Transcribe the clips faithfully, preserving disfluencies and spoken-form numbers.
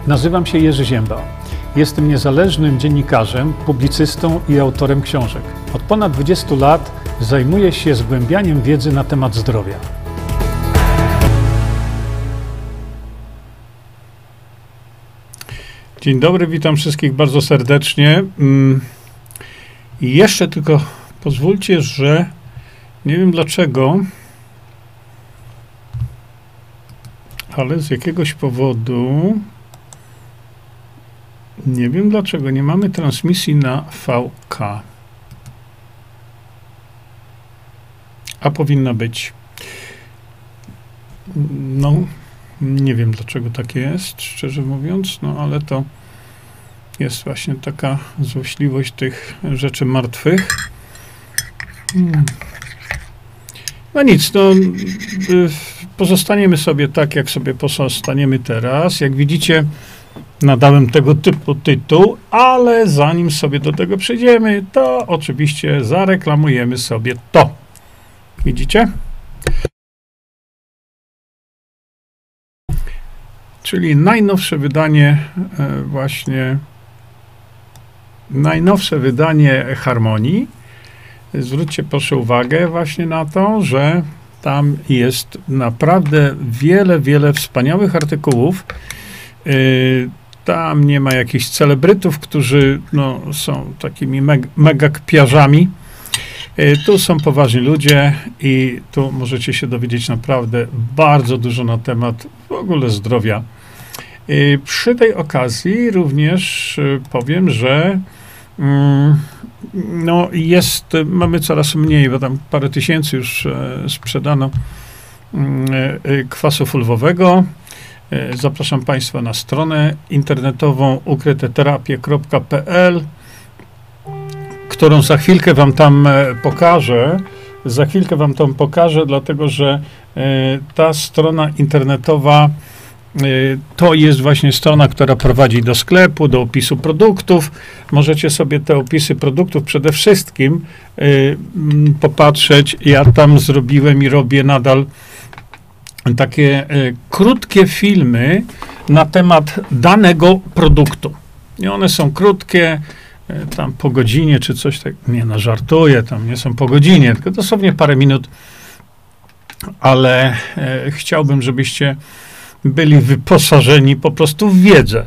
Nazywam się Jerzy Ziemba. Jestem niezależnym dziennikarzem, publicystą i autorem książek. Od ponad dwudziestu lat zajmuję się zgłębianiem wiedzy na temat zdrowia. Dzień dobry, witam wszystkich bardzo serdecznie. I jeszcze tylko pozwólcie, że nie wiem dlaczego, ale z jakiegoś powodu, nie wiem dlaczego, nie mamy transmisji na V K. A powinna być. No, nie wiem dlaczego tak jest, szczerze mówiąc, no ale to jest właśnie taka złośliwość tych rzeczy martwych. Hmm. No nic, no pozostaniemy sobie tak, jak sobie pozostaniemy teraz. Jak widzicie, nadałem tego typu tytuł, ale zanim sobie do tego przejdziemy, to oczywiście zareklamujemy sobie to. Widzicie? Czyli najnowsze wydanie właśnie, najnowsze wydanie Harmonii. Zwróćcie proszę uwagę właśnie na to, że tam jest naprawdę wiele, wiele wspaniałych artykułów. Tam nie ma jakichś celebrytów, którzy no, są takimi meg, mega kpiarzami. Tu są poważni ludzie i tu możecie się dowiedzieć naprawdę bardzo dużo na temat w ogóle zdrowia. Przy tej okazji również powiem, że no jest, mamy coraz mniej, bo tam parę tysięcy już sprzedano kwasu fulwowego. Zapraszam Państwa na stronę internetową ukryteterapie kropka p l, którą za chwilkę Wam tam pokażę. Za chwilkę Wam tam pokażę, dlatego że ta strona internetowa to jest właśnie strona, która prowadzi do sklepu, do opisu produktów. Możecie sobie te opisy produktów przede wszystkim popatrzeć. Ja tam zrobiłem i robię nadal takie krótkie filmy na temat danego produktu. I one są krótkie, tam po godzinie czy coś tak. Nie, no żartuję, tam nie są po godzinie, tylko dosłownie parę minut. Ale e, chciałbym, żebyście byli wyposażeni po prostu w wiedzę.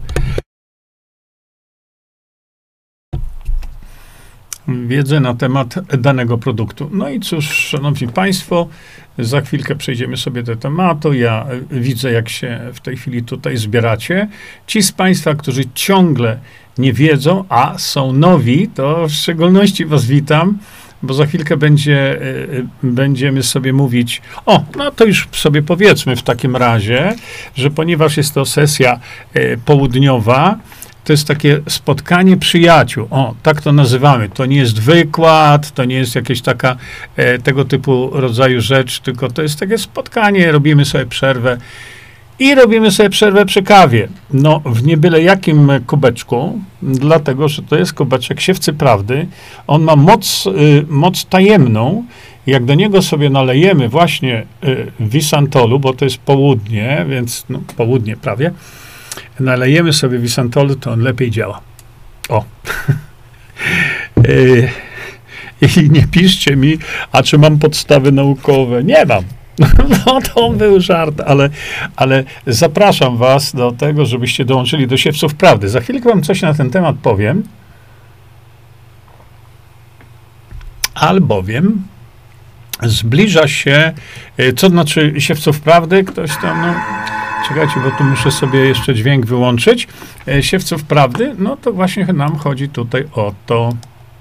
Wiedzę na temat danego produktu. No i cóż, szanowni Państwo, za chwilkę przejdziemy sobie do tematu. Ja widzę, jak się w tej chwili tutaj zbieracie. Ci z Państwa, którzy ciągle nie wiedzą, a są nowi, to w szczególności Was witam, bo za chwilkę będzie, będziemy sobie mówić, o, no to już sobie powiedzmy w takim razie, że ponieważ jest to sesja południowa, to jest takie spotkanie przyjaciół. O, tak to nazywamy. To nie jest wykład, to nie jest jakieś taka e, tego typu rodzaju rzecz, tylko to jest takie spotkanie, robimy sobie przerwę i robimy sobie przerwę przy kawie. No, w niebyle jakim kubeczku, dlatego, że to jest kubeczek Siewcy Prawdy. On ma moc, y, moc tajemną. Jak do niego sobie nalejemy właśnie y, Wisantolu, bo to jest południe, więc no, południe prawie, nalejemy sobie Wisantolu, to on lepiej działa. O. I nie piszcie mi, a czy mam podstawy naukowe? Nie mam. No to był żart, ale, ale zapraszam was do tego, żebyście dołączyli do Siewców Prawdy. Za chwilkę wam coś na ten temat powiem. Albowiem zbliża się, co znaczy Siewców Prawdy? Ktoś tam, no... Czekajcie, bo tu muszę sobie jeszcze dźwięk wyłączyć. E, Siewców Prawdy, no to właśnie nam chodzi tutaj o to.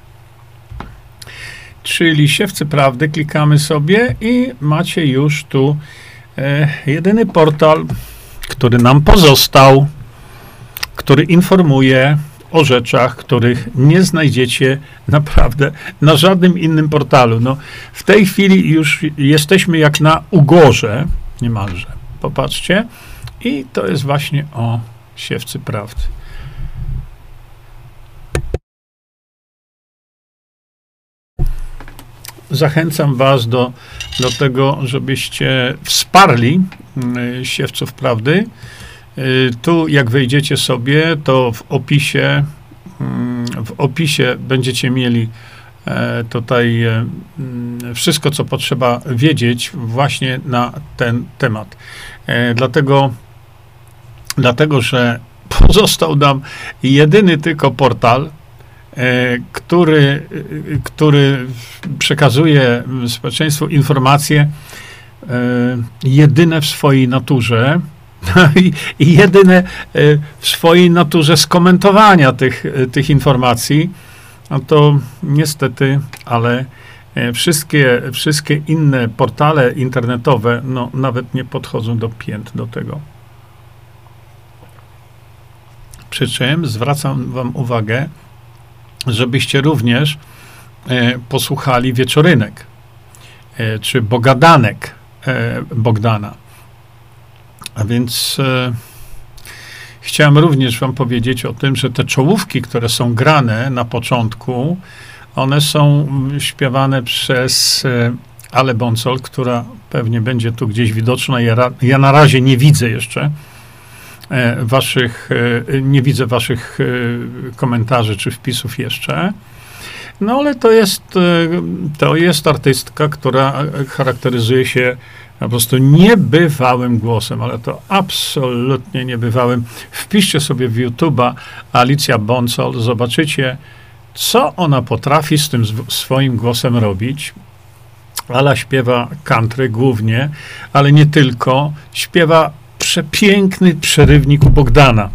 Czyli Siewcy Prawdy, klikamy sobie i macie już tu e, jedyny portal, który nam pozostał, który informuje o rzeczach, których nie znajdziecie naprawdę na żadnym innym portalu. No, w tej chwili już jesteśmy jak na ugorze, niemalże. Popatrzcie. I to jest właśnie o Siewcy Prawdy. Zachęcam was do, do tego, żebyście wsparli Siewców Prawdy. Tu, jak wejdziecie sobie, to w opisie, w opisie będziecie mieli tutaj wszystko, co potrzeba wiedzieć właśnie na ten temat. Dlatego, dlatego że pozostał nam jedyny tylko portal, który, który przekazuje społeczeństwu informacje jedyne w swojej naturze i, i jedyne w swojej naturze skomentowania tych, tych informacji. No to niestety, ale wszystkie, wszystkie inne portale internetowe no, nawet nie podchodzą do pięt do tego. Przy czym zwracam wam uwagę, żebyście również e, posłuchali wieczorynek, e, czy bogadanek e, Bogdana. A więc e, chciałem również wam powiedzieć o tym, że te czołówki, które są grane na początku, one są śpiewane przez e, Ale Bonsol, która pewnie będzie tu gdzieś widoczna. Ja, ja na razie nie widzę jeszcze waszych, nie widzę waszych komentarzy czy wpisów jeszcze. No ale to jest, to jest artystka, która charakteryzuje się po prostu niebywałym głosem, ale to absolutnie niebywałym. Wpiszcie sobie w YouTube'a Alicja Bonsol, zobaczycie, co ona potrafi z tym swoim głosem robić. Ala śpiewa country głównie, ale nie tylko. Śpiewa przepiękny przerywnik u Bogdana.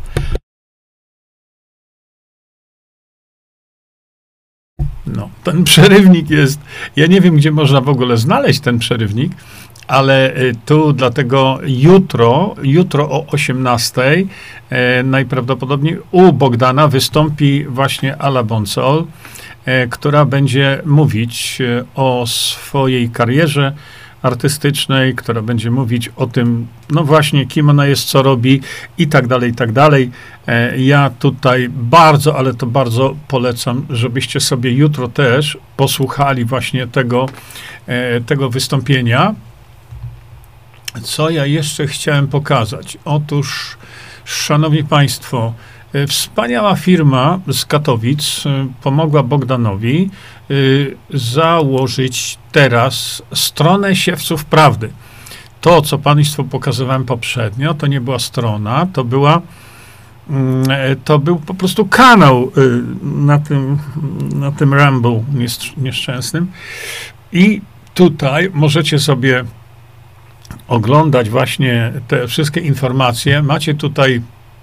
No, ten przerywnik jest, ja nie wiem, gdzie można w ogóle znaleźć ten przerywnik, ale tu dlatego jutro, jutro o osiemnastej e, najprawdopodobniej u Bogdana wystąpi właśnie Ala Bonsol, e, która będzie mówić o swojej karierze artystycznej, która będzie mówić o tym, no właśnie, kim ona jest, co robi i tak dalej, i tak dalej. Ja tutaj bardzo, ale to bardzo polecam, żebyście sobie jutro też posłuchali właśnie tego, tego wystąpienia. Co ja jeszcze chciałem pokazać? Otóż, szanowni państwo, wspaniała firma z Katowic pomogła Bogdanowi y, założyć teraz stronę Siewców Prawdy. To, co państwu pokazywałem poprzednio, to nie była strona, to była y, to był po prostu kanał y, na tym, na tym Rumble nieszczęsnym. I tutaj możecie sobie oglądać właśnie te wszystkie informacje. Macie tutaj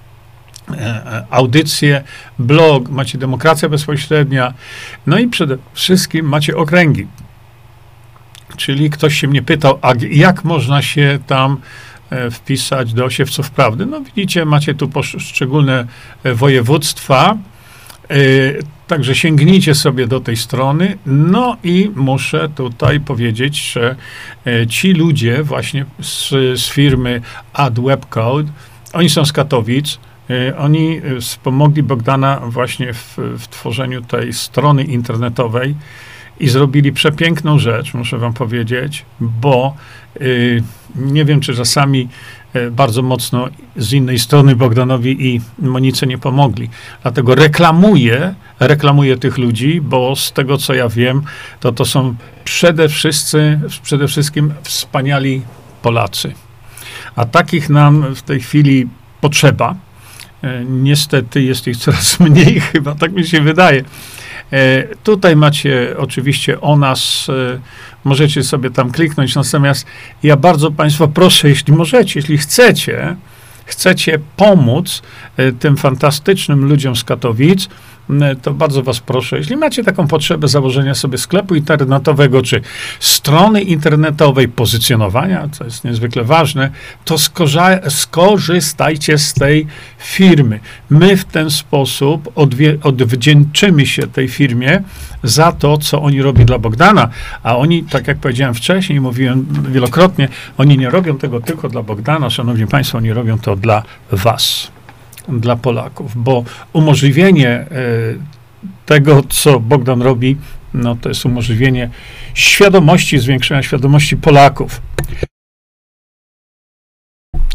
audycje, blog, macie demokracja bezpośrednia, no i przede wszystkim macie okręgi. Czyli ktoś się mnie pytał, a jak można się tam wpisać do Siewców Prawdy? No widzicie, macie tu poszczególne województwa, także sięgnijcie sobie do tej strony. No i muszę tutaj powiedzieć, że ci ludzie właśnie z, z firmy AdWebCode, oni są z Katowic. Oni wspomogli Bogdana właśnie w, w tworzeniu tej strony internetowej i zrobili przepiękną rzecz, muszę wam powiedzieć, bo y, nie wiem, czy czasami y, bardzo mocno z innej strony Bogdanowi i Monice nie pomogli. Dlatego reklamuję, reklamuję tych ludzi, bo z tego, co ja wiem, to to są przede wszystkim, przede wszystkim wspaniali Polacy. A takich nam w tej chwili potrzeba. Niestety jest ich coraz mniej, chyba tak mi się wydaje. E, tutaj macie oczywiście o nas, e, możecie sobie tam kliknąć, natomiast ja bardzo państwa proszę, jeśli możecie, jeśli chcecie, chcecie pomóc e, tym fantastycznym ludziom z Katowic, to bardzo was proszę, jeśli macie taką potrzebę założenia sobie sklepu internetowego, czy strony internetowej, pozycjonowania, co jest niezwykle ważne, to skorza- skorzystajcie z tej firmy. My w ten sposób odwie- odwdzięczymy się tej firmie za to, co oni robią dla Bogdana, a oni, tak jak powiedziałem wcześniej, mówiłem wielokrotnie, oni nie robią tego tylko dla Bogdana, szanowni państwo, oni robią to dla was. Dla Polaków, bo umożliwienie tego, co Bogdan robi, no to jest umożliwienie świadomości, zwiększenia świadomości Polaków.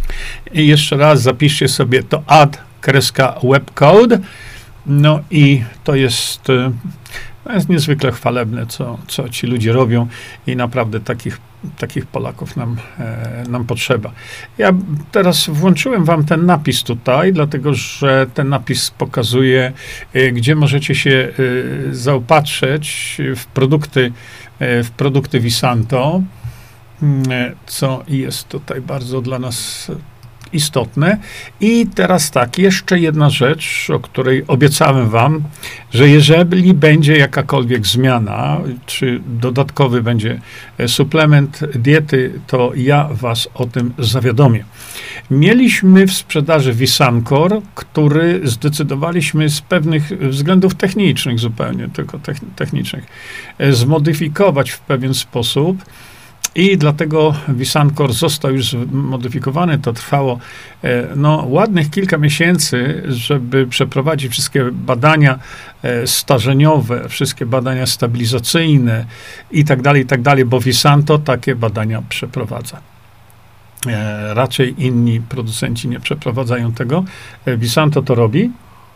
I jeszcze raz zapiszcie sobie to add kreska webcode. No i to jest, to jest niezwykle chwalebne, co, co ci ludzie robią i naprawdę takich, takich Polaków nam, e, nam potrzeba. Ja teraz włączyłem wam ten napis tutaj, dlatego że ten napis pokazuje, e, gdzie możecie się e, zaopatrzyć w produkty, e, w produkty Visanto, e, co jest tutaj bardzo dla nas istotne. I teraz tak, jeszcze jedna rzecz, o której obiecałem wam, że jeżeli będzie jakakolwiek zmiana, czy dodatkowy będzie suplement diety, to ja was o tym zawiadomię. Mieliśmy w sprzedaży Visancor, który zdecydowaliśmy z pewnych względów technicznych zupełnie, tylko technicznych, zmodyfikować w pewien sposób. I dlatego Visancor został już zmodyfikowany. To trwało no, ładnych kilka miesięcy, żeby przeprowadzić wszystkie badania starzeniowe, wszystkie badania stabilizacyjne i tak dalej, i tak dalej, bo Visanto takie badania przeprowadza. Raczej inni producenci nie przeprowadzają tego. Visanto to robi.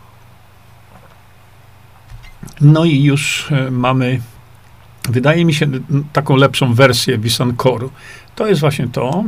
No i już mamy, wydaje mi się, taką lepszą wersję Visancoru. To jest właśnie to.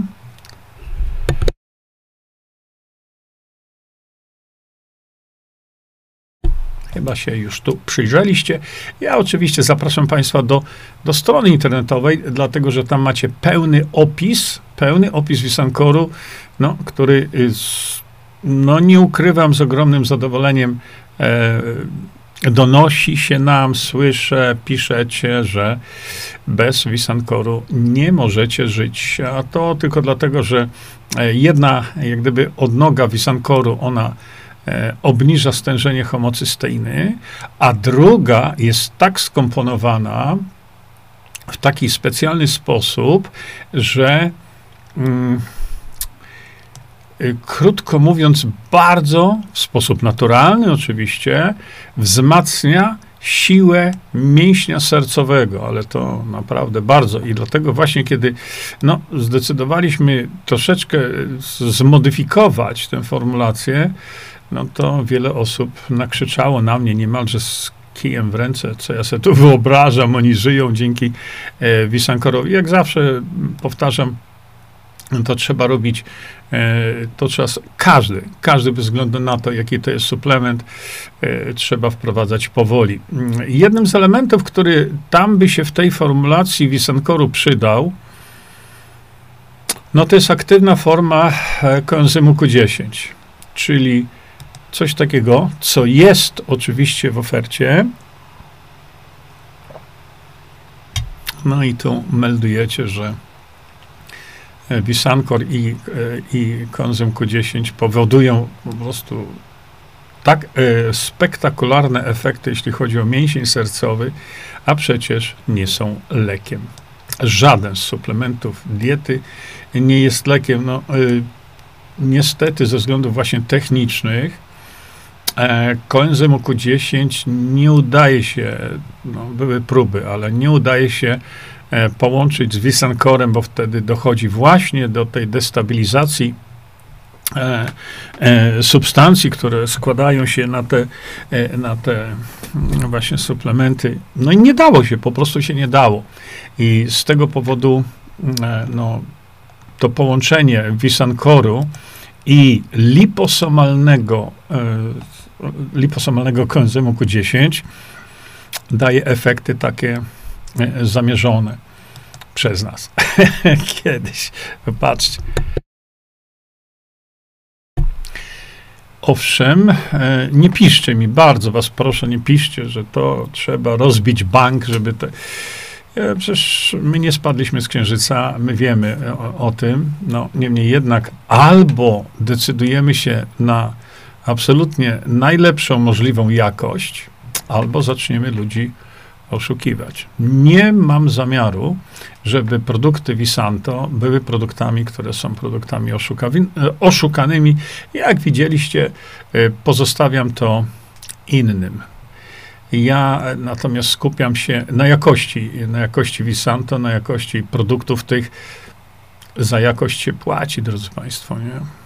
Chyba się już tu przyjrzeliście. Ja oczywiście zapraszam Państwa do, do strony internetowej, dlatego że tam macie pełny opis, pełny opis Visancoru, no, który, no nie ukrywam, z ogromnym zadowoleniem e, donosi się nam, słyszę, piszecie, że bez Visancoru nie możecie żyć. A to tylko dlatego, że jedna, jak gdyby odnoga Visancoru, ona e, obniża stężenie homocysteiny, a druga jest tak skomponowana w taki specjalny sposób, że mm, krótko mówiąc, bardzo, w sposób naturalny oczywiście, wzmacnia siłę mięśnia sercowego, ale to naprawdę bardzo. I dlatego właśnie, kiedy no, zdecydowaliśmy troszeczkę zmodyfikować tę formulację, no to wiele osób nakrzyczało na mnie niemalże z kijem w ręce, co ja sobie tu wyobrażam. Oni żyją dzięki e, Visancorowi. Jak zawsze powtarzam, to trzeba robić, to trzeba, każdy, każdy bez względu na to, jaki to jest suplement, trzeba wprowadzać powoli. Jednym z elementów, który tam by się w tej formulacji Visancoru przydał, no to jest aktywna forma koenzymu Q dziesięć, czyli coś takiego, co jest oczywiście w ofercie. No i tu meldujecie, że Visancor i, i koenzym Q dziesięć powodują po prostu tak e, spektakularne efekty, jeśli chodzi o mięsień sercowy, a przecież nie są lekiem. Żaden z suplementów diety nie jest lekiem. No, e, niestety ze względów właśnie technicznych e, koenzymu Q dziesięć nie udaje się, no, były próby, ale nie udaje się połączyć z Visancorem, bo wtedy dochodzi właśnie do tej destabilizacji e, e, substancji, które składają się na te, e, na te właśnie suplementy. No i nie dało się, po prostu się nie dało. I z tego powodu e, no, to połączenie Visancoru i liposomalnego, e, liposomalnego koenzymu Q dziesięć daje efekty takie zamierzone przez nas. Kiedyś. Patrzcie. Owszem, nie piszcie mi, bardzo was proszę, nie piszcie, że to trzeba rozbić bank, żeby te... Przecież my nie spadliśmy z księżyca, my wiemy o, o tym. No, niemniej jednak albo decydujemy się na absolutnie najlepszą możliwą jakość, albo zaczniemy ludzi oszukiwać. Nie mam zamiaru, żeby produkty Visanto były produktami, które są produktami oszukanymi. Jak widzieliście, pozostawiam to innym. Ja natomiast skupiam się na jakości, na jakości Visanto, na jakości produktów tych. Za jakość się płaci, drodzy Państwo, nie?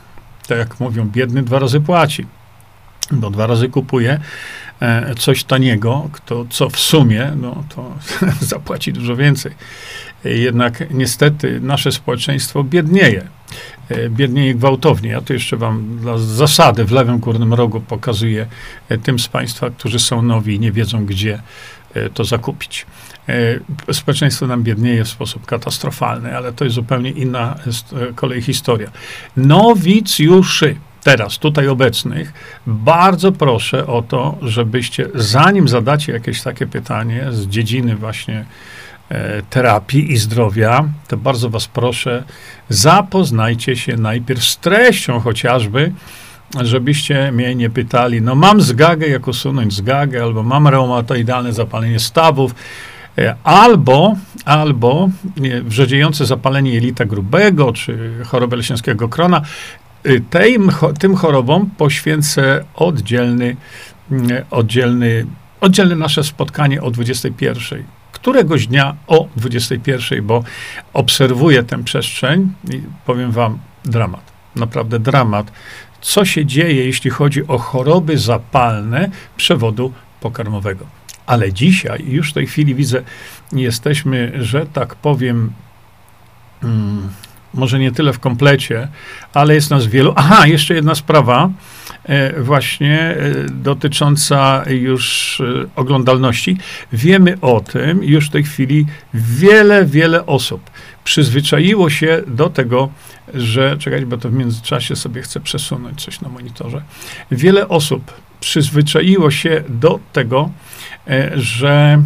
tak jak mówią, biedny dwa razy płaci, bo dwa razy kupuje e, coś taniego, kto, co w sumie, no to zapłaci dużo więcej. E, jednak niestety nasze społeczeństwo biednieje. E, biednieje gwałtownie. Ja tu jeszcze wam dla zasady w lewym górnym rogu pokazuję e, tym z państwa, którzy są nowi i nie wiedzą, gdzie e, to zakupić. E, społeczeństwo nam biednieje w sposób katastrofalny, ale to jest zupełnie inna e, kolej historia. Nowicjuszy, teraz, tutaj obecnych, bardzo proszę o to, żebyście, zanim zadacie jakieś takie pytanie z dziedziny właśnie e, terapii i zdrowia, to bardzo was proszę, zapoznajcie się najpierw z treścią chociażby, żebyście mnie nie pytali, no mam zgagę, jak usunąć zgagę, albo mam reumatoidalne zapalenie stawów, e, albo, albo nie, wrzedziejące zapalenie jelita grubego, czy chorobę Leśniowskiego Krona. Tym, tym chorobom poświęcę oddzielny, oddzielny, oddzielne nasze spotkanie o dwudziestej pierwszej. Któregoś dnia o dwudziestej pierwszej, bo obserwuję tę przestrzeń i powiem wam, dramat. Naprawdę dramat. Co się dzieje, jeśli chodzi o choroby zapalne przewodu pokarmowego. Ale dzisiaj, już w tej chwili widzę, jesteśmy, że tak powiem, hmm, może nie tyle w komplecie, ale jest nas wielu. Aha, jeszcze jedna sprawa, e, właśnie e, dotycząca już e, oglądalności. Wiemy o tym, już w tej chwili wiele, wiele osób przyzwyczaiło się do tego, że, czekajcie, bo to w międzyczasie sobie chcę przesunąć coś na monitorze. Wiele osób przyzwyczaiło się do tego, e, że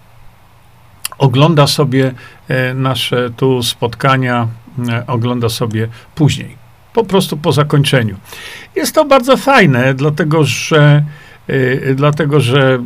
ogląda sobie e, nasze tu spotkania, ogląda sobie później, po prostu po zakończeniu. Jest to bardzo fajne, dlatego że, y, dlatego, że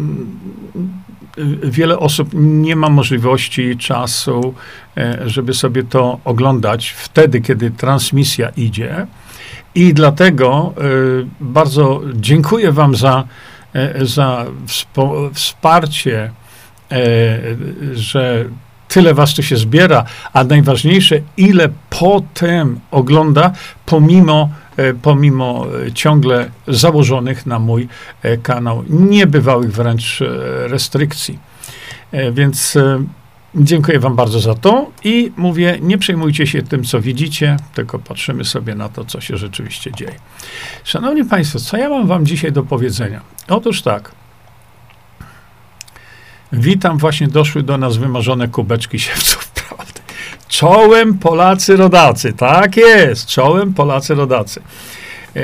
y, wiele osób nie ma możliwości, czasu, y, żeby sobie to oglądać wtedy, kiedy transmisja idzie. I dlatego y, bardzo dziękuję wam za, y, za wspo, wsparcie, y, że tyle was tu się zbiera, a najważniejsze, ile potem ogląda, pomimo, pomimo ciągle założonych na mój kanał niebywałych wręcz restrykcji. Więc dziękuję wam bardzo za to i mówię, nie przejmujcie się tym, co widzicie, tylko patrzymy sobie na to, co się rzeczywiście dzieje. Szanowni państwo, co ja mam wam dzisiaj do powiedzenia? Otóż tak. Witam, właśnie doszły do nas wymarzone kubeczki siewców prawdy. Czołem Polacy rodacy, tak jest, czołem Polacy rodacy. E,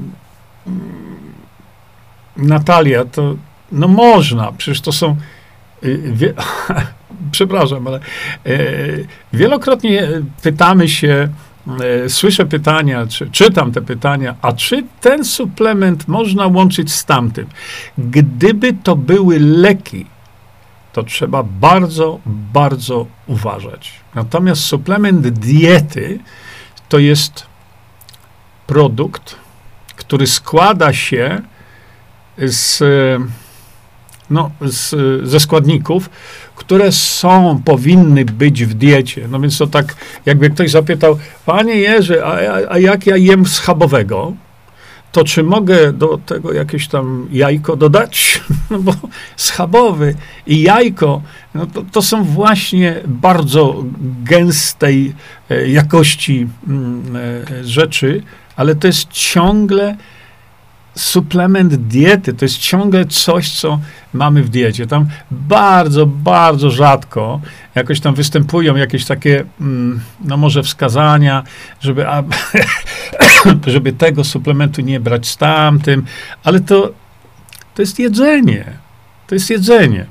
Natalia, to no można, przecież to są, wie, przepraszam, ale e, wielokrotnie pytamy się, e, słyszę pytania, czy, czytam te pytania, a czy ten suplement można łączyć z tamtym? Gdyby to były leki, to trzeba bardzo, bardzo uważać. Natomiast suplement diety to jest produkt, który składa się z, no, z, ze składników, które są, powinny być w diecie. No więc to tak, jakby ktoś zapytał, panie Jerzy, a, a, a jak ja jem schabowego, to czy mogę do tego jakieś tam jajko dodać? No bo schabowy i jajko, no to, to są właśnie bardzo gęstej e, jakości mm, e, rzeczy, ale to jest ciągle suplement diety, to jest ciągle coś, co mamy w diecie. Tam bardzo, bardzo rzadko jakoś tam występują jakieś takie, mm, no może wskazania, żeby, a, żeby tego suplementu nie brać z tamtym, ale to, to jest jedzenie. To jest jedzenie.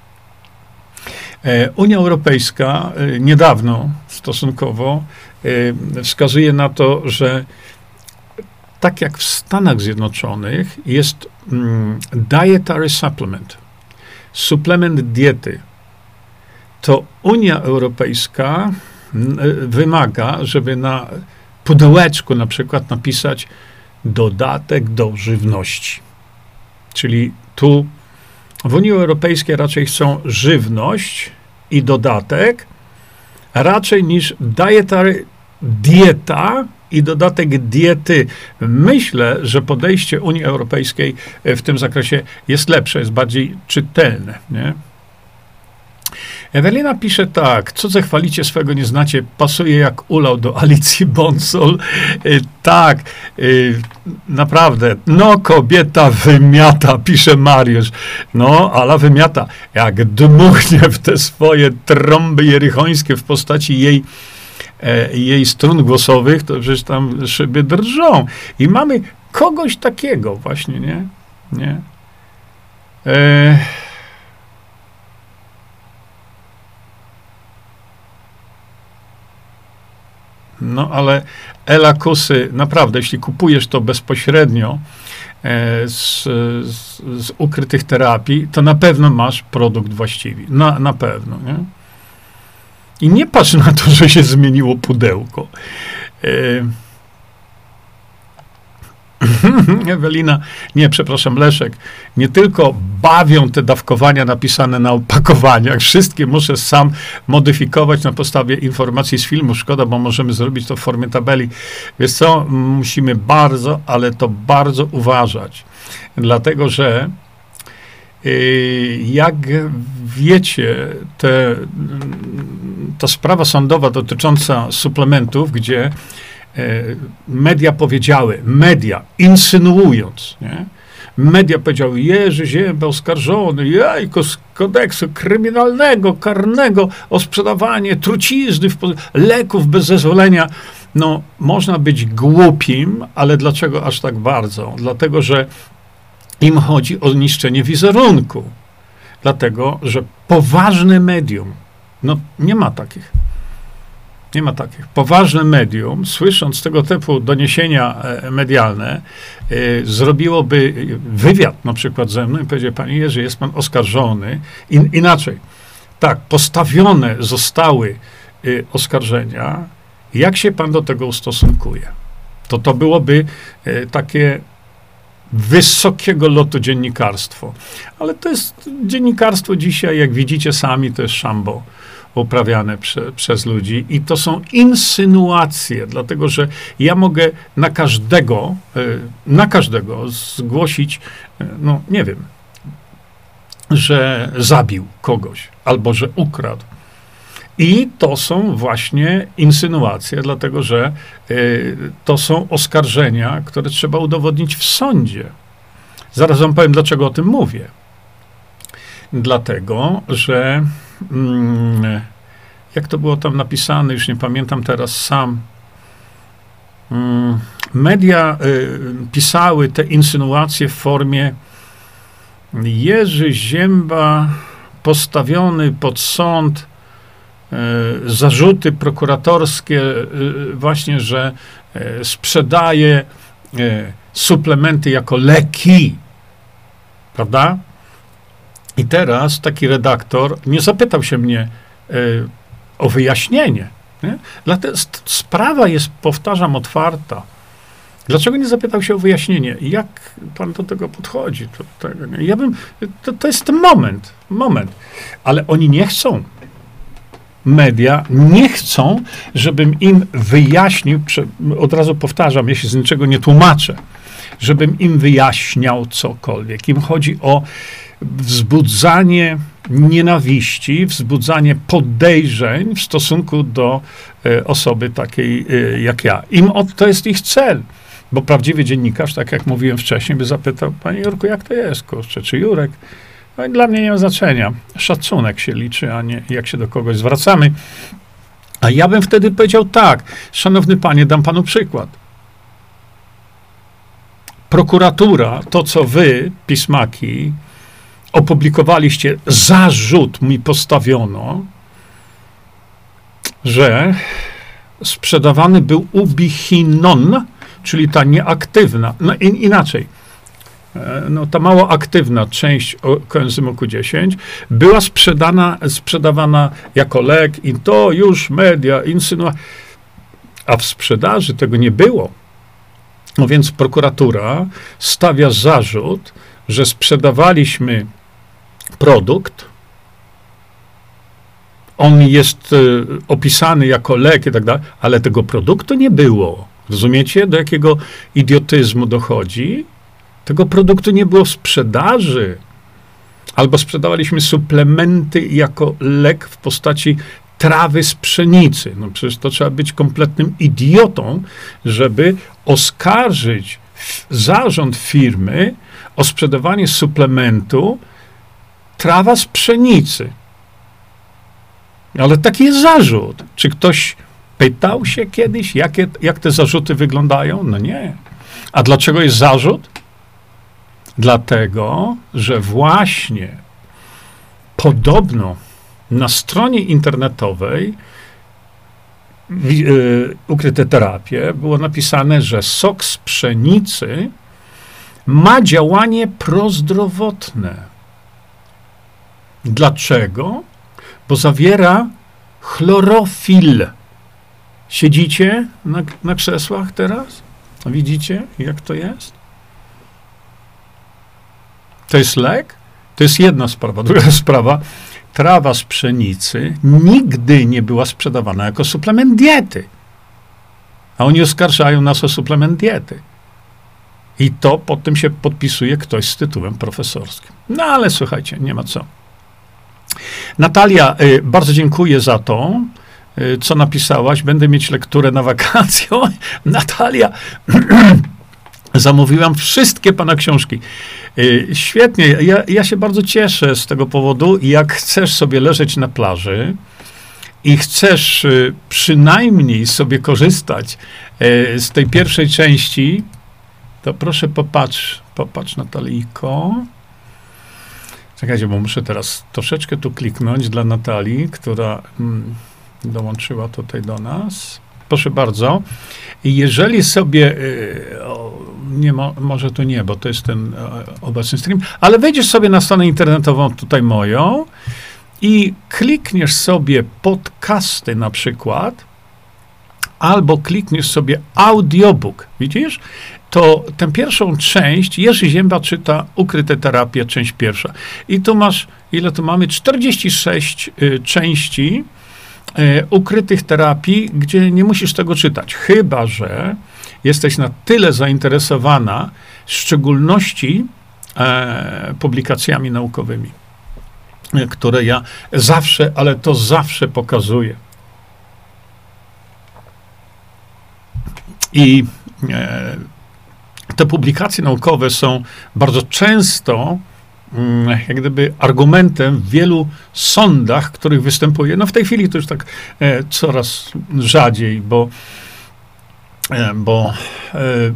E, Unia Europejska e, niedawno stosunkowo e, wskazuje na to, że tak jak w Stanach Zjednoczonych jest mm, dietary supplement, suplement diety, to Unia Europejska m, wymaga, żeby na pudełeczku na przykład napisać dodatek do żywności. Czyli tu w Unii Europejskiej raczej chcą żywność i dodatek, raczej niż dietary, dieta, i dodatek diety. Myślę, że podejście Unii Europejskiej w tym zakresie jest lepsze, jest bardziej czytelne, nie? Ewelina pisze tak, cudze chwalicie, swego nie znacie, pasuje jak ulał do Alicji Bonsol. Y, tak, y, naprawdę, no kobieta wymiata, pisze Mariusz. No, Ala wymiata, jak dmuchnie w te swoje trąby jerychońskie w postaci jej, e, jej strun głosowych, to przecież tam szyby drżą. I mamy kogoś takiego właśnie, nie? Nie? E, No, ale Ela Kusy, naprawdę, jeśli kupujesz to bezpośrednio e, z, z, z ukrytych terapii, to na pewno masz produkt właściwy. Na, na pewno, nie? I nie patrz na to, że się zmieniło pudełko. E, Ewelina, nie, przepraszam, Leszek, nie tylko bawią te dawkowania napisane na opakowaniach, wszystkie muszę sam modyfikować na podstawie informacji z filmu. Szkoda, bo możemy zrobić to w formie tabeli. Wiesz co, musimy bardzo, ale to bardzo uważać, dlatego że yy, jak wiecie, te, ta sprawa sądowa dotycząca suplementów, gdzie media powiedziały, media, insynuując, nie? Media powiedziały, Jerzy Ziemba oskarżony, jajko z kodeksu kryminalnego, karnego o sprzedawanie trucizny, w, leków bez zezwolenia. No, można być głupim, ale dlaczego aż tak bardzo? Dlatego, że im chodzi o niszczenie wizerunku. Dlatego, że poważne medium, no nie ma takich. Nie ma takich. Poważne medium, słysząc tego typu doniesienia medialne, y, zrobiłoby wywiad na przykład ze mną i powiedział, panie Jerzy, jest pan oskarżony. In, inaczej, tak, postawione zostały y, oskarżenia. Jak się pan do tego ustosunkuje? To to byłoby y, takie wysokiego lotu dziennikarstwo. Ale to jest dziennikarstwo dzisiaj, jak widzicie sami, to jest szambo uprawiane prze, przez ludzi i to są insynuacje, dlatego że ja mogę na każdego, na każdego zgłosić, no nie wiem, że zabił kogoś albo że ukradł. I to są właśnie insynuacje, dlatego że to są oskarżenia, które trzeba udowodnić w sądzie. Zaraz wam powiem, dlaczego o tym mówię. Dlatego, że mm, jak to było tam napisane, już nie pamiętam teraz sam, mm, media y, pisały te insynuacje w formie Jerzy Ziemba postawiony pod sąd, y, zarzuty prokuratorskie y, właśnie, że y, sprzedaje y, suplementy jako leki, prawda? I teraz taki redaktor nie zapytał się mnie y, o wyjaśnienie. Nie? Dlatego sprawa jest, powtarzam, otwarta. Dlaczego nie zapytał się o wyjaśnienie? Jak pan do tego podchodzi? To, tego, nie? Ja bym, to, to jest ten moment, moment. Ale oni nie chcą. Media nie chcą, żebym im wyjaśnił, od razu powtarzam, ja się z niczego nie tłumaczę, żebym im wyjaśniał cokolwiek. Im chodzi o wzbudzanie nienawiści, wzbudzanie podejrzeń w stosunku do e, osoby takiej e, jak ja. Im od, to jest ich cel. Bo prawdziwy dziennikarz, tak jak mówiłem wcześniej, by zapytał, panie Jurku, jak to jest, kurczę, czy Jurek? No i dla mnie nie ma znaczenia. Szacunek się liczy, a nie jak się do kogoś zwracamy. A ja bym wtedy powiedział tak, szanowny panie, dam panu przykład. Prokuratura, to co wy, pismaki, opublikowaliście, zarzut mi postawiono, że sprzedawany był ubichinon, czyli ta nieaktywna, no in, inaczej, no ta mało aktywna część koenzymu Q dziesięć była sprzedana, sprzedawana jako lek i to już media insynuowały, a w sprzedaży tego nie było. No więc prokuratura stawia zarzut, że sprzedawaliśmy produkt, on jest y, opisany jako lek i tak dalej, ale tego produktu nie było. Rozumiecie, do jakiego idiotyzmu dochodzi? Tego produktu nie było w sprzedaży. Albo sprzedawaliśmy suplementy jako lek w postaci trawy z pszenicy. No przecież to trzeba być kompletnym idiotą, żeby oskarżyć zarząd firmy o sprzedawanie suplementu trawa z pszenicy. Ale taki jest zarzut. Czy ktoś pytał się kiedyś, jakie, jak te zarzuty wyglądają? No nie. A dlaczego jest zarzut? Dlatego, że właśnie podobno na stronie internetowej yy, Ukryte Terapie było napisane, że sok z pszenicy ma działanie prozdrowotne. Dlaczego? Bo zawiera chlorofil. Siedzicie na, na krzesłach teraz? A widzicie, jak to jest? To jest lek? To jest jedna sprawa. Druga sprawa, trawa z pszenicy nigdy nie była sprzedawana jako suplement diety. A oni oskarżają nas o suplement diety. I to pod tym się podpisuje ktoś z tytułem profesorskim. No ale słuchajcie, nie ma co. Natalia, y, bardzo dziękuję za to, y, co napisałaś. Będę mieć lekturę na wakacje. Natalia, zamówiłam wszystkie pana książki. Y, świetnie, ja, ja się bardzo cieszę z tego powodu. Jak chcesz sobie leżeć na plaży i chcesz y, przynajmniej sobie korzystać y, z tej pierwszej części, to proszę popatrz, popatrz Natalijko. Czekajcie, bo muszę teraz troszeczkę tu kliknąć dla Natalii, która mm, dołączyła tutaj do nas. Proszę bardzo. I jeżeli sobie, y, o, nie mo, może tu nie, bo to jest ten o, obecny stream, ale wejdziesz sobie na stronę internetową tutaj moją i klikniesz sobie podcasty na przykład, albo klikniesz sobie audiobook, widzisz? To tę pierwszą część Jerzy Zięba czyta Ukryte Terapie, część pierwsza. I tu masz, ile tu mamy? czterdzieści sześć y, części y, ukrytych terapii, gdzie nie musisz tego czytać. Chyba że jesteś na tyle zainteresowana, w szczególności e, publikacjami naukowymi, y, które ja zawsze, ale to zawsze pokazuję. I e, te publikacje naukowe są bardzo często mm, jak gdyby argumentem w wielu sądach, w których występuje. No w tej chwili to już tak e, coraz rzadziej, bo, e, bo e,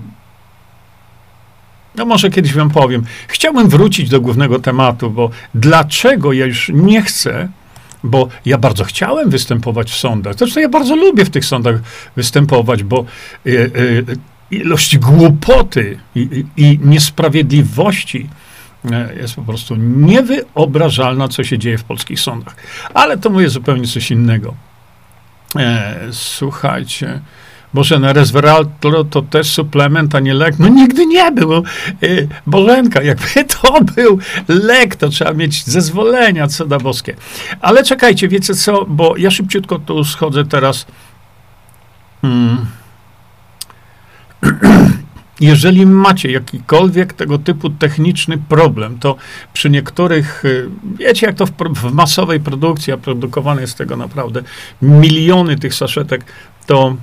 no może kiedyś wam powiem. Chciałbym wrócić do głównego tematu, bo dlaczego ja już nie chcę, bo ja bardzo chciałem występować w sądach. Zresztą ja bardzo lubię w tych sądach występować, bo e, e, ilość głupoty i, i, i niesprawiedliwości jest po prostu niewyobrażalna, co się dzieje w polskich sądach. Ale to mówię zupełnie coś innego. E, słuchajcie, Bożena, resveratrol to też suplement, a nie lek? No nigdy nie był. E, Bożenka, jakby to był lek, to trzeba mieć zezwolenia, co da boskie. Ale czekajcie, wiecie co, bo ja szybciutko tu schodzę teraz. Hmm. Jeżeli macie jakikolwiek tego typu techniczny problem, to przy niektórych, wiecie jak to w, w masowej produkcji, a produkowane jest tego naprawdę miliony tych saszetek, to,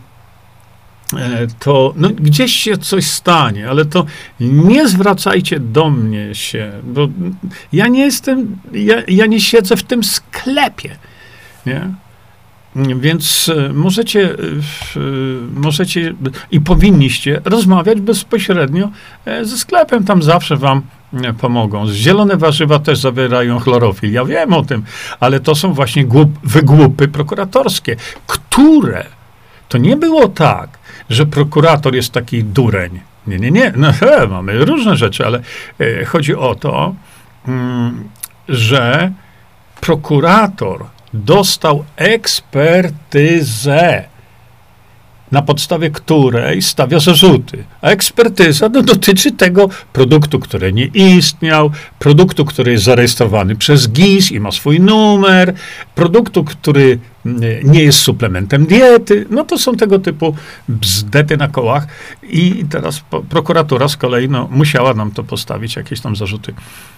to no, gdzieś się coś stanie, ale to nie zwracajcie do mnie się, bo ja nie jestem, ja, ja nie siedzę w tym sklepie, nie? Więc możecie, możecie i powinniście rozmawiać bezpośrednio ze sklepem, tam zawsze wam pomogą. Zielone warzywa też zawierają chlorofil, ja wiem o tym, ale to są właśnie głup, wygłupy prokuratorskie, które, to nie było tak, że prokurator jest taki dureń. Nie, nie, nie, no, he, mamy różne rzeczy, ale e, chodzi o to, mm, że prokurator dostał ekspertyzę na podstawie której stawia zarzuty. A ekspertyza no, dotyczy tego produktu, który nie istniał, produktu, który jest zarejestrowany przez G I S i ma swój numer, produktu, który nie jest suplementem diety. No to są tego typu bzdety na kołach. I teraz po, prokuratura z kolei no, musiała nam to postawić, jakieś tam zarzuty.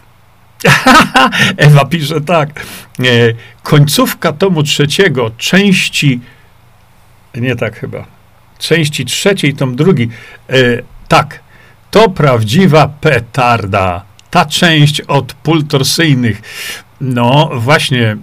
Ewa pisze tak. E, końcówka tomu trzeciego, części, nie tak chyba, części trzeciej, tom drugi, e, tak, to prawdziwa petarda. Ta część od pól torsyjnych. No właśnie,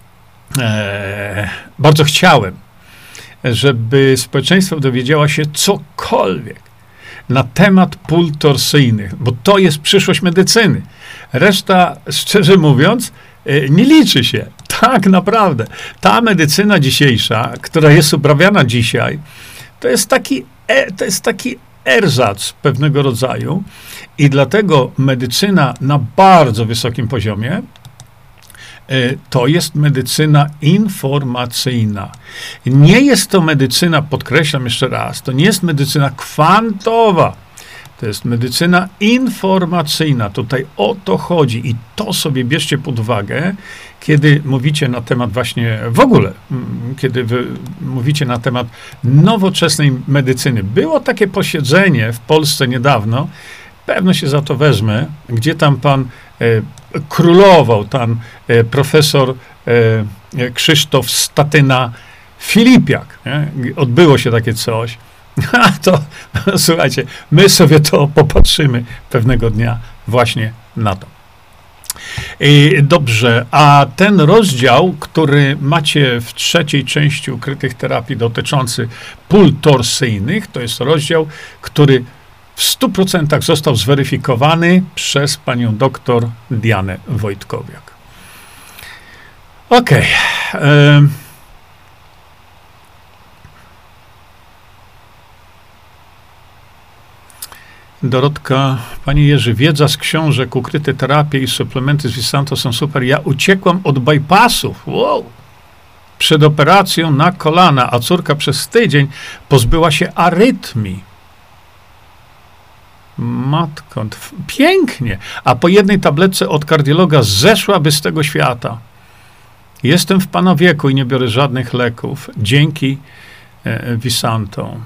e, bardzo chciałem, żeby społeczeństwo dowiedziało się cokolwiek na temat pól torsyjnych, bo to jest przyszłość medycyny. Reszta, szczerze mówiąc, nie liczy się. Tak naprawdę. Ta medycyna dzisiejsza, która jest uprawiana dzisiaj, to jest taki, to jest taki erzac pewnego rodzaju i dlatego medycyna na bardzo wysokim poziomie to jest medycyna informacyjna. Nie jest to medycyna, podkreślam jeszcze raz, to nie jest medycyna kwantowa. To jest medycyna informacyjna. Tutaj o to chodzi i to sobie bierzcie pod uwagę, kiedy mówicie na temat właśnie, w ogóle, kiedy wy mówicie na temat nowoczesnej medycyny. Było takie posiedzenie w Polsce niedawno, pewno się za to wezmę, gdzie tam pan e, królował, tam e, profesor e, Krzysztof Statyna-Filipiak. Nie? Odbyło się takie coś. A to, słuchajcie, my sobie to popatrzymy pewnego dnia właśnie na to. I dobrze, a ten rozdział, który macie w trzeciej części ukrytych terapii dotyczący pól torsyjnych, to jest rozdział, który w stu procentach został zweryfikowany przez panią doktor Dianę Wojtkowiak. Okej. Okay. Dorotka, panie Jerzy, wiedza z książek, ukryte terapie i suplementy z Visanto są super. Ja uciekłam od bypassów. Wow. Przed operacją na kolana, a córka przez tydzień pozbyła się arytmii. Matko, pięknie. A po jednej tabletce od kardiologa zeszłaby z tego świata. Jestem w pana wieku i nie biorę żadnych leków. Dzięki e, Visanto.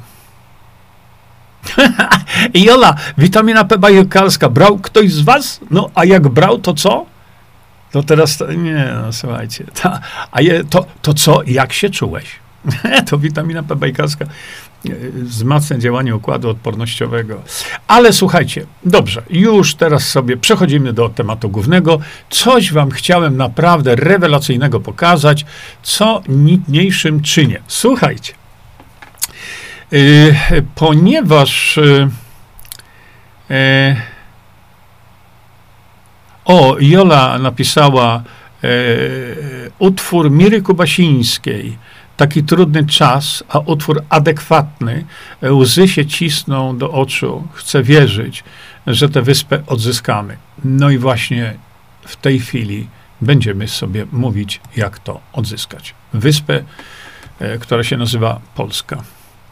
Jola, witamina P bajokalska. Brał ktoś z was? No, a jak brał, to co? To teraz, to, nie, no słuchajcie. Ta, a je, to, to co, jak się czułeś? To witamina P bajokalska wzmacnia działanie układu odpornościowego. Ale słuchajcie, dobrze, już teraz sobie przechodzimy do tematu głównego. Coś wam chciałem naprawdę rewelacyjnego pokazać, co niniejszym czynię. Słuchajcie. Yy, ponieważ yy, yy, o, Jola napisała yy, utwór Miry Kubasińskiej, taki trudny czas, a utwór adekwatny, łzy się cisną do oczu, chcę wierzyć, że tę wyspę odzyskamy. No i właśnie w tej chwili będziemy sobie mówić, jak to odzyskać. Wyspę, yy, która się nazywa Polska.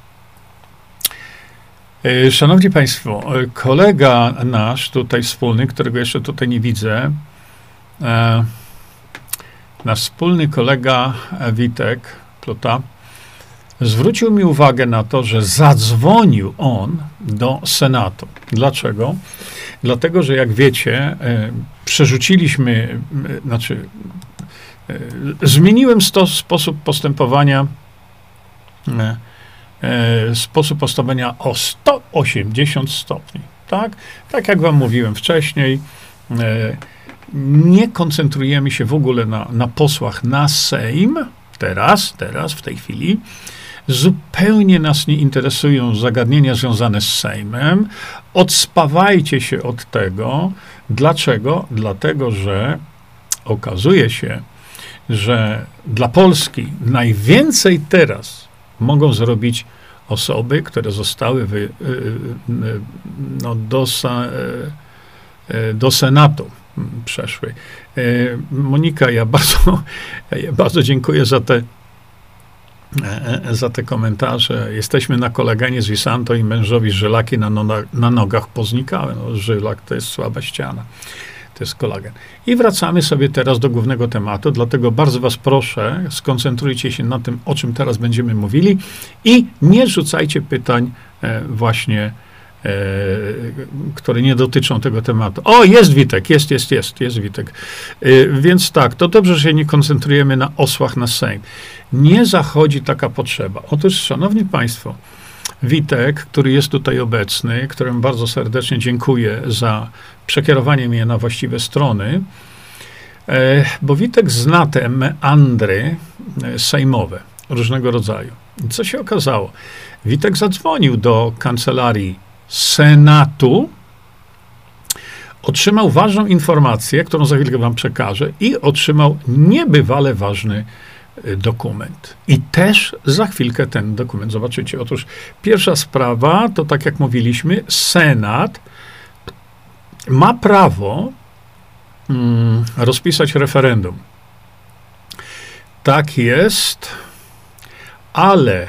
Szanowni Państwo, kolega nasz tutaj wspólny, którego jeszcze tutaj nie widzę, e, nasz wspólny kolega Witek Pluta, zwrócił mi uwagę na to, że zadzwonił on do Senatu. Dlaczego? Dlatego, że jak wiecie, e, przerzuciliśmy, e, znaczy e, zmieniłem sto, sposób postępowania e, E, sposób postępowania o sto osiemdziesiąt stopni. Tak? Tak jak wam mówiłem wcześniej, e, nie koncentrujemy się w ogóle na, na posłach na Sejm, teraz, teraz, w tej chwili. Zupełnie nas nie interesują zagadnienia związane z Sejmem. Odspawajcie się od tego. Dlaczego? Dlatego, że okazuje się, że dla Polski najwięcej teraz mogą zrobić osoby, które zostały wy, no, do, do Senatu przeszły. Monika, ja bardzo, ja bardzo dziękuję za te za te komentarze. Jesteśmy na koleganie z Wisanto i mężowi żylaki na, no, na nogach poznikały. No, żylak to jest słaba ściana. To jest kolagen. I wracamy sobie teraz do głównego tematu, dlatego bardzo was proszę, skoncentrujcie się na tym, o czym teraz będziemy mówili i nie rzucajcie pytań e, właśnie, e, które nie dotyczą tego tematu. O, jest Witek, jest, jest, jest, jest Witek. E, więc tak, to dobrze, że się nie koncentrujemy na osłach na Sejm. Nie zachodzi taka potrzeba. Otóż, szanowni państwo, Witek, który jest tutaj obecny, któremu bardzo serdecznie dziękuję za przekierowanie mnie na właściwe strony, bo Witek zna te meandry sejmowe różnego rodzaju. I co się okazało? Witek zadzwonił do kancelarii Senatu, otrzymał ważną informację, którą za chwilkę wam przekażę, i otrzymał niebywale ważny dokument. I też za chwilkę ten dokument zobaczycie. Otóż pierwsza sprawa, to tak jak mówiliśmy, Senat ma prawo mm, rozpisać referendum. Tak jest, ale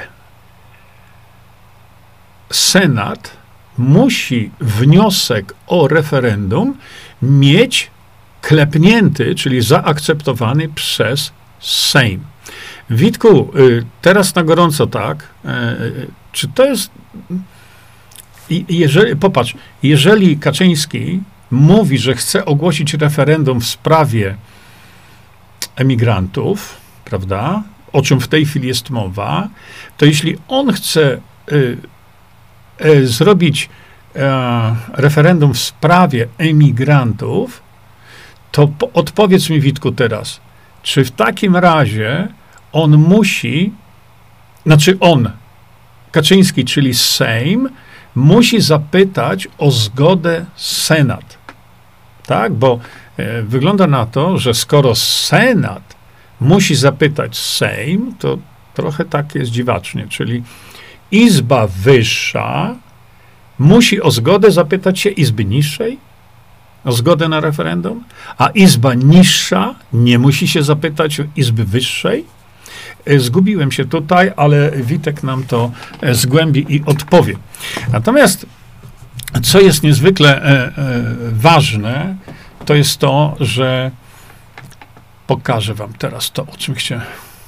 Senat musi wniosek o referendum mieć klepnięty, czyli zaakceptowany przez Sejm. Witku, teraz na gorąco tak, czy to jest, jeżeli, popatrz, jeżeli Kaczyński mówi, że chce ogłosić referendum w sprawie emigrantów, prawda, o czym w tej chwili jest mowa, to jeśli on chce y, y, zrobić y, referendum w sprawie emigrantów, to po, odpowiedz mi, Witku, teraz, czy w takim razie on musi, znaczy on, Kaczyński, czyli Sejm, musi zapytać o zgodę Senat. Tak? Bo e, wygląda na to, że skoro Senat musi zapytać Sejm, to trochę tak jest dziwacznie, czyli Izba Wyższa musi o zgodę zapytać się Izby Niższej, o zgodę na referendum, a Izba Niższa nie musi się zapytać o Izby Wyższej. Zgubiłem się tutaj, ale Witek nam to zgłębi i odpowie. Natomiast, co jest niezwykle e, e, ważne, to jest to, że pokażę wam teraz to, o czym chciałem.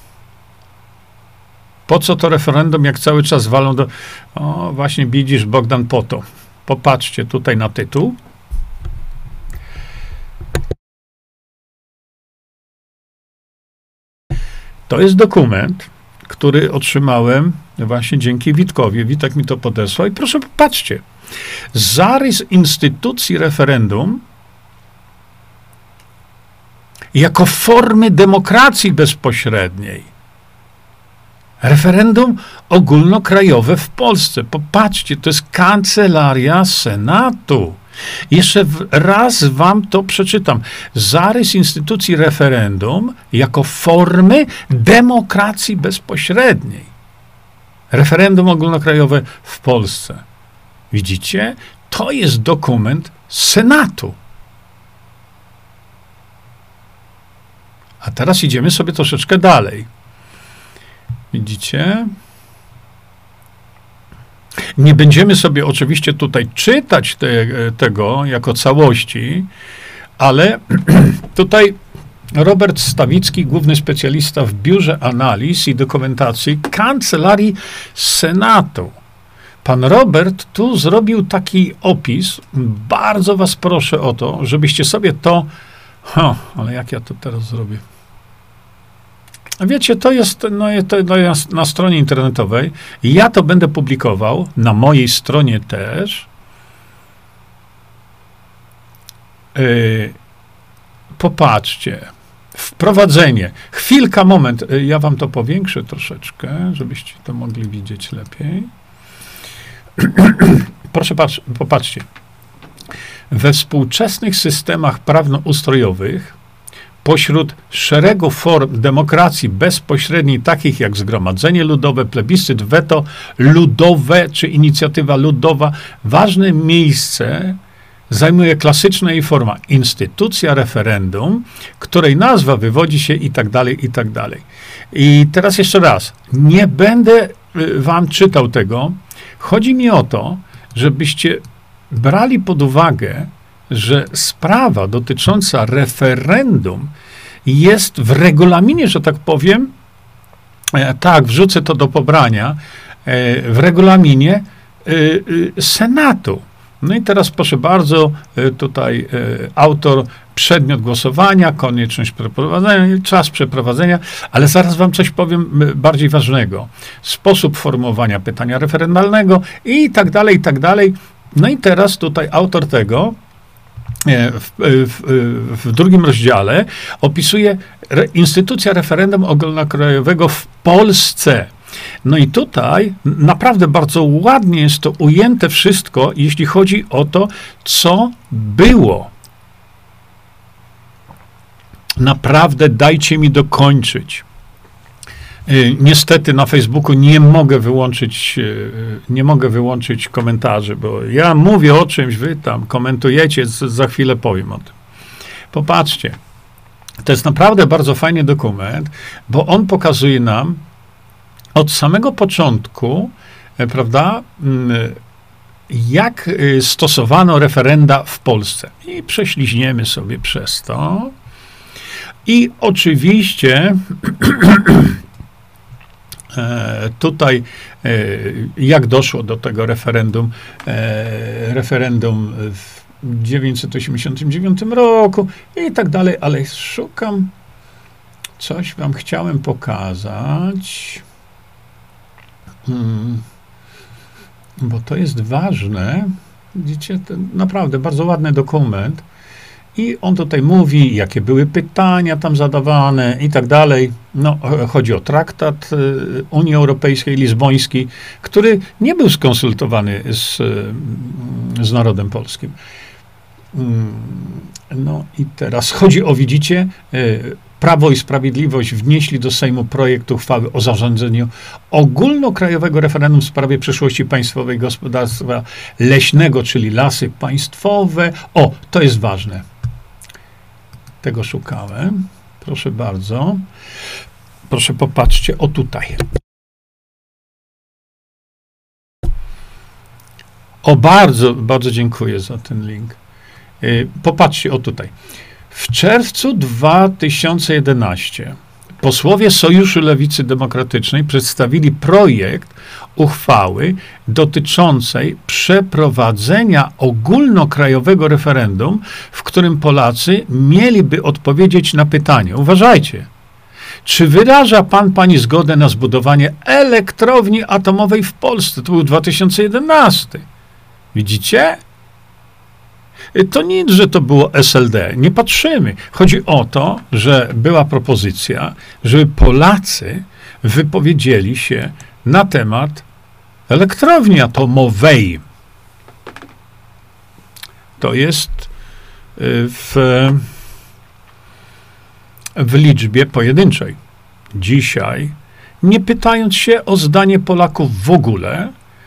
Po co to referendum, jak cały czas walą do... O, właśnie widzisz, Bogdan, po to. Popatrzcie tutaj na tytuł. To jest dokument, który otrzymałem właśnie dzięki Witkowi. Witek mi to podesłał i proszę, popatrzcie. Zarys instytucji referendum jako formy demokracji bezpośredniej. Referendum ogólnokrajowe w Polsce. Popatrzcie, to jest Kancelaria Senatu. Jeszcze raz wam to przeczytam. Zarys instytucji referendum jako formy demokracji bezpośredniej. Referendum ogólnokrajowe w Polsce. Widzicie? To jest dokument Senatu. A teraz idziemy sobie troszeczkę dalej. Widzicie? Nie będziemy sobie oczywiście tutaj czytać te, tego jako całości, ale tutaj Robert Stawicki, główny specjalista w Biurze Analiz i Dokumentacji Kancelarii Senatu. Pan Robert tu zrobił taki opis. Bardzo was proszę o to, żebyście sobie to... Ha, ale jak ja to teraz zrobię? Wiecie, to jest, no, to jest na stronie internetowej. Ja to będę publikował na mojej stronie też. Yy, popatrzcie. Wprowadzenie. Chwilka, moment. Ja wam to powiększę troszeczkę, żebyście to mogli widzieć lepiej. Proszę, patrz, popatrzcie. We współczesnych systemach prawnoustrojowych pośród szeregu form demokracji bezpośredniej, takich jak zgromadzenie ludowe, plebiscyt, weto ludowe czy inicjatywa ludowa, ważne miejsce zajmuje klasyczna jej forma, instytucja referendum, której nazwa wywodzi się i tak dalej, i tak dalej. I teraz jeszcze raz, nie będę wam czytał tego. Chodzi mi o to, żebyście brali pod uwagę, że sprawa dotycząca referendum jest w regulaminie, że tak powiem, e, tak, wrzucę to do pobrania, e, w regulaminie e, e, Senatu. No i teraz proszę bardzo, e, tutaj e, autor, przedmiot głosowania, konieczność przeprowadzenia, czas przeprowadzenia, ale zaraz wam coś powiem e, bardziej ważnego. Sposób formułowania pytania referendalnego i tak dalej, i tak dalej. No i teraz tutaj autor tego W, w, w drugim rozdziale opisuje re, instytucja referendum ogólnokrajowego w Polsce. No i tutaj naprawdę bardzo ładnie jest to ujęte wszystko, jeśli chodzi o to, co było. Naprawdę dajcie mi dokończyć. Niestety na Facebooku nie mogę wyłączyć, nie mogę wyłączyć komentarzy, bo ja mówię o czymś, wy tam komentujecie, za chwilę powiem o tym. Popatrzcie, to jest naprawdę bardzo fajny dokument, bo on pokazuje nam od samego początku, prawda, jak stosowano referenda w Polsce. I prześliźniemy sobie przez to. I oczywiście tutaj, jak doszło do tego referendum, referendum w tysiąc dziewięćset osiemdziesiątym dziewiątym roku i tak dalej, ale szukam, coś wam chciałem pokazać, hmm. bo to jest ważne. Widzicie, to naprawdę bardzo ładny dokument. I on tutaj mówi, jakie były pytania tam zadawane i tak dalej. No, chodzi o traktat Unii Europejskiej, lizboński, który nie był skonsultowany z, z narodem polskim. No i teraz chodzi o, widzicie, Prawo i Sprawiedliwość wnieśli do Sejmu projekt uchwały o zarządzeniu ogólnokrajowego referendum w sprawie przyszłości państwowej gospodarstwa leśnego, czyli lasy państwowe. O, to jest ważne. Tego szukałem. Proszę bardzo. Proszę popatrzcie, o tutaj. O, bardzo, bardzo dziękuję za ten link. Yy, popatrzcie, o tutaj. W czerwcu dwa tysiące jedenastego posłowie Sojuszu Lewicy Demokratycznej przedstawili projekt uchwały dotyczącej przeprowadzenia ogólnokrajowego referendum, w którym Polacy mieliby odpowiedzieć na pytanie. Uważajcie, czy wyraża pan, pani zgodę na zbudowanie elektrowni atomowej w Polsce? To był dwa tysiące jedenasty. Widzicie? To nic, że to było S L D. Nie patrzymy. Chodzi o to, że była propozycja, żeby Polacy wypowiedzieli się na temat elektrowni atomowej. To jest w, w liczbie pojedynczej. Dzisiaj, nie pytając się o zdanie Polaków w ogóle,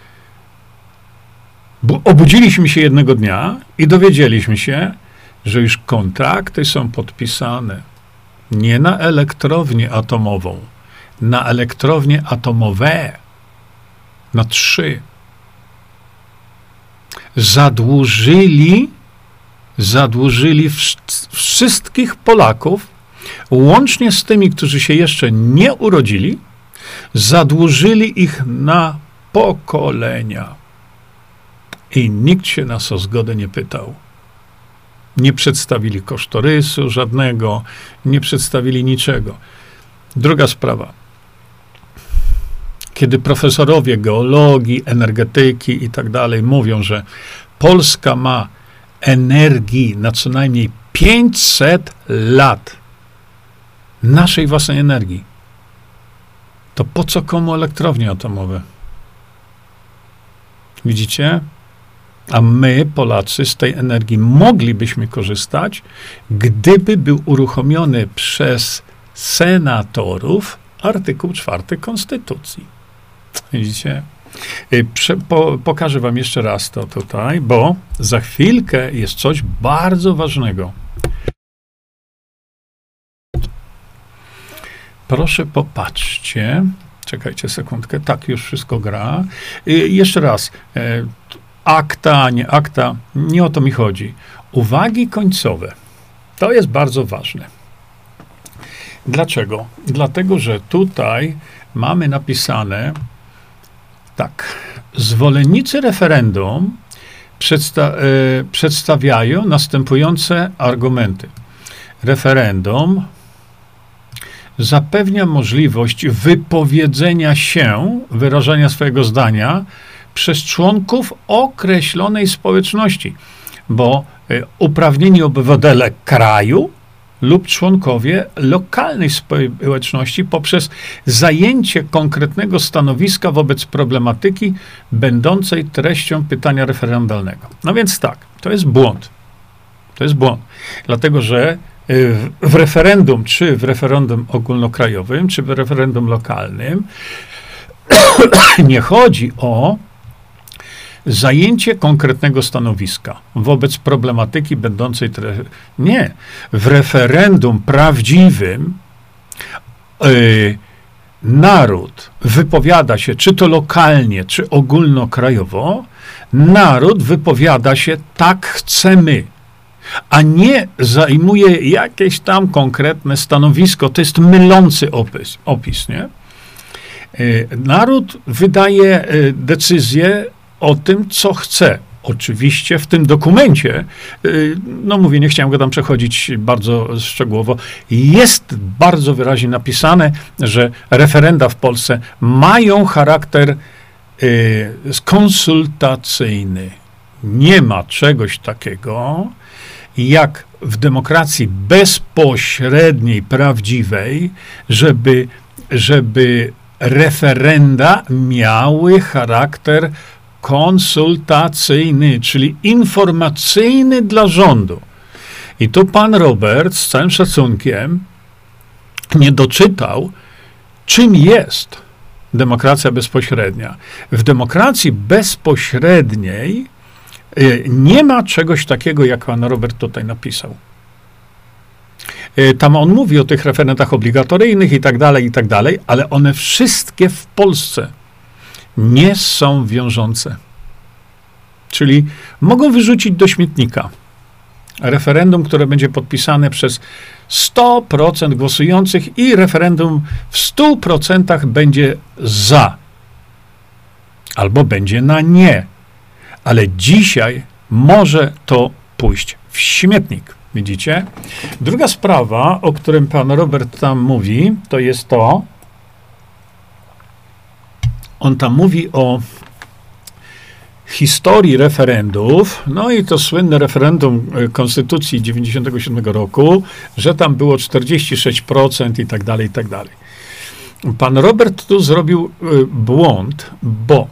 bo obudziliśmy się jednego dnia i dowiedzieliśmy się, że już kontrakty są podpisane nie na elektrownię atomową, na elektrownie atomowe, na trzy. Zadłużyli, zadłużyli w- wszystkich Polaków, łącznie z tymi, którzy się jeszcze nie urodzili, zadłużyli ich na pokolenia. I nikt się nas o zgodę nie pytał. Nie przedstawili kosztorysu żadnego, nie przedstawili niczego. Druga sprawa. Kiedy profesorowie geologii, energetyki i tak dalej mówią, że Polska ma energii na co najmniej pięćset lat, naszej własnej energii, to po co komu elektrownie atomowe? Widzicie? A my, Polacy, z tej energii moglibyśmy korzystać, gdyby był uruchomiony przez senatorów artykuł czwarty Konstytucji. Widzicie? Prze, po, pokażę wam jeszcze raz to tutaj, bo za chwilkę jest coś bardzo ważnego. proszę popatrzcie. Czekajcie sekundkę. Tak, już wszystko gra. Y, jeszcze raz. Y, akta, nie akta. Nie o to mi chodzi. Uwagi końcowe. To jest bardzo ważne. Dlaczego? Dlatego, że tutaj mamy napisane tak. Zwolennicy referendum przedsta- y, przedstawiają następujące argumenty. Referendum zapewnia możliwość wypowiedzenia się, wyrażania swojego zdania przez członków określonej społeczności, bo y, uprawnieni obywatele kraju lub członkowie lokalnej społeczności poprzez zajęcie konkretnego stanowiska wobec problematyki będącej treścią pytania referendalnego. No więc tak, to jest błąd. To jest błąd. Dlatego, że w referendum, czy w referendum ogólnokrajowym, czy w referendum lokalnym nie chodzi o zajęcie konkretnego stanowiska wobec problematyki będącej tre... Nie. W referendum prawdziwym yy, naród wypowiada się, czy to lokalnie, czy ogólnokrajowo, naród wypowiada się tak chcemy, a nie zajmuje jakieś tam konkretne stanowisko. To jest mylący opis, opis nie? Yy, naród wydaje yy, decyzję o tym, co chce. Oczywiście w tym dokumencie, no mówię, nie chciałem go tam przechodzić bardzo szczegółowo, jest bardzo wyraźnie napisane, że referenda w Polsce mają charakter y, konsultacyjny. Nie ma czegoś takiego, jak w demokracji bezpośredniej, prawdziwej, żeby, żeby referenda miały charakter konsultacyjny, czyli informacyjny dla rządu. I tu pan Robert z całym szacunkiem nie doczytał, czym jest demokracja bezpośrednia. W demokracji bezpośredniej y, nie ma czegoś takiego, jak pan Robert tutaj napisał. Y, tam on mówi o tych referendach obligatoryjnych i tak dalej, i tak dalej, ale one wszystkie w Polsce nie są wiążące. Czyli mogą wyrzucić do śmietnika referendum, które będzie podpisane przez sto procent głosujących i referendum w stu procentach będzie za. Albo będzie na nie. Ale dzisiaj może to pójść w śmietnik. Widzicie? Druga sprawa, o którym pan Robert tam mówi, to jest to, on tam mówi o historii referendów, no i to słynne referendum Konstytucji dziewięćdziesiątego siódmego roku, że tam było czterdzieści sześć procent i tak dalej, i tak dalej. Pan Robert tu zrobił błąd, bo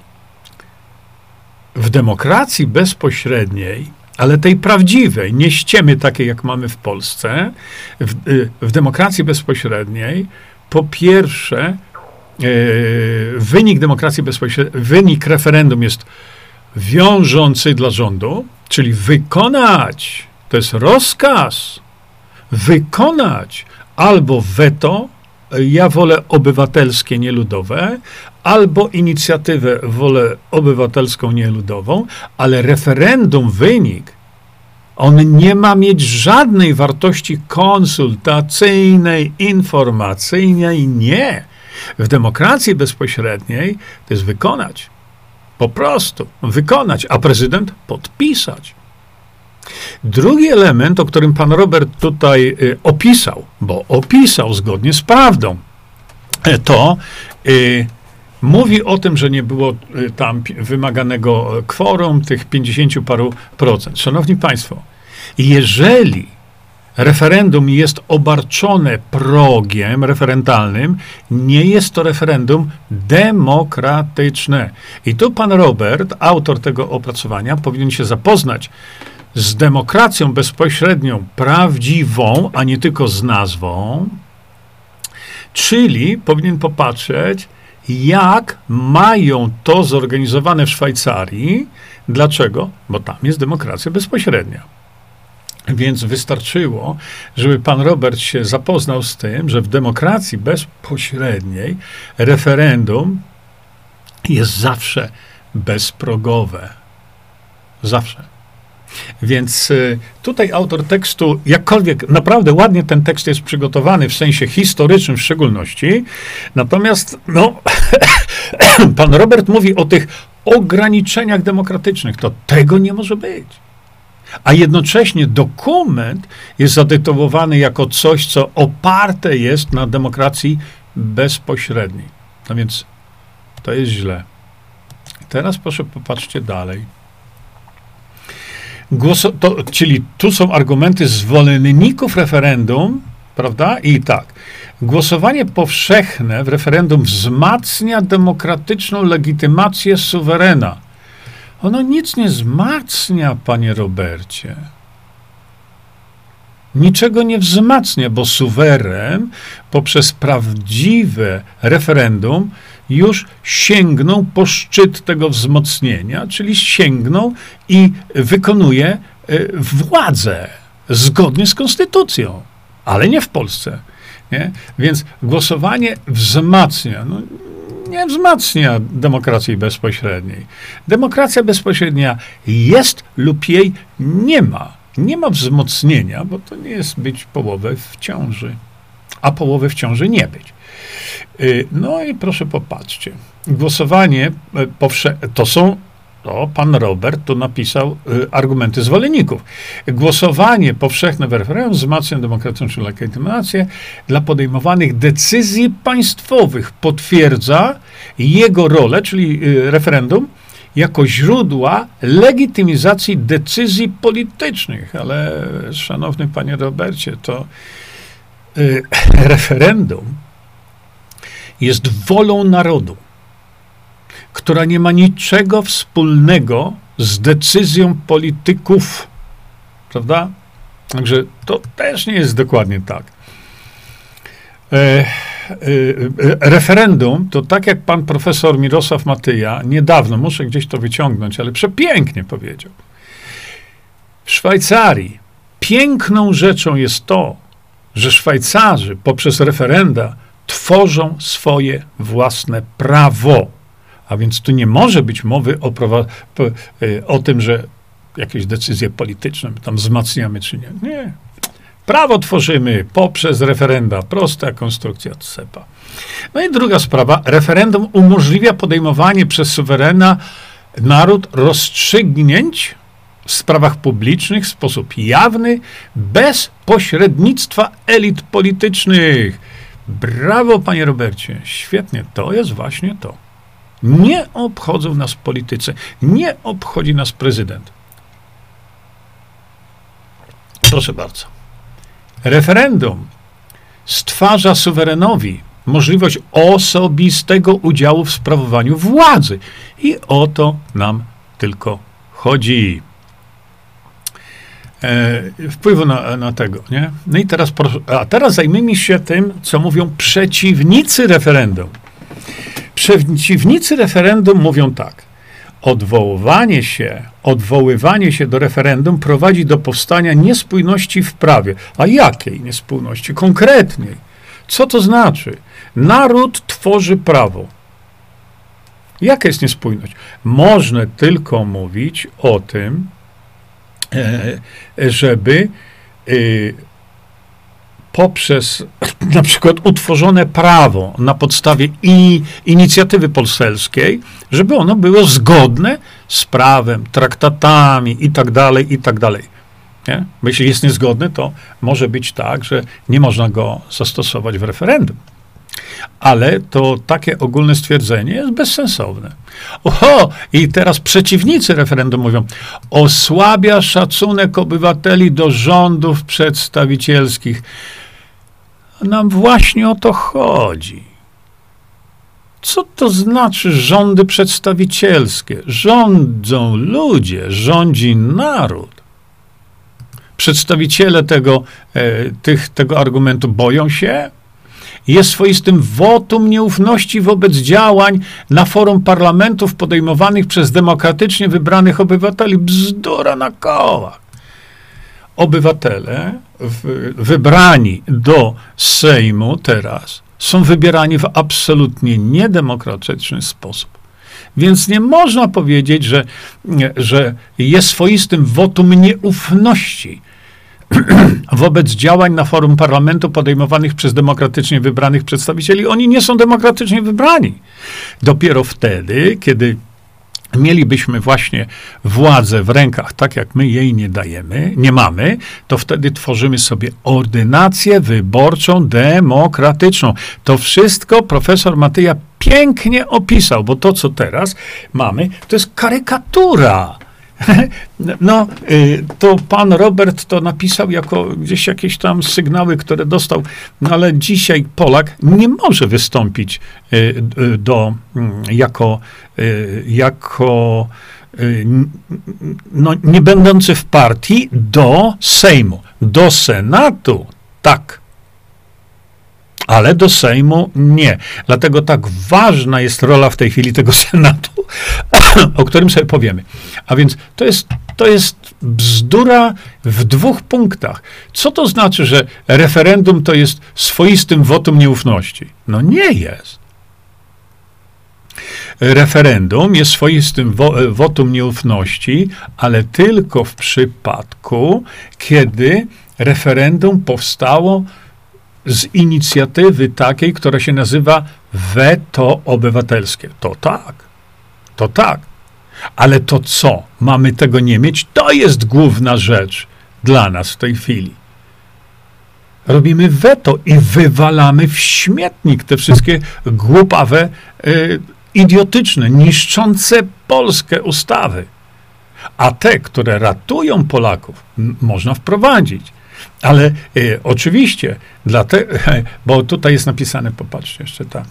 w demokracji bezpośredniej, ale tej prawdziwej, nie ściemy takiej, jak mamy w Polsce, w, w demokracji bezpośredniej, po pierwsze, wynik demokracji bezpośredniej, wynik referendum jest wiążący dla rządu, czyli wykonać, to jest rozkaz, wykonać albo weto, ja wolę obywatelskie, nie ludowe, albo inicjatywę wolę obywatelską, nie ludową, ale referendum, wynik, on nie ma mieć żadnej wartości konsultacyjnej, informacyjnej, nie. W demokracji bezpośredniej to jest wykonać. Po prostu wykonać, a prezydent podpisać. Drugi element, o którym pan Robert tutaj y, opisał, bo opisał zgodnie z prawdą, to y, mówi o tym, że nie było y, tam wymaganego kworum, tych pięćdziesięciu paru procent. Szanowni państwo, jeżeli referendum jest obarczone progiem referendalnym, nie jest to referendum demokratyczne. I tu pan Robert, autor tego opracowania, powinien się zapoznać z demokracją bezpośrednią, prawdziwą, a nie tylko z nazwą, czyli powinien popatrzeć, jak mają to zorganizowane w Szwajcarii. Dlaczego? Bo tam jest demokracja bezpośrednia. Więc wystarczyło, żeby pan Robert się zapoznał z tym, że w demokracji bezpośredniej referendum jest zawsze bezprogowe. Zawsze. Więc y, tutaj autor tekstu, jakkolwiek naprawdę ładnie ten tekst jest przygotowany, w sensie historycznym w szczególności, natomiast no, pan Robert mówi o tych ograniczeniach demokratycznych. To tego nie może być. A jednocześnie dokument jest zatytułowany jako coś, co oparte jest na demokracji bezpośredniej. No więc to jest źle. Teraz proszę popatrzcie dalej. Głoso, to, czyli tu są argumenty zwolenników referendum, prawda? I tak. Głosowanie powszechne w referendum wzmacnia demokratyczną legitymację suwerena. Ono nic nie wzmacnia, panie Robercie. Niczego nie wzmacnia, bo suweren poprzez prawdziwe referendum już sięgnął po szczyt tego wzmocnienia, czyli sięgnął i wykonuje władzę zgodnie z konstytucją, ale nie w Polsce. Nie? Więc głosowanie wzmacnia. No, nie wzmacnia demokracji bezpośredniej. Demokracja bezpośrednia jest lub jej nie ma. Nie ma wzmocnienia, bo to nie jest być połowę w ciąży, a połowę w ciąży nie być. No i proszę popatrzcie. Głosowanie powszechne, to są, to pan Robert tu napisał argumenty zwolenników. Głosowanie powszechne w referendum wzmacnia demokratyczną legitymację dla podejmowanych decyzji państwowych. Potwierdza jego rolę, czyli referendum, jako źródła legitymizacji decyzji politycznych. Ale, szanowny panie Robercie, to y, referendum jest wolą narodu, która nie ma niczego wspólnego z decyzją polityków. Prawda? Także to też nie jest dokładnie tak. E, e, referendum to tak jak pan profesor Mirosław Matyja niedawno, muszę gdzieś to wyciągnąć, ale przepięknie powiedział. W Szwajcarii piękną rzeczą jest to, że Szwajcarzy poprzez referenda tworzą swoje własne prawo. A więc tu nie może być mowy o, o tym, że jakieś decyzje polityczne tam wzmacniamy czy nie. Nie. Prawo tworzymy poprzez referenda. Prosta konstrukcja C E P A. No i druga sprawa. Referendum umożliwia podejmowanie przez suwerena naród rozstrzygnięć w sprawach publicznych w sposób jawny, bez pośrednictwa elit politycznych. Brawo, panie Robercie. Świetnie. To jest właśnie to. Nie obchodzą nas politycy. Nie obchodzi nas prezydent. Proszę bardzo. Referendum stwarza suwerenowi możliwość osobistego udziału w sprawowaniu władzy. I o to nam tylko chodzi. E, wpływu na, na tego, nie? No i teraz, a teraz zajmijmy się tym, co mówią przeciwnicy referendum. Przeciwnicy referendum mówią tak. Odwoływanie się, odwoływanie się do referendum prowadzi do powstania niespójności w prawie. A jakiej niespójności? Konkretniej. Co to znaczy? Naród tworzy prawo. Jaka jest niespójność? Można tylko mówić o tym, żeby poprzez na przykład utworzone prawo na podstawie i inicjatywy poselskiej, żeby ono było zgodne z prawem, traktatami i tak dalej, i tak dalej. Nie? Bo jeśli jest niezgodne, to może być tak, że nie można go zastosować w referendum. Ale to takie ogólne stwierdzenie jest bezsensowne. Oho, i teraz przeciwnicy referendum mówią, osłabia szacunek obywateli do rządów przedstawicielskich. Nam właśnie o to chodzi. Co to znaczy rządy przedstawicielskie? Rządzą ludzie, rządzi naród. Przedstawiciele tego, e, tych, tego argumentu boją się. Jest swoistym wotum nieufności wobec działań na forum parlamentów podejmowanych przez demokratycznie wybranych obywateli. Bzdura na kołach. obywatele w, wybrani do Sejmu teraz są wybierani w absolutnie niedemokratyczny sposób. Więc nie można powiedzieć, że, że jest swoistym wotum nieufności wobec działań na forum parlamentu podejmowanych przez demokratycznie wybranych przedstawicieli. Oni nie są demokratycznie wybrani. Dopiero wtedy, kiedy mielibyśmy właśnie władzę w rękach, tak jak my jej nie dajemy, nie mamy, to wtedy tworzymy sobie ordynację wyborczą demokratyczną. To wszystko profesor Matyja pięknie opisał, bo to, co teraz mamy, to jest karykatura. No, to pan Robert to napisał jako gdzieś jakieś tam sygnały, które dostał, no ale dzisiaj Polak nie może wystąpić do, jako, jako no, nie będący w partii do Sejmu, do Senatu, tak. Ale do Sejmu nie. Dlatego tak ważna jest rola w tej chwili tego Senatu, o którym sobie powiemy. A więc to jest, to jest bzdura w dwóch punktach. Co to znaczy, że referendum to jest swoistym wotum nieufności? No nie jest. Referendum jest swoistym wo, wotum nieufności, ale tylko w przypadku, kiedy referendum powstało z inicjatywy takiej, która się nazywa weto obywatelskie. To tak, to tak. Ale to co? Mamy tego nie mieć? To jest główna rzecz dla nas w tej chwili. Robimy weto i wywalamy w śmietnik te wszystkie głupawe, y, idiotyczne, niszczące Polskę ustawy. A te, które ratują Polaków, m- można wprowadzić. Ale y, oczywiście, dla te, bo tutaj jest napisane, popatrzcie jeszcze tak.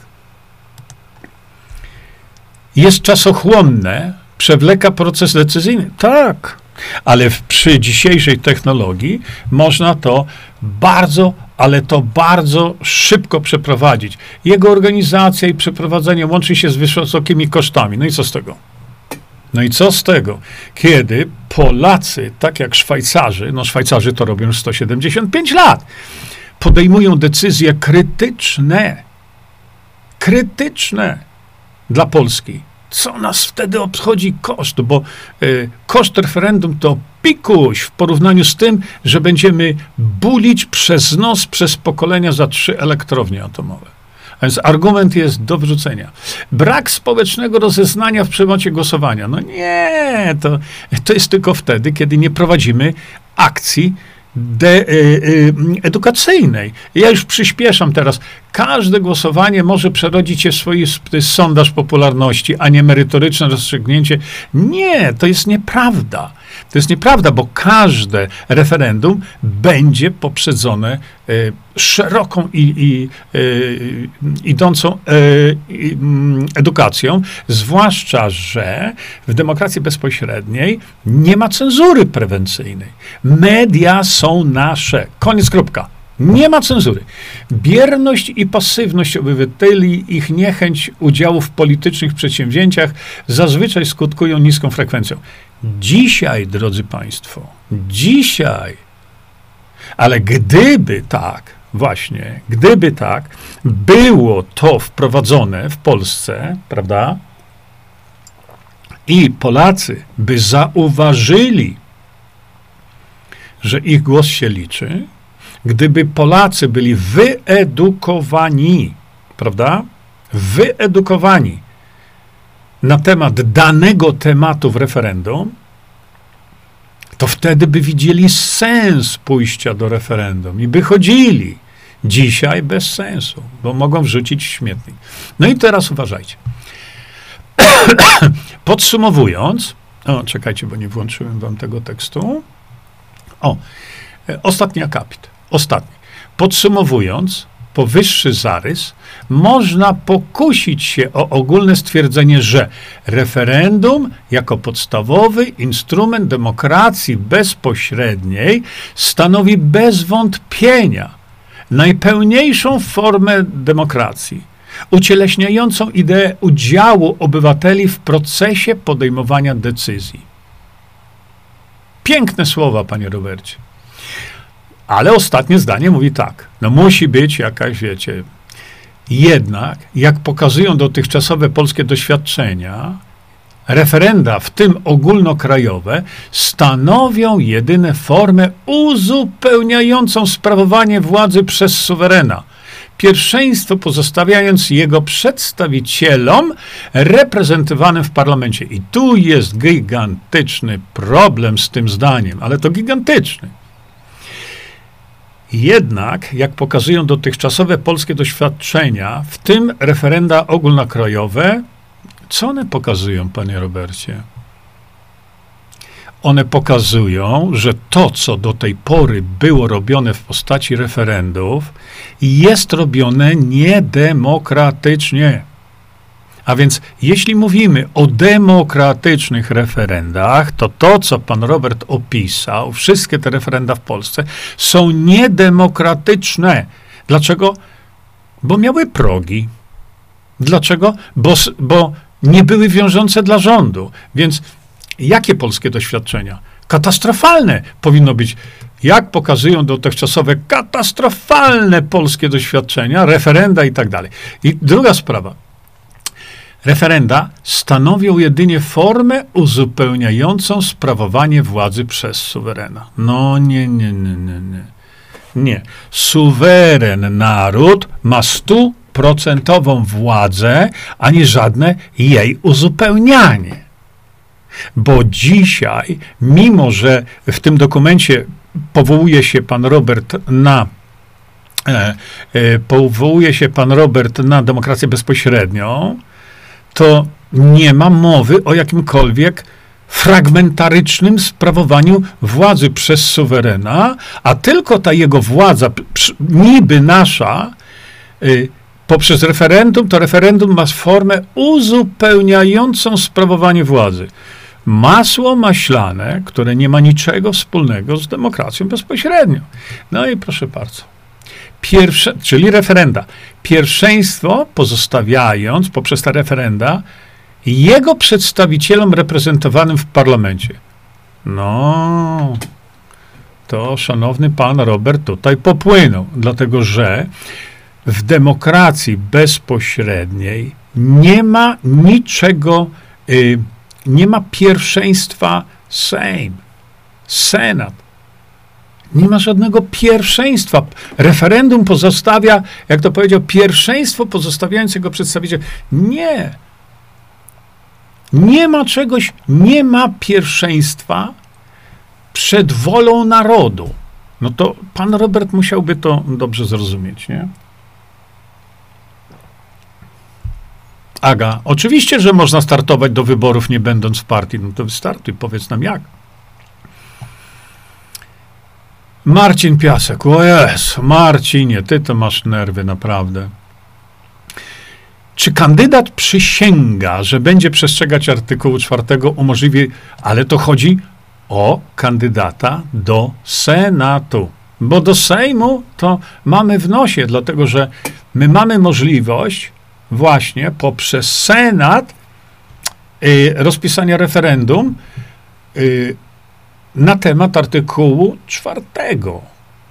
Jest czasochłonne, przewleka proces decyzyjny. Tak, ale w, przy dzisiejszej technologii można to bardzo, ale to bardzo szybko przeprowadzić. Jego organizacja i przeprowadzenie łączy się z wysokimi kosztami. No i co z tego? No i co z tego, kiedy Polacy, tak jak Szwajcarzy, no Szwajcarzy to robią sto siedemdziesiąt pięć lat, podejmują decyzje krytyczne, krytyczne dla Polski. Co nas wtedy obchodzi koszt? Bo y, koszt referendum to pikuś w porównaniu z tym, że będziemy bulić przez nos, przez pokolenia za trzy elektrownie atomowe. A więc argument jest do wrzucenia. Brak społecznego rozeznania w przedmiocie głosowania. No nie, to, to jest tylko wtedy, kiedy nie prowadzimy akcji de, y, y, edukacyjnej. Ja już przyspieszam teraz. Każde głosowanie może przerodzić się w swoisty sondaż popularności, a nie merytoryczne rozstrzygnięcie. Nie, to jest nieprawda. To jest nieprawda, bo każde referendum będzie poprzedzone y, szeroką i, i y, idącą y, y, edukacją, zwłaszcza, że w demokracji bezpośredniej nie ma cenzury prewencyjnej. Media są nasze. Koniec, kropka. Nie ma cenzury. Bierność i pasywność obywateli, ich niechęć udziału w politycznych przedsięwzięciach zazwyczaj skutkują niską frekwencją. Dzisiaj, drodzy Państwo, dzisiaj, ale gdyby tak, właśnie, gdyby tak, było to wprowadzone w Polsce, prawda, i Polacy by zauważyli, że ich głos się liczy, gdyby Polacy byli wyedukowani, prawda, wyedukowani na temat danego tematu w referendum, to wtedy by widzieli sens pójścia do referendum i by chodzili. Dzisiaj bez sensu, bo mogą wrzucić w śmietnik. No i teraz uważajcie. Podsumowując, o, czekajcie, bo nie włączyłem wam tego tekstu. O, ostatni akapit. Ostatni. Podsumowując, powyższy zarys, można pokusić się o ogólne stwierdzenie, że referendum jako podstawowy instrument demokracji bezpośredniej stanowi bez wątpienia najpełniejszą formę demokracji, ucieleśniającą ideę udziału obywateli w procesie podejmowania decyzji. Piękne słowa, panie Robercie. Ale ostatnie zdanie mówi tak, no musi być jakaś, wiecie, jednak, jak pokazują dotychczasowe polskie doświadczenia, referenda, w tym ogólnokrajowe, stanowią jedynie formę uzupełniającą sprawowanie władzy przez suwerena. Pierwszeństwo pozostawiając jego przedstawicielom reprezentowanym w parlamencie. I tu jest gigantyczny problem z tym zdaniem, ale to gigantyczny. Jednak, jak pokazują dotychczasowe polskie doświadczenia, w tym referenda ogólnokrajowe, co one pokazują, panie Robercie? One pokazują, że to, co do tej pory było robione w postaci referendów, jest robione niedemokratycznie. A więc jeśli mówimy o demokratycznych referendach, to to, co pan Robert opisał, wszystkie te referenda w Polsce są niedemokratyczne. Dlaczego? Bo miały progi. Dlaczego? Bo, bo nie były wiążące dla rządu. Więc jakie polskie doświadczenia? Katastrofalne powinno być. Jak pokazują dotychczasowe katastrofalne polskie doświadczenia, referenda i tak dalej. I druga sprawa. Referenda stanowią jedynie formę uzupełniającą sprawowanie władzy przez suwerena. No nie, nie, nie, nie, nie. Nie. Suweren naród ma stuprocentową władzę, a nie żadne jej uzupełnianie. Bo dzisiaj, mimo że w tym dokumencie powołuje się pan Robert na e, e, powołuje się pan Robert na demokrację bezpośrednią, to nie ma mowy o jakimkolwiek fragmentarycznym sprawowaniu władzy przez suwerena, a tylko ta jego władza, niby nasza, y, poprzez referendum, to referendum ma formę uzupełniającą sprawowanie władzy. Masło maślane, które nie ma niczego wspólnego z demokracją bezpośrednią. No i proszę bardzo. Pierwsze, czyli referenda. Pierwszeństwo pozostawiając poprzez te referenda jego przedstawicielom reprezentowanym w parlamencie. No, to szanowny pan Robert tutaj popłynął, dlatego że w demokracji bezpośredniej nie ma niczego, y, nie ma pierwszeństwa Sejm, Senat. Nie ma żadnego pierwszeństwa. Referendum pozostawia, jak to powiedział, pierwszeństwo pozostawiając jego przedstawiciel. Nie. Nie ma czegoś, nie ma pierwszeństwa przed wolą narodu. No to pan Robert musiałby to dobrze zrozumieć, nie? Aga, oczywiście, że można startować do wyborów nie będąc w partii. No to wystartuj, powiedz nam jak. Marcin Piasek, o Jezu, Marcinie, ty to masz nerwy, naprawdę. Czy kandydat przysięga, że będzie przestrzegać artykułu czwartego, umożliwi, ale to chodzi o kandydata do Senatu, bo do Sejmu to mamy w nosie, dlatego że my mamy możliwość właśnie poprzez Senat y, rozpisania referendum y, na temat artykułu czwartego.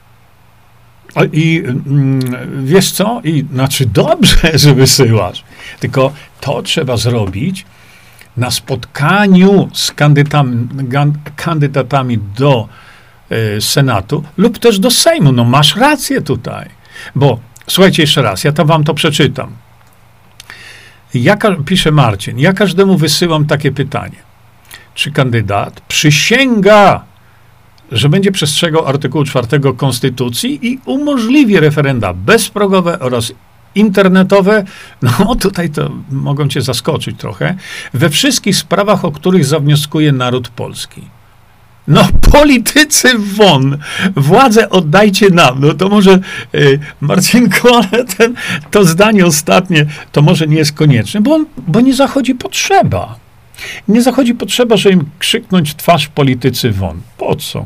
I mm, wiesz co? I znaczy dobrze, że wysyłasz. Tylko to trzeba zrobić na spotkaniu z kandydatami, kandydatami do y, Senatu lub też do Sejmu. No masz rację tutaj. Bo słuchajcie jeszcze raz, ja to wam to przeczytam. Ja, pisze Marcin, ja każdemu wysyłam takie pytanie. Czy kandydat przysięga, że będzie przestrzegał artykułu czwartego Konstytucji i umożliwi referenda bezprogowe oraz internetowe, no tutaj to mogą cię zaskoczyć trochę, we wszystkich sprawach, o których zawnioskuje naród polski. No politycy won, władzę oddajcie nam. No to może, yy, Marcinku, ale ten, to zdanie ostatnie, to może nie jest konieczne, bo, on, bo nie zachodzi potrzeba. Nie zachodzi potrzeba, żeby im krzyknąć w twarz politycy won. Po co?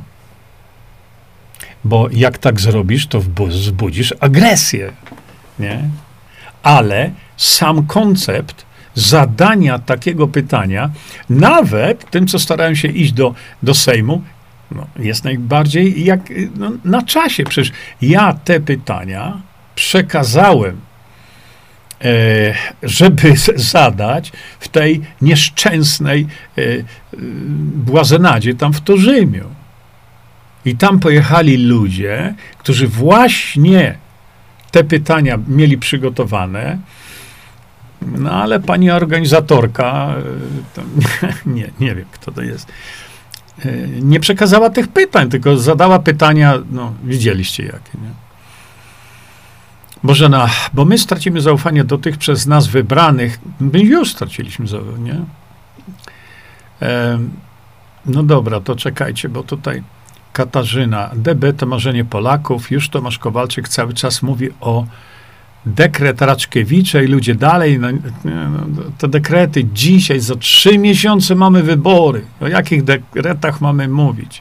Bo jak tak zrobisz, to wzbudzisz agresję. Nie? Ale sam koncept zadania takiego pytania, nawet tym, co starają się iść do, do Sejmu, no, jest najbardziej jak no, na czasie. Przecież ja te pytania przekazałem, e, żeby zadać w tej nieszczęsnej e, e, błazenadzie tam w Torzymiu. I tam pojechali ludzie, którzy właśnie te pytania mieli przygotowane, no ale pani organizatorka, to, nie, nie wiem, kto to jest, nie przekazała tych pytań, tylko zadała pytania, no widzieliście jakie, nie? Bożena, bo my stracimy zaufanie do tych przez nas wybranych, my już straciliśmy zaufanie, nie? E, no dobra, to czekajcie, bo tutaj Katarzyna, D B to marzenie Polaków, już Tomasz Kowalczyk cały czas mówi o dekret Raczkiewicza i ludzie dalej, no, no, te dekrety dzisiaj, za trzy miesiące mamy wybory. O jakich dekretach mamy mówić?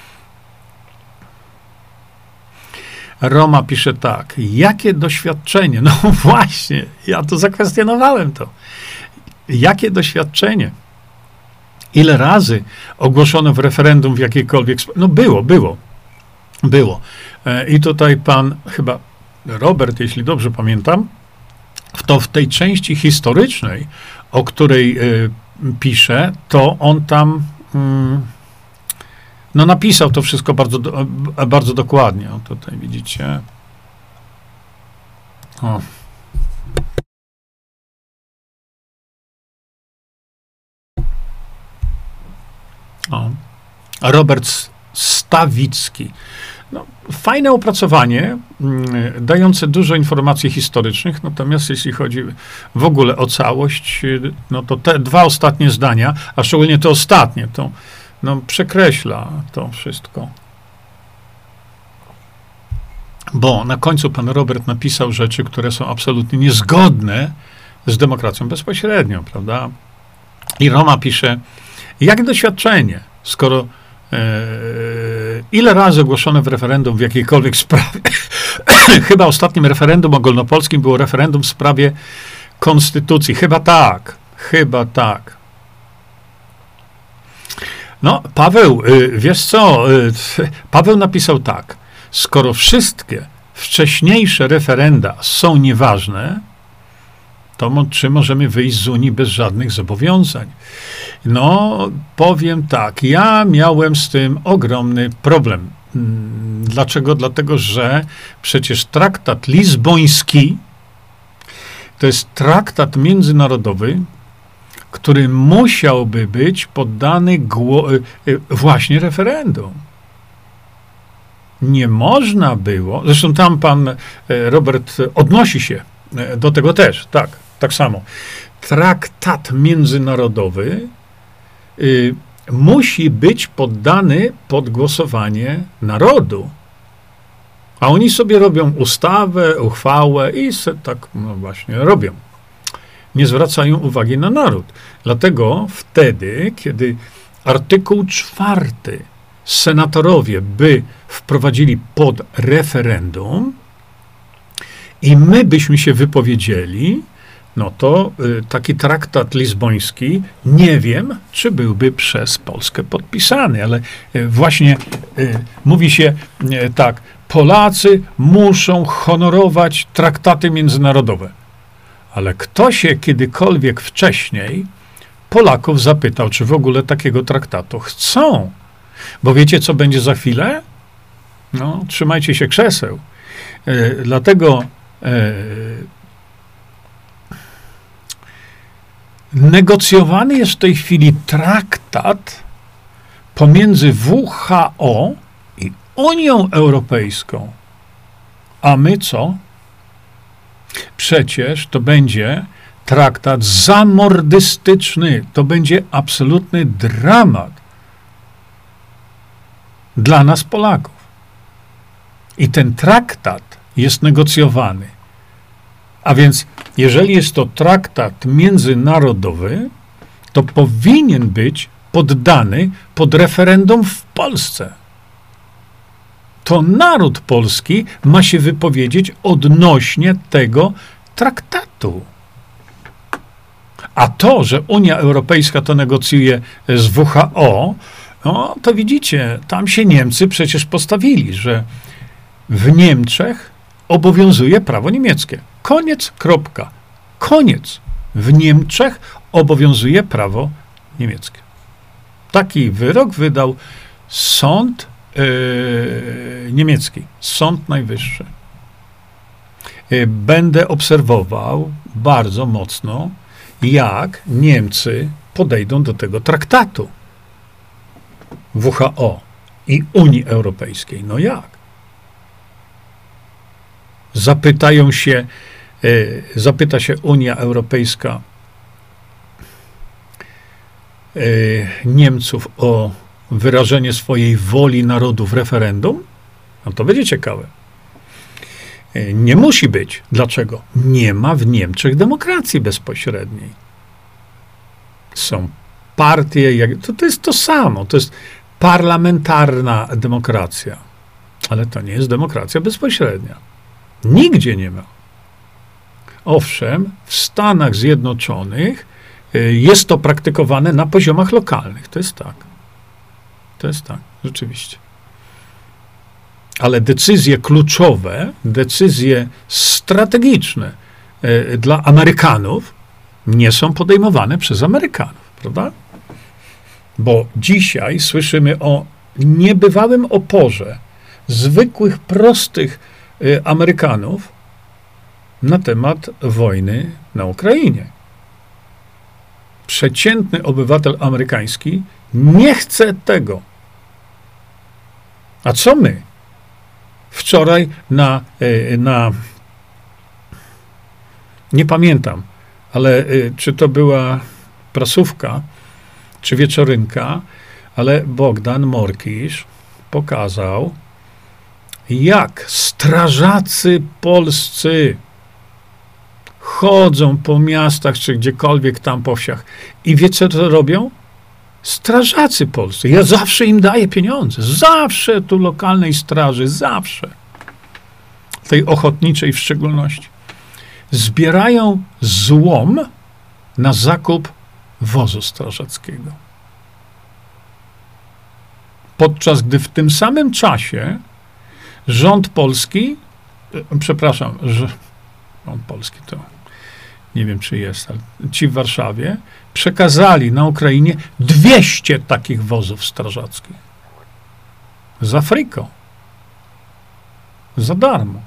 Roma pisze tak, jakie doświadczenie? No właśnie, ja to zakwestionowałem to. Jakie doświadczenie? Ile razy ogłoszono w referendum w jakiejkolwiek... No było, było, było. I tutaj pan chyba Robert, jeśli dobrze pamiętam, to w tej części historycznej, o której y, pisze, to on tam y, no napisał to wszystko bardzo, do, bardzo dokładnie. O, tutaj widzicie. O. O. Robert Stawicki. No, fajne opracowanie, mm, dające dużo informacji historycznych, natomiast jeśli chodzi w ogóle o całość, no to te dwa ostatnie zdania, a szczególnie to ostatnie, to no, przekreśla to wszystko. Bo na końcu pan Robert napisał rzeczy, które są absolutnie niezgodne z demokracją bezpośrednią, prawda? I Roma pisze, jak doświadczenie, skoro Eee, ile razy ogłoszono w referendum w jakiejkolwiek sprawie? Chyba ostatnim referendum ogólnopolskim było referendum w sprawie konstytucji. Chyba tak. Chyba tak. No, Paweł, y, wiesz co? Y, Paweł napisał tak. Skoro wszystkie wcześniejsze referenda są nieważne, to mo- czy możemy wyjść z Unii bez żadnych zobowiązań? No, powiem tak, ja miałem z tym ogromny problem. Dlaczego? Dlatego, że przecież traktat lizboński to jest traktat międzynarodowy, który musiałby być poddany gło- właśnie referendum. Nie można było, zresztą tam pan Robert odnosi się do tego też, tak, tak samo. Traktat międzynarodowy y, musi być poddany pod głosowanie narodu. A oni sobie robią ustawę, uchwałę i se tak no właśnie robią. Nie zwracają uwagi na naród. Dlatego wtedy, kiedy artykuł czwarty senatorowie by wprowadzili pod referendum i my byśmy się wypowiedzieli, no to y, taki traktat lizboński, nie wiem, czy byłby przez Polskę podpisany, ale y, właśnie y, mówi się y, tak, Polacy muszą honorować traktaty międzynarodowe. Ale kto się kiedykolwiek wcześniej Polaków zapytał, czy w ogóle takiego traktatu chcą? Bo wiecie, co będzie za chwilę? No, trzymajcie się krzeseł. Y, dlatego y, negocjowany jest w tej chwili traktat pomiędzy W H O i Unią Europejską. A my co? Przecież to będzie traktat zamordystyczny. To będzie absolutny dramat dla nas, Polaków. I ten traktat jest negocjowany. A więc, jeżeli jest to traktat międzynarodowy, to powinien być poddany pod referendum w Polsce. To naród polski ma się wypowiedzieć odnośnie tego traktatu. A to, że Unia Europejska to negocjuje z W H O No, to widzicie, tam się Niemcy przecież postawili, że w Niemczech obowiązuje prawo niemieckie. Koniec, kropka. Koniec. W Niemczech obowiązuje prawo niemieckie. Taki wyrok wydał sąd yy, niemiecki, Sąd Najwyższy. Yy, będę obserwował bardzo mocno, jak Niemcy podejdą do tego traktatu W H O i Unii Europejskiej. No jak? Zapytają się, yy, zapyta się Unia Europejska yy, Niemców o wyrażenie swojej woli narodu w referendum? No to będzie ciekawe. Yy, nie musi być. Dlaczego? Nie ma w Niemczech demokracji bezpośredniej. Są partie, jak, to, to jest to samo. To jest parlamentarna demokracja. Ale to nie jest demokracja bezpośrednia. Nigdzie nie ma. Owszem, w Stanach Zjednoczonych y, jest to praktykowane na poziomach lokalnych. To jest tak. To jest tak, rzeczywiście. Ale decyzje kluczowe, decyzje strategiczne y, dla Amerykanów nie są podejmowane przez Amerykanów, prawda? Bo dzisiaj słyszymy o niebywałym oporze zwykłych, prostych y, Amerykanów na temat wojny na Ukrainie. Przeciętny obywatel amerykański nie chce tego. A co my? Wczoraj na, y, na nie pamiętam, ale y, czy to była prasówka, czy wieczorynka, ale Bogdan Morkisz pokazał, jak strażacy polscy chodzą po miastach, czy gdziekolwiek tam po wsiach. I wiecie, co robią? Strażacy polscy. Ja zawsze im daję pieniądze. Zawsze tu lokalnej straży. Zawsze. Tej ochotniczej w szczególności. Zbierają złom na zakup wozu strażackiego. Podczas gdy w tym samym czasie rząd polski, przepraszam, że rząd polski to nie wiem, czy jest, ale ci w Warszawie przekazali na Ukrainie dwieście takich wozów strażackich. Za friko. Za darmo.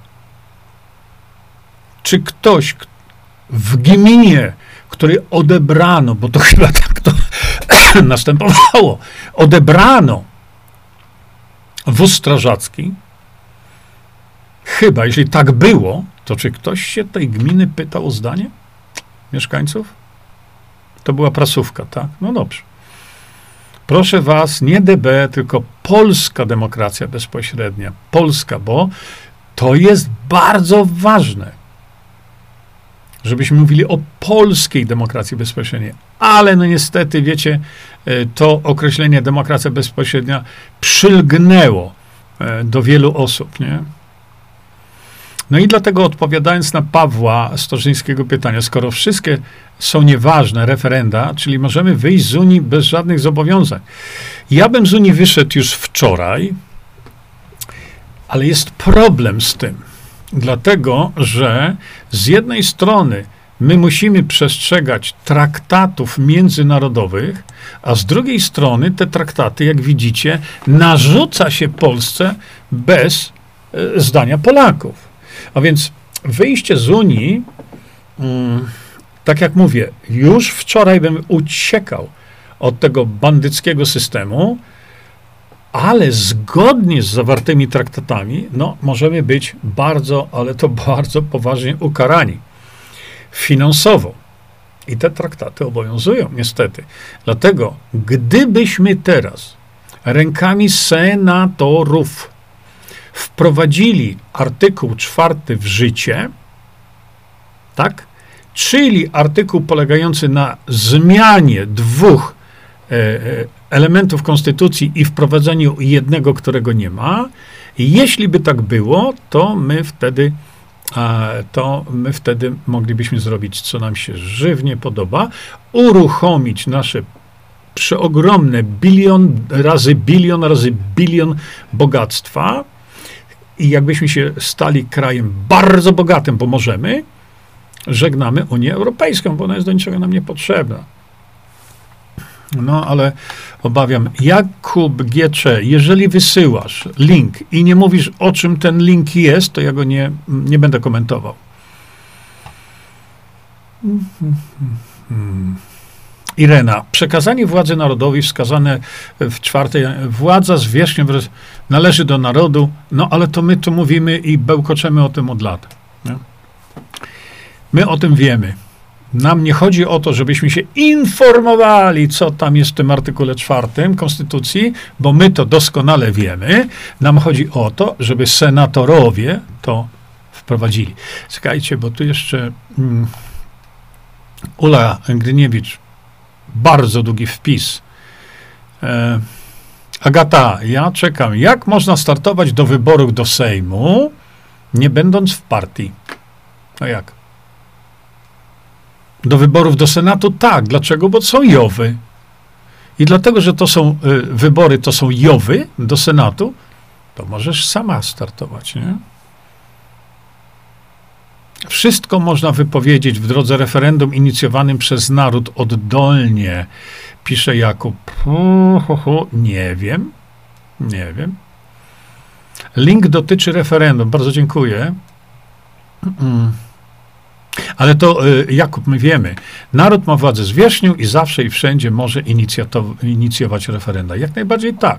Czy ktoś w gminie, który odebrano, bo to chyba tak to następowało, odebrano wóz strażacki, chyba, jeśli tak było, to czy ktoś się tej gminy pytał o zdanie mieszkańców? To była prasówka, tak? No dobrze. Proszę was, nie D B, tylko polska demokracja bezpośrednia. Polska, bo to jest bardzo ważne, żebyśmy mówili o polskiej demokracji bezpośredniej. Ale no niestety, wiecie, to określenie demokracja bezpośrednia przylgnęło do wielu osób, nie? No i dlatego, odpowiadając na Pawła Stożyńskiego pytania, skoro wszystkie są nieważne referenda, czyli możemy wyjść z Unii bez żadnych zobowiązań. Ja bym z Unii wyszedł już wczoraj, ale jest problem z tym. Dlatego, że z jednej strony my musimy przestrzegać traktatów międzynarodowych, a z drugiej strony te traktaty, jak widzicie, narzuca się Polsce bez e, zdania Polaków. A więc wyjście z Unii, mm, tak jak mówię, już wczoraj bym uciekał od tego bandyckiego systemu, ale zgodnie z zawartymi traktatami, no, możemy być bardzo, ale to bardzo poważnie ukarani finansowo. I te traktaty obowiązują, niestety. Dlatego, gdybyśmy teraz rękami senatorów wprowadzili artykuł czwarty w życie, tak? Czyli artykuł polegający na zmianie dwóch e, elementów konstytucji i wprowadzeniu jednego, którego nie ma. I jeśli by tak było, to my wtedy a, to my wtedy moglibyśmy zrobić, co nam się żywnie podoba, uruchomić nasze przeogromne, bilion razy bilion razy bilion bogactwa i jakbyśmy się stali krajem bardzo bogatym, bo możemy, żegnamy Unię Europejską, bo ona jest do niczego nam niepotrzebna. No, ale obawiam, Jakub G C, jeżeli wysyłasz link i nie mówisz, o czym ten link jest, to ja go nie, nie będę komentował. Irena, przekazanie władzy narodowej wskazane w czwartej, władza zwierzchnia należy do narodu, no ale to my tu mówimy i bełkoczemy o tym od lat. Nie? My o tym wiemy. Nam nie chodzi o to, żebyśmy się informowali, co tam jest w tym artykule czwartym Konstytucji, bo my to doskonale wiemy. Nam chodzi o to, żeby senatorowie to wprowadzili. Czekajcie, bo tu jeszcze um, Ula Gryniewicz, bardzo długi wpis. E, Agata, ja czekam. Jak można startować do wyborów do Sejmu, nie będąc w partii? No jak? Do wyborów do Senatu? Tak. Dlaczego? Bo to są jowy. I dlatego, że to są y, wybory, to są jowy do Senatu, to możesz sama startować, nie? Wszystko można wypowiedzieć w drodze referendum inicjowanym przez naród oddolnie, pisze Jakub. Hu, hu, hu. Nie wiem. Nie wiem. Link dotyczy referendum. Bardzo dziękuję. Mm. Ale to, Jakub, my wiemy, naród ma władzę zwierzchnią i zawsze i wszędzie może inicjować referenda. Jak najbardziej tak.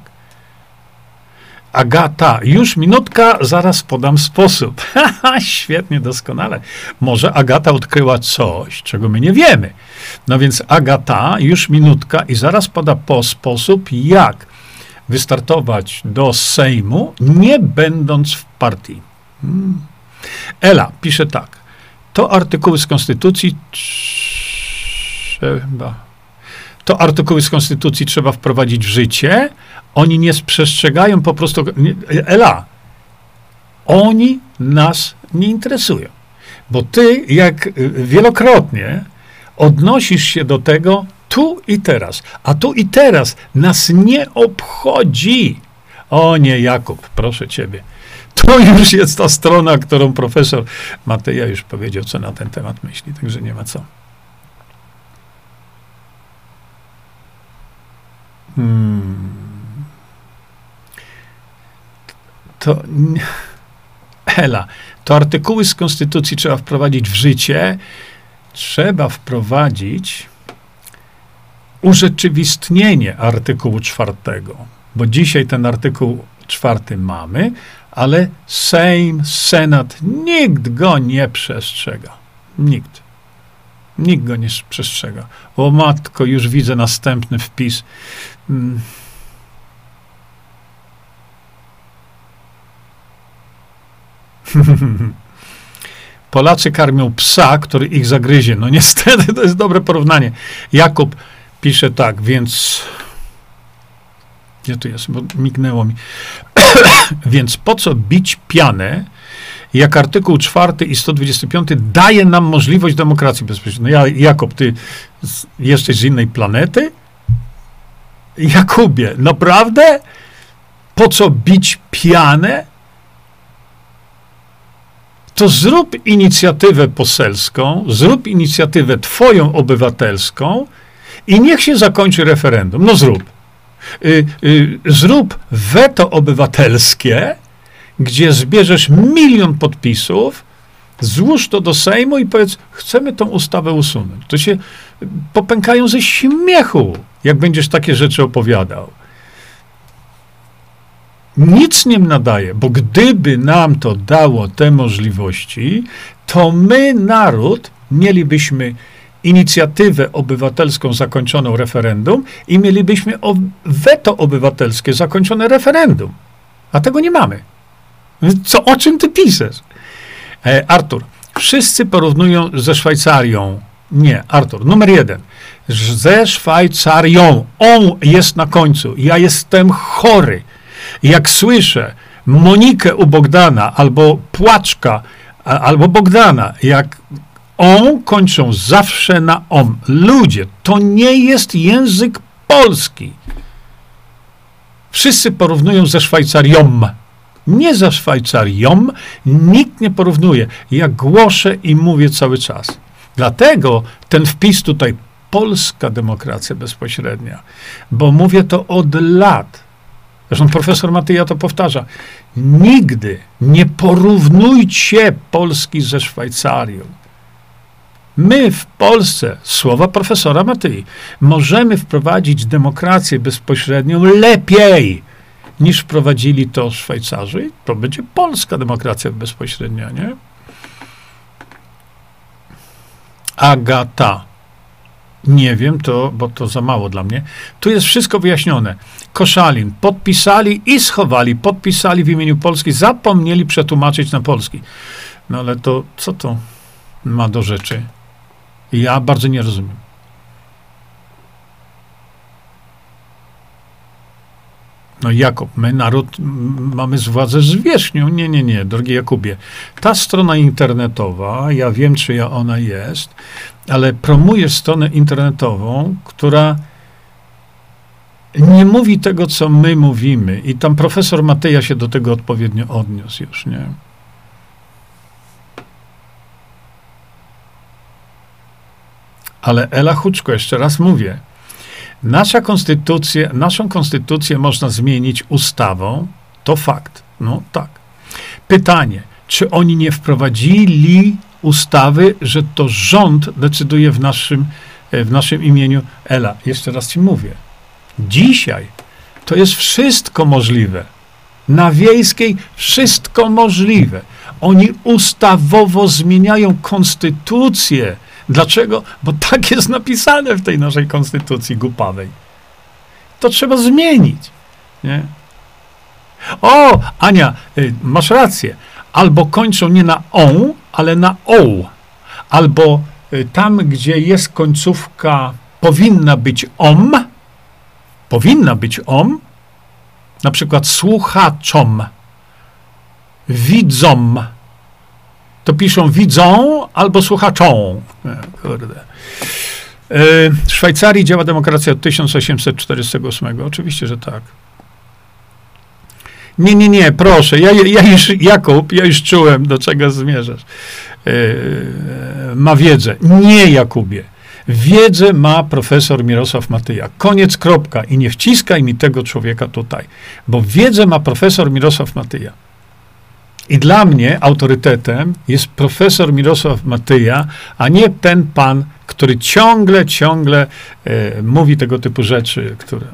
Agata, już minutka, zaraz podam sposób. Haha, świetnie, doskonale. Może Agata odkryła coś, czego my nie wiemy. No więc Agata, już minutka i zaraz poda po sposób, jak wystartować do Sejmu, nie będąc w partii. Hmm. Ela pisze tak. To artykuły z Konstytucji trzeba. To artykuły z Konstytucji trzeba wprowadzić w życie. Oni nie przestrzegają po prostu. Ela, oni nas nie interesują. Bo ty, jak wielokrotnie odnosisz się do tego tu i teraz. A tu i teraz nas nie obchodzi. O nie, Jakub, proszę ciebie. To już jest ta strona, którą profesor Mateja już powiedział, co na ten temat myśli, także nie ma co. Hmm. To, Ela, to artykuły z Konstytucji trzeba wprowadzić w życie, trzeba wprowadzić urzeczywistnienie artykułu czwartego, bo dzisiaj ten artykuł czwarty mamy, ale Sejm, Senat, nikt go nie przestrzega. Nikt. Nikt go nie przestrzega. O matko, już widzę następny wpis. Hmm. Polacy karmią psa, który ich zagryzie. No niestety, to jest dobre porównanie. Jakub pisze tak, więc... Gdzie tu jest? Bo mignęło mi. Więc po co bić pianę, jak artykuł czwarty i sto dwudziesty piąty daje nam możliwość demokracji bezpośredniej? No ja, Jakub, ty z, jesteś z innej planety? Jakubie, naprawdę? Po co bić pianę? To zrób inicjatywę poselską, zrób inicjatywę twoją obywatelską i niech się zakończy referendum. No zrób. Y, y, zrób weto obywatelskie, gdzie zbierzesz milion podpisów, złóż to do Sejmu i powiedz, chcemy tą ustawę usunąć. To się popękają ze śmiechu, jak będziesz takie rzeczy opowiadał. Nic nie nadaje, bo gdyby nam to dało te możliwości, to my, naród, mielibyśmy inicjatywę obywatelską zakończoną referendum i mielibyśmy o weto obywatelskie zakończone referendum. A tego nie mamy. Co, o czym ty piszesz? E, Artur, wszyscy porównują ze Szwajcarią. Nie, Artur, numer jeden. Ze Szwajcarią. On jest na końcu. Ja jestem chory. Jak słyszę Monikę u Bogdana, albo Płaczka, albo Bogdana, jak on kończą zawsze na om. Ludzie, to nie jest język Polski. Wszyscy porównują ze Szwajcarią. Nie ze Szwajcarią, nikt nie porównuje. Ja głoszę i mówię cały czas. Dlatego ten wpis tutaj, polska demokracja bezpośrednia, bo mówię to od lat. Zresztą profesor Matyja to powtarza. Nigdy nie porównujcie Polski ze Szwajcarią. My w Polsce, słowa profesora Matyi, możemy wprowadzić demokrację bezpośrednią lepiej niż wprowadzili to Szwajcarzy. To będzie polska demokracja bezpośrednia, nie? Agata. Nie wiem, to, bo to za mało dla mnie. Tu jest wszystko wyjaśnione. Koszalin. Podpisali i schowali. Podpisali w imieniu Polski. Zapomnieli przetłumaczyć na polski. No ale to, co to ma do rzeczy? Ja bardzo nie rozumiem. No Jakub, my naród mamy z władzę zwierzchnią. Nie, nie, nie, drogi Jakubie. Ta strona internetowa, ja wiem, czyja ona jest, ale promujesz stronę internetową, która nie mówi tego, co my mówimy. I tam profesor Matyja się do tego odpowiednio odniósł już, nie? Ale Ela Huczko, jeszcze raz mówię, nasza konstytucja, naszą konstytucję można zmienić ustawą, to fakt. No tak. Pytanie, czy oni nie wprowadzili ustawy, że to rząd decyduje w naszym, w naszym imieniu? Ela, jeszcze raz ci mówię. Dzisiaj to jest wszystko możliwe. Na Wiejskiej wszystko możliwe. Oni ustawowo zmieniają konstytucję. Dlaczego? Bo tak jest napisane w tej naszej konstytucji głupawej. To trzeba zmienić. Nie? O, Ania, y, masz rację. Albo kończą nie na on, ale na o. Albo y, tam, gdzie jest końcówka, powinna być om, powinna być om, na przykład słuchaczom, widzom, to piszą widzą albo słuchaczą. E, kurde. E, w Szwajcarii działa demokracja od tysiąc osiemset czterdziestego ósmego. Oczywiście, że tak. Nie, nie, nie, proszę. Ja, ja już, Jakub, ja już czułem, do czego zmierzasz. E, ma wiedzę. Nie, Jakubie. Wiedzę ma profesor Mirosław Matyja. Koniec, kropka. I nie wciskaj mi tego człowieka tutaj. Bo wiedzę ma profesor Mirosław Matyja. I dla mnie autorytetem jest profesor Mirosław Matyja, a nie ten pan, który ciągle, ciągle e, mówi tego typu rzeczy, które...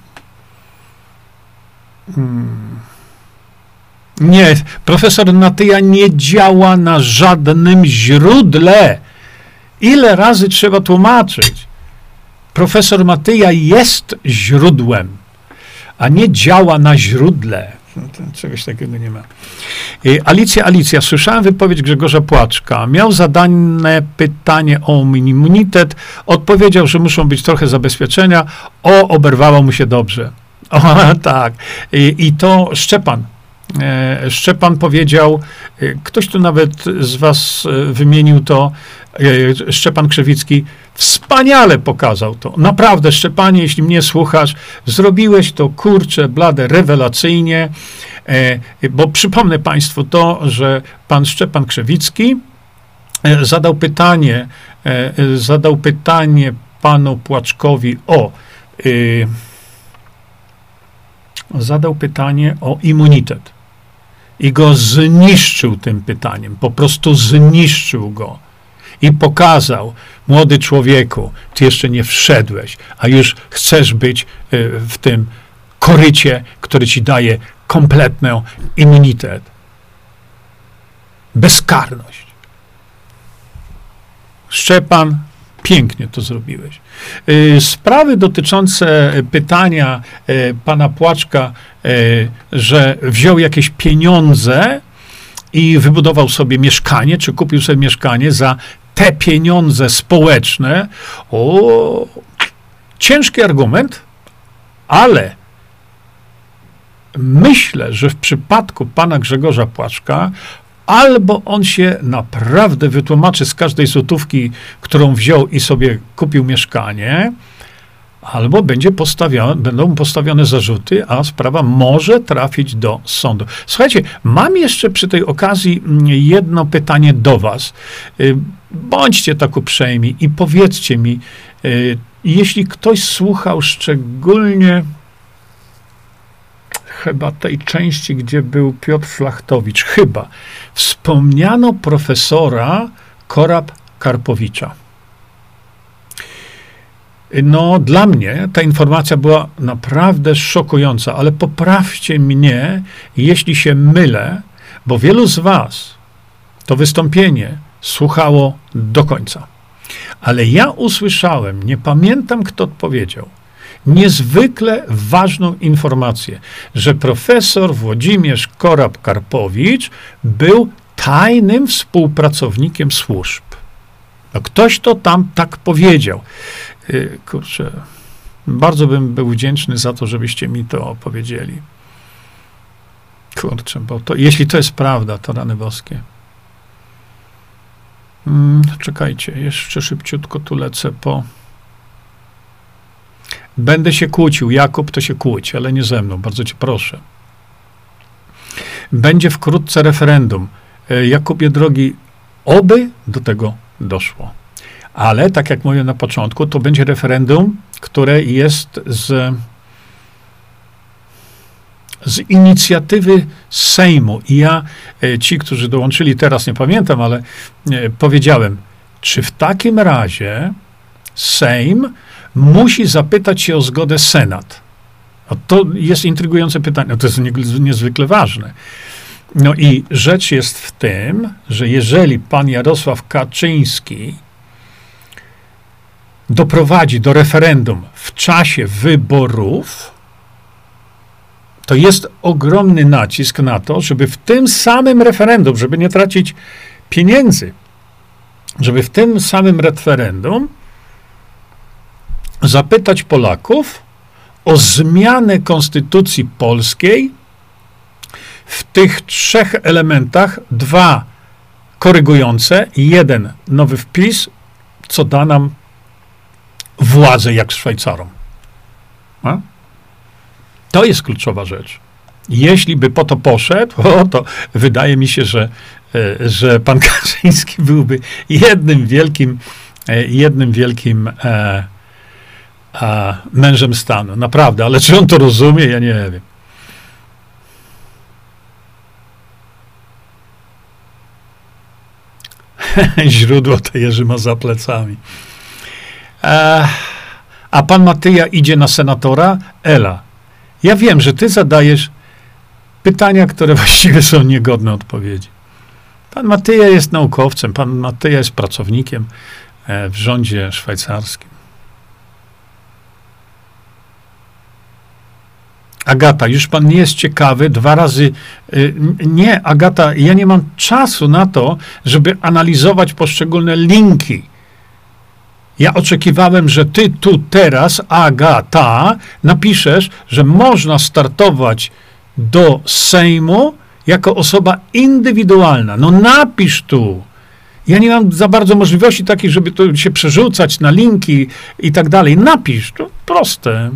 Hmm. Nie, profesor Matyja nie działa na żadnym źródle. Ile razy trzeba tłumaczyć? Profesor Matyja jest źródłem, a nie działa na źródle. No, czegoś takiego nie ma. Alicja, Alicja, słyszałem wypowiedź Grzegorza Płaczka. Miał zadane pytanie o immunitet. Odpowiedział, że muszą być trochę zabezpieczenia. O, oberwało mu się dobrze. O, tak. I, i to Szczepan. E, Szczepan powiedział, e, ktoś tu nawet z was e, wymienił to, e, Szczepan Krzewicki, wspaniale pokazał to. Naprawdę, Szczepanie, jeśli mnie słuchasz, zrobiłeś to, kurczę, blade, rewelacyjnie, e, bo przypomnę państwu to, że pan Szczepan Krzewicki e, zadał pytanie, e, zadał pytanie panu Płaczkowi o e, zadał pytanie o immunitet. I go zniszczył tym pytaniem. Po prostu zniszczył go. I pokazał, młody człowieku, ty jeszcze nie wszedłeś, a już chcesz być w tym korycie, który ci daje kompletny immunitet. Bezkarność. Szczepan, pięknie to zrobiłeś. Sprawy dotyczące pytania pana Płaczka, że wziął jakieś pieniądze i wybudował sobie mieszkanie, czy kupił sobie mieszkanie za te pieniądze społeczne. O, ciężki argument, ale myślę, że w przypadku pana Grzegorza Płaczka albo on się naprawdę wytłumaczy z każdej złotówki, którą wziął i sobie kupił mieszkanie, albo będzie postawione, będą postawione zarzuty, a sprawa może trafić do sądu. Słuchajcie, mam jeszcze przy tej okazji jedno pytanie do was. Bądźcie tak uprzejmi i powiedzcie mi, jeśli ktoś słuchał szczególnie chyba tej części, gdzie był Piotr Szlachtowicz, chyba wspomniano profesora Korab-Karpowicza. No, dla mnie ta informacja była naprawdę szokująca, ale poprawcie mnie, jeśli się mylę, bo wielu z was to wystąpienie słuchało do końca. Ale ja usłyszałem, nie pamiętam kto odpowiedział, niezwykle ważną informację, że profesor Włodzimierz Korab-Karpowicz był tajnym współpracownikiem służb. No, ktoś to tam tak powiedział. Yy, kurczę, bardzo bym był wdzięczny za to, żebyście mi to opowiedzieli. Kurczę, bo to, jeśli to jest prawda, to rany boskie. Hmm, czekajcie, jeszcze szybciutko tu lecę po... Będę się kłócił, Jakub, to się kłóć, ale nie ze mną, bardzo cię proszę. Będzie wkrótce referendum. Jakubie drogi, oby do tego doszło. Ale, tak jak mówię na początku, to będzie referendum, które jest z, z inicjatywy Sejmu. I ja, ci, którzy dołączyli teraz, nie pamiętam, ale powiedziałem, czy w takim razie Sejm musi zapytać się o zgodę Senat? No to jest intrygujące pytanie, no to jest nie, niezwykle ważne. No i rzecz jest w tym, że jeżeli pan Jarosław Kaczyński doprowadzi do referendum w czasie wyborów, to jest ogromny nacisk na to, żeby w tym samym referendum, żeby nie tracić pieniędzy, żeby w tym samym referendum zapytać Polaków o zmianę konstytucji polskiej w tych trzech elementach, dwa korygujące, jeden nowy wpis, co da nam władzę jak Szwajcarom. A? To jest kluczowa rzecz. Jeśli by po to poszedł, o, to wydaje mi się, że, że pan Kaczyński byłby jednym wielkim, jednym wielkim e, e, mężem stanu. Naprawdę, ale czy on to rozumie? Ja nie wiem. Źródło to Jerzy ma za plecami. E, a pan Matyja idzie na senatora? Ela, ja wiem, że ty zadajesz pytania, które właściwie są niegodne odpowiedzi. Pan Matyja jest naukowcem, pan Matyja jest pracownikiem e, w rządzie szwajcarskim. Agata, już pan nie jest ciekawy, dwa razy... Y, nie, Agata, ja nie mam czasu na to, żeby analizować poszczególne linki. Ja oczekiwałem, że ty tu teraz, Agata, napiszesz, że można startować do Sejmu jako osoba indywidualna. No napisz tu. Ja nie mam za bardzo możliwości takich, żeby to się przerzucać na linki i tak dalej. Napisz, to proste.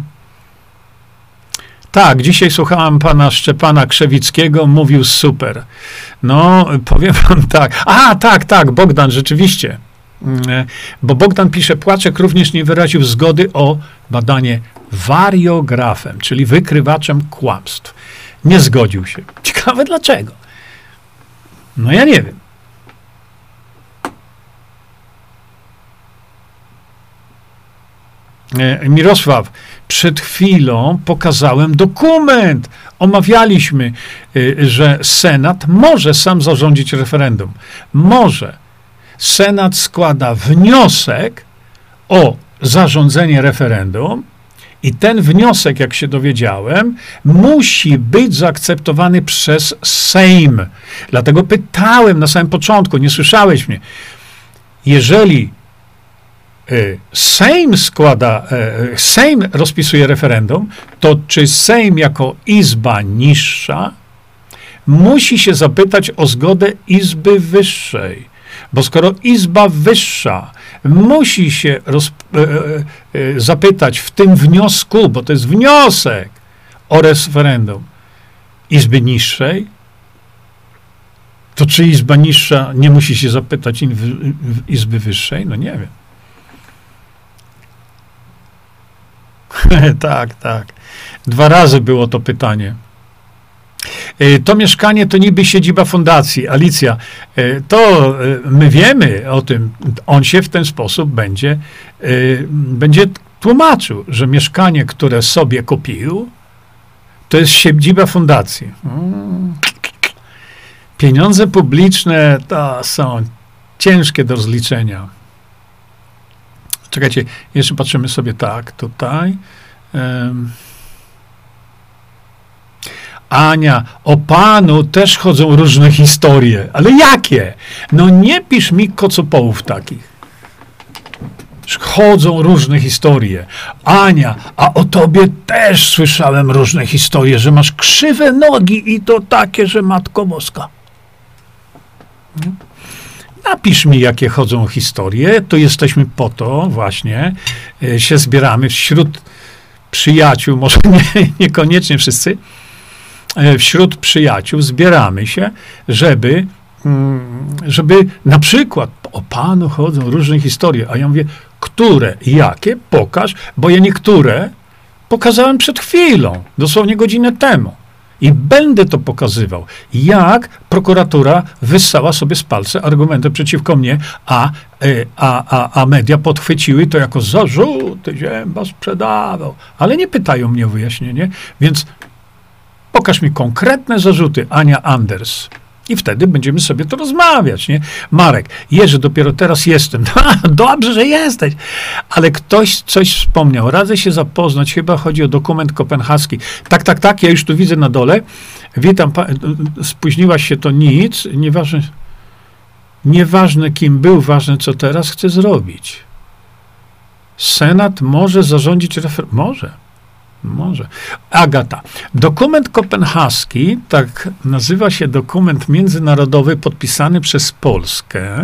Tak, dzisiaj słuchałam pana Szczepana Krzewickiego, mówił super. No, powiem wam tak. A, tak, tak, Bogdan, rzeczywiście. Bo Bogdan pisze, Płaczek również nie wyraził zgody o badanie wariografem, czyli wykrywaczem kłamstw. Nie zgodził się. Ciekawe dlaczego. No ja nie wiem. Mirosław, przed chwilą pokazałem dokument. Omawialiśmy, że Senat może sam zarządzić referendum. Może. Senat składa wniosek o zarządzenie referendum i ten wniosek, jak się dowiedziałem, musi być zaakceptowany przez Sejm. Dlatego pytałem na samym początku, nie słyszałeś mnie. Jeżeli Sejm składa, Sejm rozpisuje referendum, to czy Sejm jako izba niższa musi się zapytać o zgodę izby wyższej? Bo skoro izba wyższa musi się roz, e, e, zapytać w tym wniosku, bo to jest wniosek o referendum Izby niższej, to czy Izba niższa nie musi się zapytać in, w, w Izby wyższej? No nie wiem. Tak, tak. Dwa razy było to pytanie. To mieszkanie to niby siedziba fundacji. Alicja, to my wiemy o tym. On się w ten sposób będzie, będzie tłumaczył, że mieszkanie, które sobie kupił, to jest siedziba fundacji. Pieniądze publiczne to są ciężkie do rozliczenia. Czekajcie, jeszcze patrzymy sobie tak, tutaj. Um. Ania, o panu też chodzą różne historie. Ale jakie? No nie pisz mi kocopołów takich. Chodzą różne historie. Ania, a o tobie też słyszałem różne historie, że masz krzywe nogi i to takie, że Matko Boska. Napisz mi, jakie chodzą historie, to jesteśmy po to właśnie, się zbieramy wśród przyjaciół, może nie, niekoniecznie wszyscy, wśród przyjaciół zbieramy się, żeby, żeby na przykład o panu chodzą różne historie, a ja mówię, które, jakie, pokaż, bo ja niektóre pokazałem przed chwilą, dosłownie godzinę temu. I będę to pokazywał, jak prokuratura wyssała sobie z palca argumenty przeciwko mnie, a, a, a, a media podchwyciły to jako zarzuty, Zięba sprzedawał. Ale nie pytają mnie o wyjaśnienie, więc pokaż mi konkretne zarzuty, Ania Anders. I wtedy będziemy sobie to rozmawiać, nie? Marek, Jerzy, dopiero teraz jestem. Dobrze, że jesteś. Ale ktoś coś wspomniał. Radzę się zapoznać. Chyba chodzi o dokument kopenhaski. Tak, tak, tak. Ja już tu widzę na dole. Witam. Spóźniłaś się, to nic. Nieważne, nieważne kim był, ważne co teraz chce zrobić. Senat może zarządzić referendum. Może. Może. Agata. Dokument kopenhaski, tak nazywa się dokument międzynarodowy podpisany przez Polskę.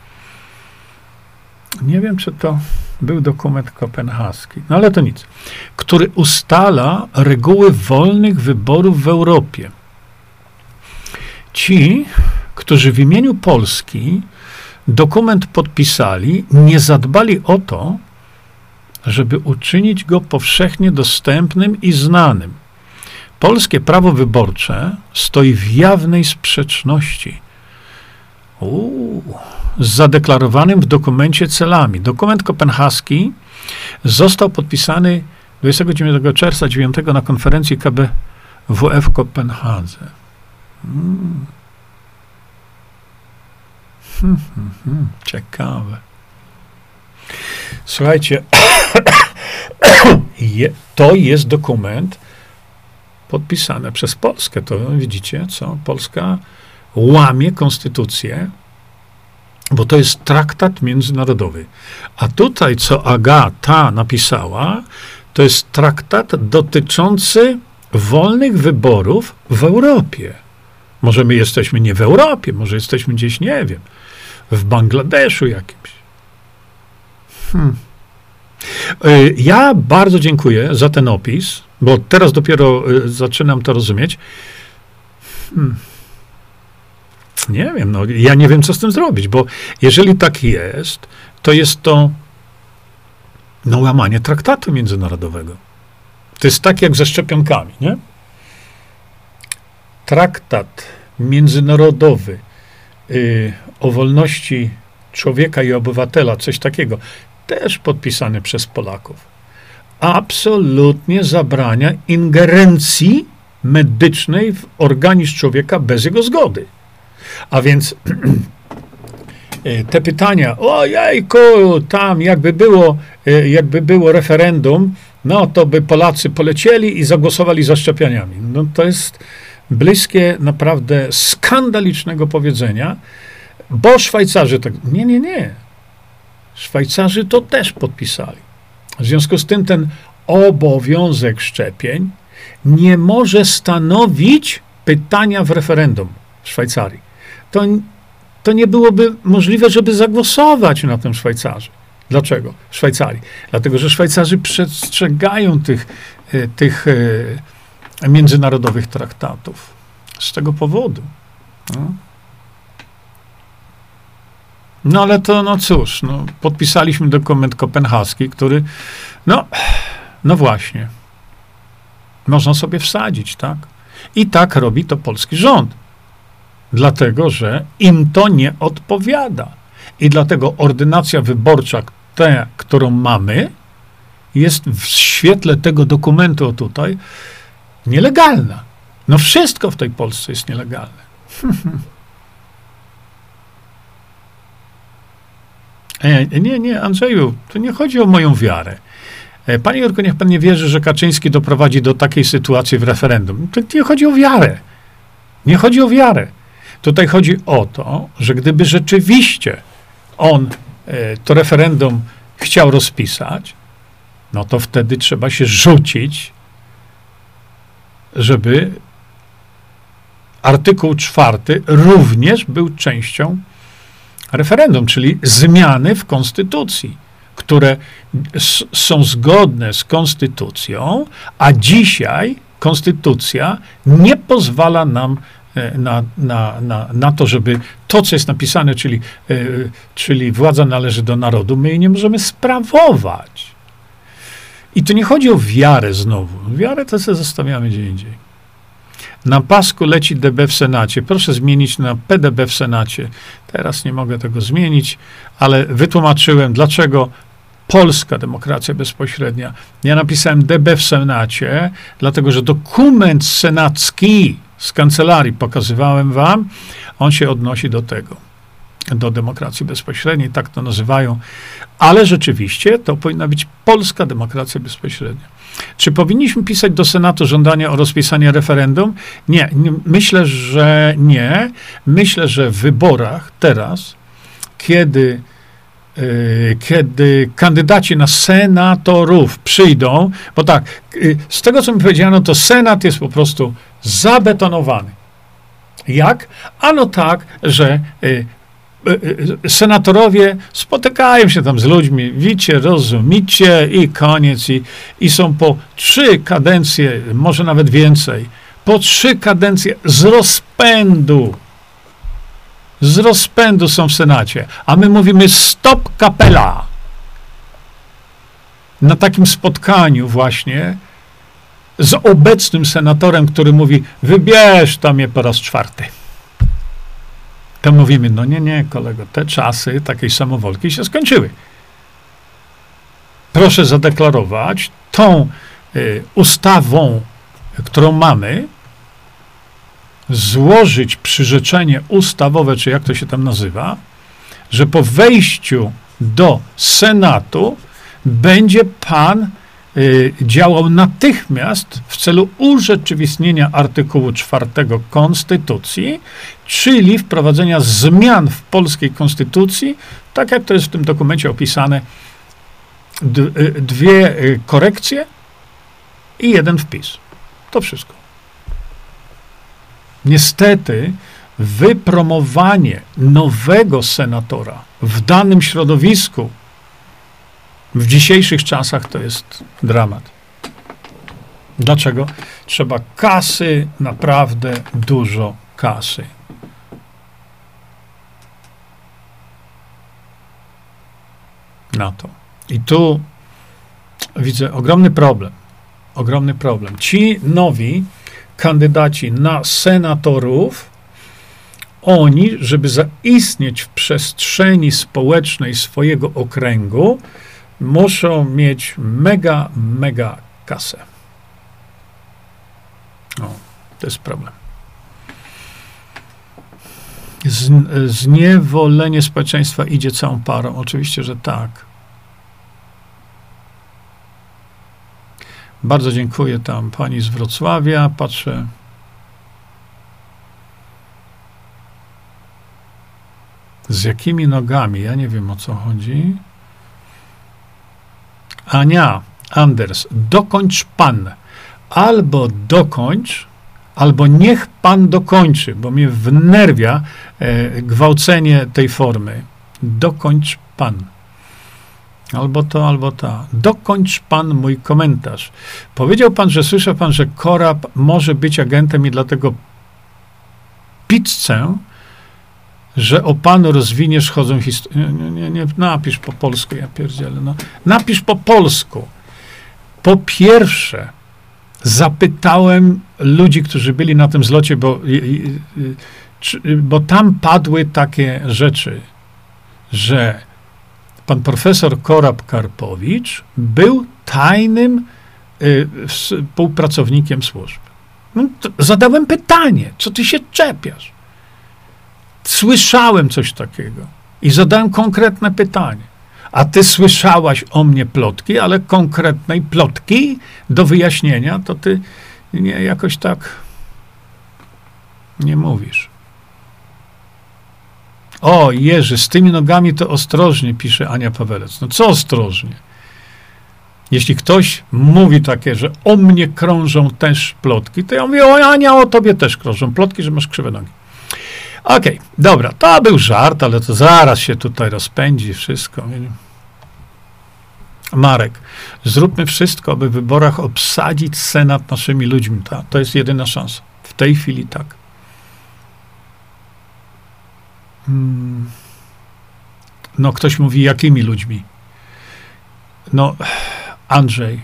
Nie wiem, czy to był dokument kopenhaski, no ale to nic. Który ustala reguły wolnych wyborów w Europie. Ci, którzy w imieniu Polski dokument podpisali, nie zadbali o to, żeby uczynić go powszechnie dostępnym i znanym. Polskie prawo wyborcze stoi w jawnej sprzeczności Uuu, z zadeklarowanym w dokumencie celami. Dokument kopenhaski został podpisany dwudziestego dziewiątego czerwca dziewiątego na konferencji K B W F w Kopenhadze. Hmm. Hmm, hmm, hmm. Ciekawe. Słuchajcie, to jest dokument podpisany przez Polskę. To widzicie, co? Polska łamie konstytucję, bo to jest traktat międzynarodowy. A tutaj, co Agata napisała, to jest traktat dotyczący wolnych wyborów w Europie. Może my jesteśmy nie w Europie, może jesteśmy gdzieś, nie wiem, w Bangladeszu jakimś. Hmm. Ja bardzo dziękuję za ten opis, bo teraz dopiero zaczynam to rozumieć. Hmm. Nie wiem, no, ja nie wiem, co z tym zrobić, bo jeżeli tak jest, to jest to no, łamanie traktatu międzynarodowego. To jest tak jak ze szczepionkami, nie? Traktat międzynarodowy y, o wolności człowieka i obywatela, coś takiego, też podpisany przez Polaków, absolutnie zabrania ingerencji medycznej w organizm człowieka bez jego zgody. A więc te pytania, ojejku, tam jakby było, jakby było referendum, no to by Polacy polecieli i zagłosowali za szczepieniami. No to jest bliskie naprawdę skandalicznego powiedzenia, bo Szwajcarzy tak, nie, nie, nie. Szwajcarzy to też podpisali. W związku z tym ten obowiązek szczepień nie może stanowić pytania w referendum w Szwajcarii. To, to nie byłoby możliwe, żeby zagłosować na tym Szwajcarzy. Dlaczego? W Szwajcarii. Dlatego, że Szwajcarzy przestrzegają tych, tych międzynarodowych traktatów. Z tego powodu. No. No ale to, no cóż, no, podpisaliśmy dokument kopenhaski, który, no, no właśnie, można sobie wsadzić, tak? I tak robi to polski rząd. Dlatego, że im to nie odpowiada. I dlatego ordynacja wyborcza, ta, którą mamy, jest w świetle tego dokumentu tutaj nielegalna. No wszystko w tej Polsce jest nielegalne. Nie, nie, nie, Andrzeju, to nie chodzi o moją wiarę. Panie Jurko, niech pan nie wierzy, że Kaczyński doprowadzi do takiej sytuacji w referendum. To nie chodzi o wiarę. Nie chodzi o wiarę. Tutaj chodzi o to, że gdyby rzeczywiście on to referendum chciał rozpisać, no to wtedy trzeba się rzucić, żeby artykuł czwarty również był częścią referendum, czyli zmiany w konstytucji, które s- są zgodne z konstytucją, a dzisiaj konstytucja nie pozwala nam na, na, na, na to, żeby to, co jest napisane, czyli, yy, czyli władza należy do narodu, my jej nie możemy sprawować. I tu nie chodzi o wiarę znowu. Wiarę to sobie zostawiamy gdzie indziej. Na pasku leci D B w Senacie. Proszę zmienić na P D B w Senacie. Teraz nie mogę tego zmienić, ale wytłumaczyłem, dlaczego polska demokracja bezpośrednia. Ja napisałem D B w Senacie, dlatego że dokument senacki z kancelarii pokazywałem wam, on się odnosi do tego, do demokracji bezpośredniej, tak to nazywają, ale rzeczywiście to powinna być polska demokracja bezpośrednia. Czy powinniśmy pisać do Senatu żądania o rozpisanie referendum? Nie, nie, myślę, że nie. Myślę, że w wyborach teraz, kiedy, yy, kiedy kandydaci na senatorów przyjdą, bo tak, yy, z tego, co mi powiedziano, to Senat jest po prostu zabetonowany. Jak? Ano tak, że yy, senatorowie spotykają się tam z ludźmi, widzicie, rozumicie i koniec. I, i są po trzy kadencje, może nawet więcej, po trzy kadencje z rozpędu. Z rozpędu są w Senacie. A my mówimy stop kapela. Na takim spotkaniu właśnie z obecnym senatorem, który mówi, wybierz tam je po raz czwarty. To mówimy, no nie, nie, kolego, te czasy takiej samowolki się skończyły. Proszę zadeklarować tą y, ustawą, którą mamy, złożyć przyrzeczenie ustawowe, czy jak to się tam nazywa, że po wejściu do Senatu będzie pan y, działał natychmiast w celu urzeczywistnienia artykułu czwartego Konstytucji, czyli wprowadzenia zmian w polskiej konstytucji, tak jak to jest w tym dokumencie opisane, d- dwie korekcje i jeden wpis. To wszystko. Niestety wypromowanie nowego senatora w danym środowisku w dzisiejszych czasach to jest dramat. Dlaczego? Trzeba kasy, naprawdę dużo kasy. Na to. I tu widzę ogromny problem. Ogromny problem. Ci nowi kandydaci na senatorów, oni, żeby zaistnieć w przestrzeni społecznej swojego okręgu, muszą mieć mega, mega kasę. O, to jest problem. Z, zniewolenie społeczeństwa idzie całą parą. Oczywiście, że tak. Bardzo dziękuję tam pani z Wrocławia. Patrzę. Z jakimi nogami? Ja nie wiem, o co chodzi. Ania, Anders, dokończ pan. Albo dokończ, albo niech pan dokończy, bo mnie wnerwia e, gwałcenie tej formy. Dokończ pan. Albo to, albo ta. Dokończ pan mój komentarz. Powiedział pan, że słyszał pan, że Korab może być agentem i dlatego pizzę, że o panu rozwiniesz, chodzą historie. Nie, nie, nie, napisz po polsku, ja pierdzielę. No. Napisz po polsku. Po pierwsze, zapytałem ludzi, którzy byli na tym zlocie, bo, bo tam padły takie rzeczy, że pan profesor Korab-Karpowicz był tajnym y, współpracownikiem służb. No, zadałem pytanie, co ty się czepiasz? Słyszałem coś takiego i zadałem konkretne pytanie. A ty słyszałaś o mnie plotki, ale konkretnej plotki do wyjaśnienia, to ty nie, jakoś tak nie mówisz. O, Jerzy, z tymi nogami to ostrożnie, pisze Ania Pawelec. No co ostrożnie? Jeśli ktoś mówi takie, że o mnie krążą też plotki, to ja mówię, o Ania, o tobie też krążą plotki, że masz krzywe nogi. Okej, okay, dobra, to był żart, ale to zaraz się tutaj rozpędzi wszystko. Marek, zróbmy wszystko, aby w wyborach obsadzić Senat naszymi ludźmi. Ta, to jest jedyna szansa. W tej chwili tak. Hmm. No, ktoś mówi, jakimi ludźmi? No, Andrzej.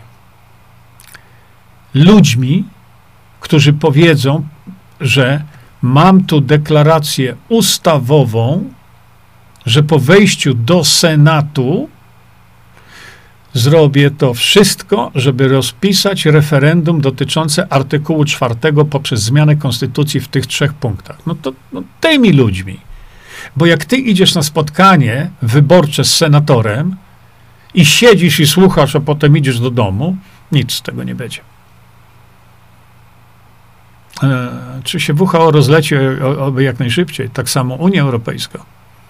Ludźmi, którzy powiedzą, że mam tu deklarację ustawową, że po wejściu do Senatu zrobię to wszystko, żeby rozpisać referendum dotyczące artykułu czwartego poprzez zmianę konstytucji w tych trzech punktach. No to no, tymi ludźmi. Bo jak ty idziesz na spotkanie wyborcze z senatorem i siedzisz i słuchasz, a potem idziesz do domu, nic z tego nie będzie. E, czy się W H O rozleci oby jak najszybciej? Tak samo Unia Europejska.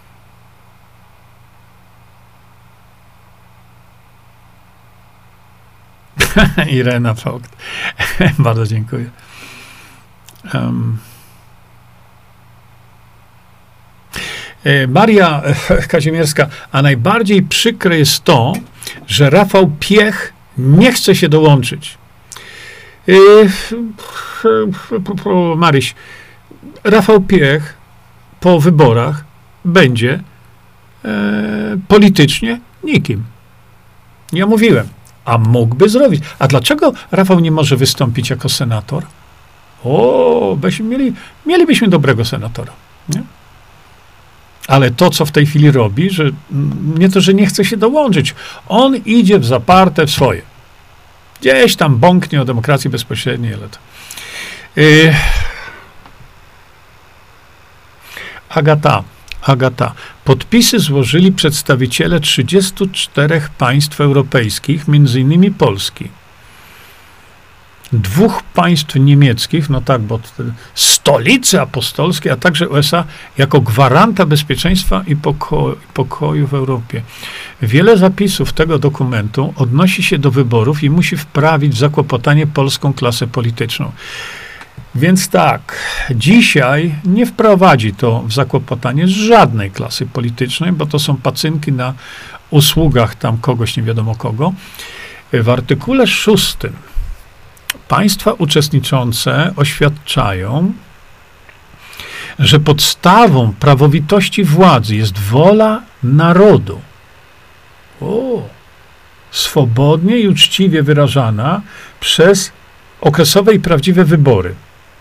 Irena Vogt. Bardzo dziękuję. Um. Maria Kazimierska, a najbardziej przykre jest to, że Rafał Piech nie chce się dołączyć. Maryś, Rafał Piech po wyborach będzie e, politycznie nikim. Ja mówiłem, a mógłby zrobić. A dlaczego Rafał nie może wystąpić jako senator? O, byśmy mieli, mielibyśmy dobrego senatora. Nie? Ale to, co w tej chwili robi, że nie to, że nie chce się dołączyć. On idzie w zaparte w swoje. Gdzieś tam bąknie o demokracji bezpośredniej, ale to... Yy. Agata, Agata. Podpisy złożyli przedstawiciele trzydziestu czterech państw europejskich, między innymi Polski. Dwóch państw niemieckich, no tak, bo stolicy apostolskie, a także U S A jako gwaranta bezpieczeństwa i pokoju, pokoju w Europie. Wiele zapisów tego dokumentu odnosi się do wyborów i musi wprawić w zakłopotanie polską klasę polityczną. Więc tak, dzisiaj nie wprowadzi to w zakłopotanie żadnej klasy politycznej, bo to są pacynki na usługach tam kogoś, nie wiadomo kogo. W artykule szóstym państwa uczestniczące oświadczają, że podstawą prawowitości władzy jest wola narodu. O, swobodnie i uczciwie wyrażana przez okresowe i prawdziwe wybory.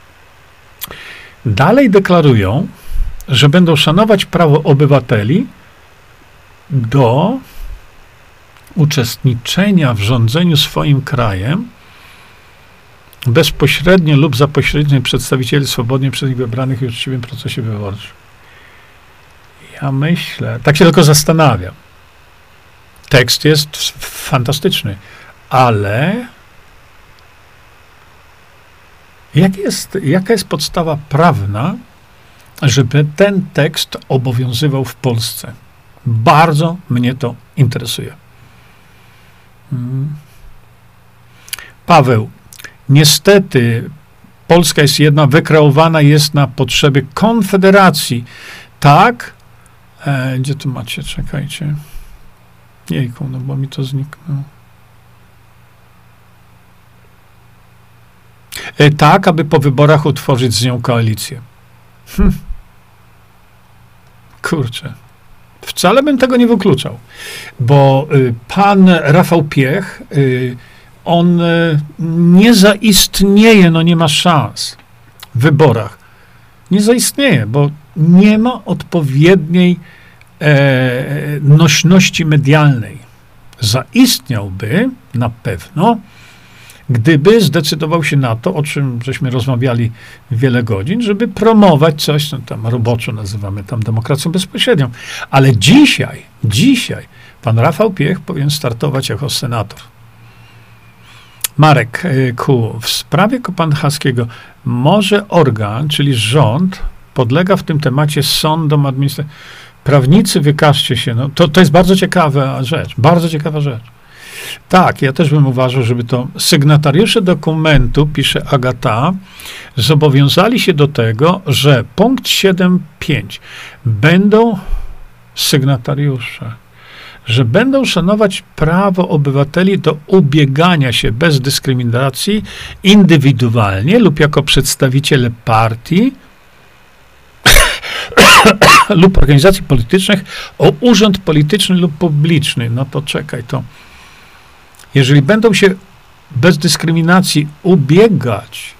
Dalej deklarują, że będą szanować prawo obywateli do uczestniczenia w rządzeniu swoim krajem bezpośrednio lub za pośrednictwem przedstawicieli swobodnie przez nich wybranych i uczciwym procesie wyborczym. Ja myślę, tak się tylko zastanawiam. Tekst jest fantastyczny, ale jak jest, jaka jest podstawa prawna, żeby ten tekst obowiązywał w Polsce? Bardzo mnie to interesuje. Hmm. Paweł, niestety Polska jest jedna, wykreowana jest na potrzeby Konfederacji. Tak? E, gdzie tu macie? Czekajcie. Jejku, no bo mi to zniknęło. E, tak, aby po wyborach utworzyć z nią koalicję. Hm. Kurczę. Wcale bym tego nie wykluczał, bo y, pan Rafał Piech, y, on y, nie zaistnieje, no nie ma szans w wyborach. Nie zaistnieje, bo nie ma odpowiedniej e, nośności medialnej. Zaistniałby na pewno, gdyby zdecydował się na to, o czym żeśmy rozmawiali wiele godzin, żeby promować coś, no tam roboczo nazywamy tam demokracją bezpośrednią. Ale dzisiaj, dzisiaj pan Rafał Piech powinien startować jako senator. Marek Ku, w sprawie Kopanhaskiego może organ, czyli rząd, podlega w tym temacie sądom administracyjnym. Prawnicy, wykażcie się. No, to, to jest bardzo ciekawa rzecz. Bardzo ciekawa rzecz. Tak, ja też bym uważał, żeby to sygnatariusze dokumentu, pisze Agata, zobowiązali się do tego, że punkt siedem pięć będą sygnatariusze, że będą szanować prawo obywateli do ubiegania się bez dyskryminacji indywidualnie lub jako przedstawiciele partii lub organizacji politycznych o urząd polityczny lub publiczny. No to czekaj, to jeżeli będą się bez dyskryminacji ubiegać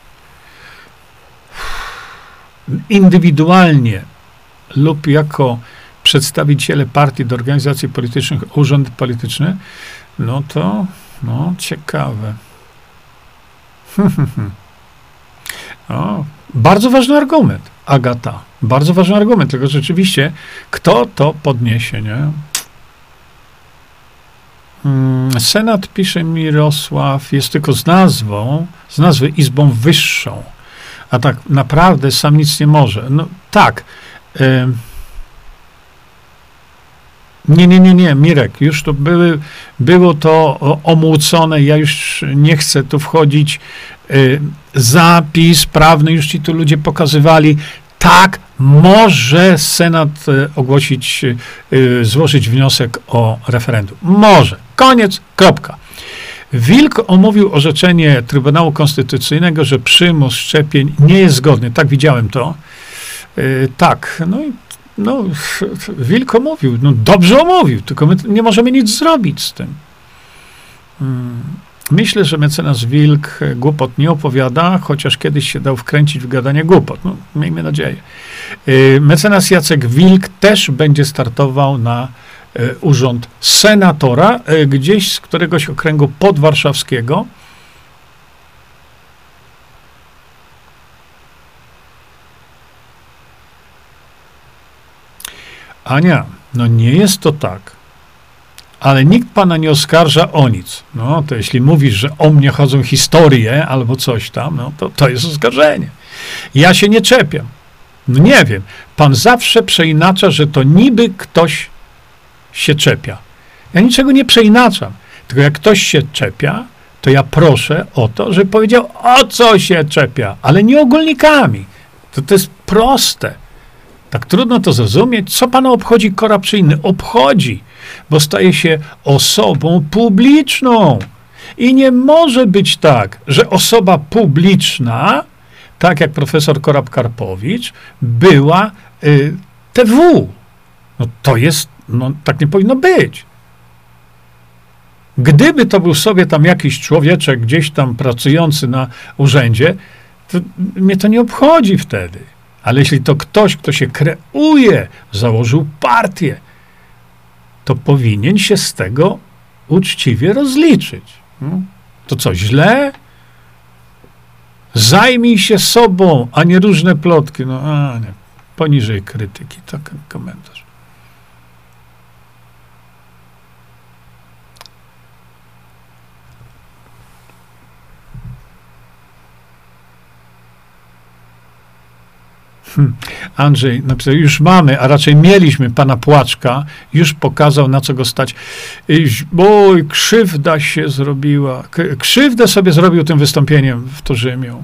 indywidualnie lub jako przedstawiciele partii do organizacji politycznych, urząd polityczny, no to no, ciekawe. O, bardzo ważny argument, Agata. Bardzo ważny argument, tylko rzeczywiście, kto to podniesie, nie? Senat, pisze Mirosław, jest tylko z nazwą, z nazwy Izbą Wyższą, a tak naprawdę sam nic nie może. No tak. Y nie, nie, nie, nie, Mirek, już to były, było to omłócone, ja już nie chcę tu wchodzić. Y zapis prawny, już ci tu ludzie pokazywali. Tak, może Senat ogłosić, y złożyć wniosek o referendum. Może. Koniec, kropka. Wilk omówił orzeczenie Trybunału Konstytucyjnego, że przymus szczepień nie jest zgodny. Tak, widziałem to. Yy, tak, no i no, Wilk omówił. No, dobrze omówił, tylko my nie możemy nic zrobić z tym. Yy. Myślę, że mecenas Wilk głupot nie opowiada, chociaż kiedyś się dał wkręcić w gadanie głupot. No, miejmy nadzieję. Yy, mecenas Jacek Wilk też będzie startował na urząd senatora gdzieś z któregoś okręgu podwarszawskiego. Ania, no nie jest to tak, ale nikt pana nie oskarża o nic. No to jeśli mówisz, że o mnie chodzą historie albo coś tam, no to to jest oskarżenie. Ja się nie czepiam. No nie wiem. Pan zawsze przeinacza, że to niby ktoś się czepia. Ja niczego nie przeinaczam. Tylko jak ktoś się czepia, to ja proszę o to, żeby powiedział, o co się czepia, ale nie ogólnikami. To, to jest proste. Tak trudno to zrozumieć. Co pana obchodzi korupcyjny? Obchodzi, bo staje się osobą publiczną. I nie może być tak, że osoba publiczna, tak jak profesor Korab-Karpowicz, była y, T W. No to jest, no tak nie powinno być. Gdyby to był sobie tam jakiś człowieczek gdzieś tam pracujący na urzędzie, to mnie to nie obchodzi wtedy. Ale jeśli to ktoś, kto się kreuje, założył partię, to powinien się z tego uczciwie rozliczyć. No, to co, źle? Zajmij się sobą, a nie różne plotki. No, a nie. Poniżej krytyki, taki komentarz. Hmm. Andrzej napisał, już mamy, a raczej mieliśmy pana Płaczka, już pokazał, na co go stać. Oj, krzywda się zrobiła. Krzywdę sobie zrobił tym wystąpieniem w Torzymiu.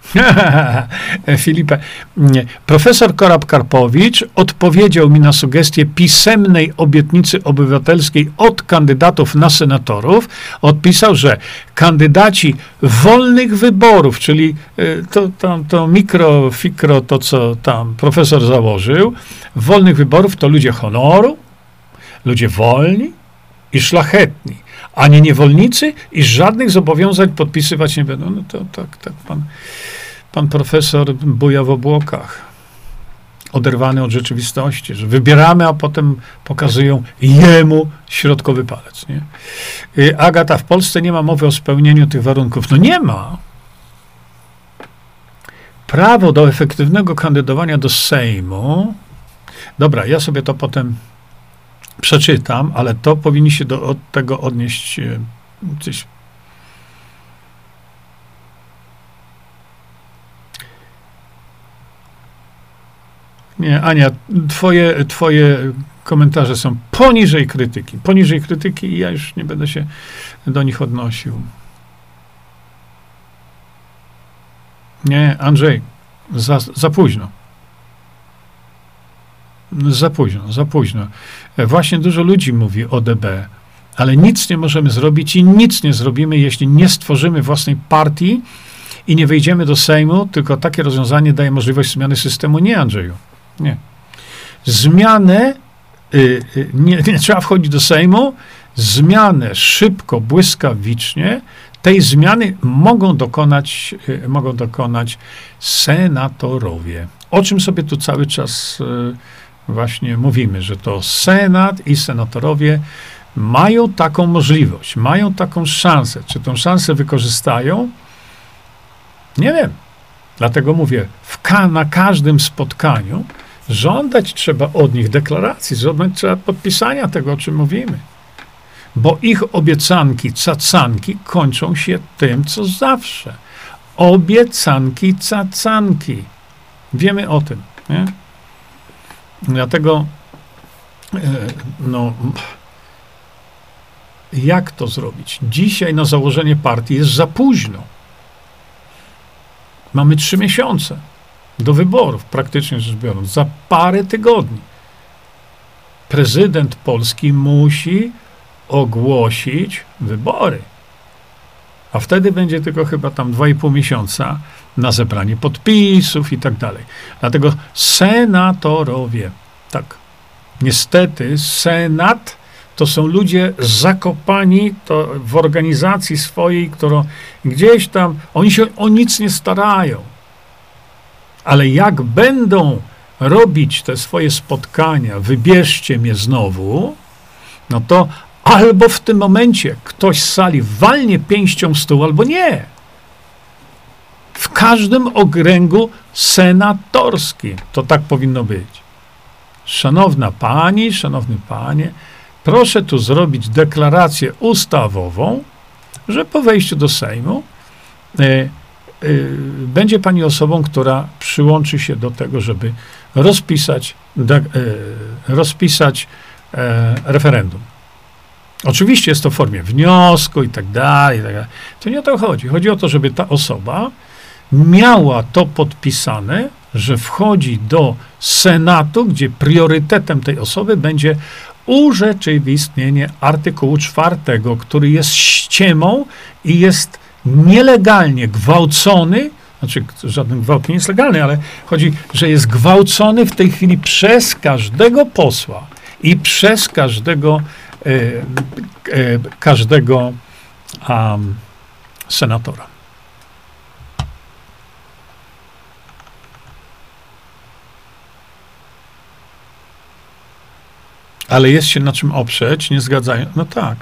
Filipie, profesor Korab-Karpowicz odpowiedział mi na sugestię pisemnej obietnicy obywatelskiej od kandydatów na senatorów. Odpisał, że kandydaci wolnych wyborów, czyli to, to, to mikro, fikro, to co tam profesor założył, wolnych wyborów to ludzie honoru, ludzie wolni i szlachetni, a nie niewolnicy i żadnych zobowiązań podpisywać nie będą. No to tak, tak pan, pan profesor buja w obłokach, oderwany od rzeczywistości, że wybieramy, a potem pokazują jemu środkowy palec. Nie? Agata, w Polsce nie ma mowy o spełnieniu tych warunków. No nie ma. Prawo do efektywnego kandydowania do Sejmu. Dobra, ja sobie to potem przeczytam, ale to powinniście do od tego odnieść e, coś. Nie, Ania, twoje, twoje komentarze są poniżej krytyki. Poniżej krytyki i ja już nie będę się do nich odnosił. Nie, Andrzej, za, za późno. Za późno, za późno. Właśnie dużo ludzi mówi o D B, ale nic nie możemy zrobić i nic nie zrobimy, jeśli nie stworzymy własnej partii i nie wejdziemy do Sejmu, tylko takie rozwiązanie daje możliwość zmiany systemu. Nie, Andrzeju, nie. Zmianę, y, y, nie, nie trzeba wchodzić do Sejmu, zmianę szybko, błyskawicznie, tej zmiany mogą dokonać, y, mogą dokonać senatorowie. O czym sobie tu cały czas y, właśnie mówimy, że to Senat i senatorowie mają taką możliwość, mają taką szansę. Czy tę szansę wykorzystają? Nie wiem. Dlatego mówię, w ka- na każdym spotkaniu żądać trzeba od nich deklaracji, żądać trzeba podpisania tego, o czym mówimy. Bo ich obiecanki, cacanki kończą się tym, co zawsze. Obiecanki, cacanki. Wiemy o tym, nie? Dlatego, no, jak to zrobić? Dzisiaj na założenie partii jest za późno. Mamy trzy miesiące do wyborów, praktycznie rzecz biorąc, za parę tygodni. Prezydent Polski musi ogłosić wybory. A wtedy będzie tylko chyba tam dwa i pół miesiąca na zebranie podpisów i tak dalej. Dlatego senatorowie, tak, niestety Senat to są ludzie zakopani to w organizacji swojej, którą gdzieś tam, oni się o nic nie starają. Ale jak będą robić te swoje spotkania, wybierzcie mnie znowu, no to albo w tym momencie ktoś z sali walnie pięścią w stół, albo nie. W każdym okręgu senatorskim to tak powinno być. Szanowna pani, szanowny panie, proszę tu zrobić deklarację ustawową, że po wejściu do Sejmu y, y, będzie pani osobą, która przyłączy się do tego, żeby rozpisać, de, y, rozpisać y, referendum. Oczywiście jest to w formie wniosku i tak dalej, i tak dalej. To nie o to chodzi. Chodzi o to, żeby ta osoba miała to podpisane, że wchodzi do Senatu, gdzie priorytetem tej osoby będzie urzeczywistnienie artykułu czwartego, który jest ściemą i jest nielegalnie gwałcony, znaczy żaden gwałt nie jest legalny, ale chodzi, że jest gwałcony w tej chwili przez każdego posła i przez każdego e, e, każdego um, senatora. Ale jest się na czym oprzeć, nie zgadzają. No tak.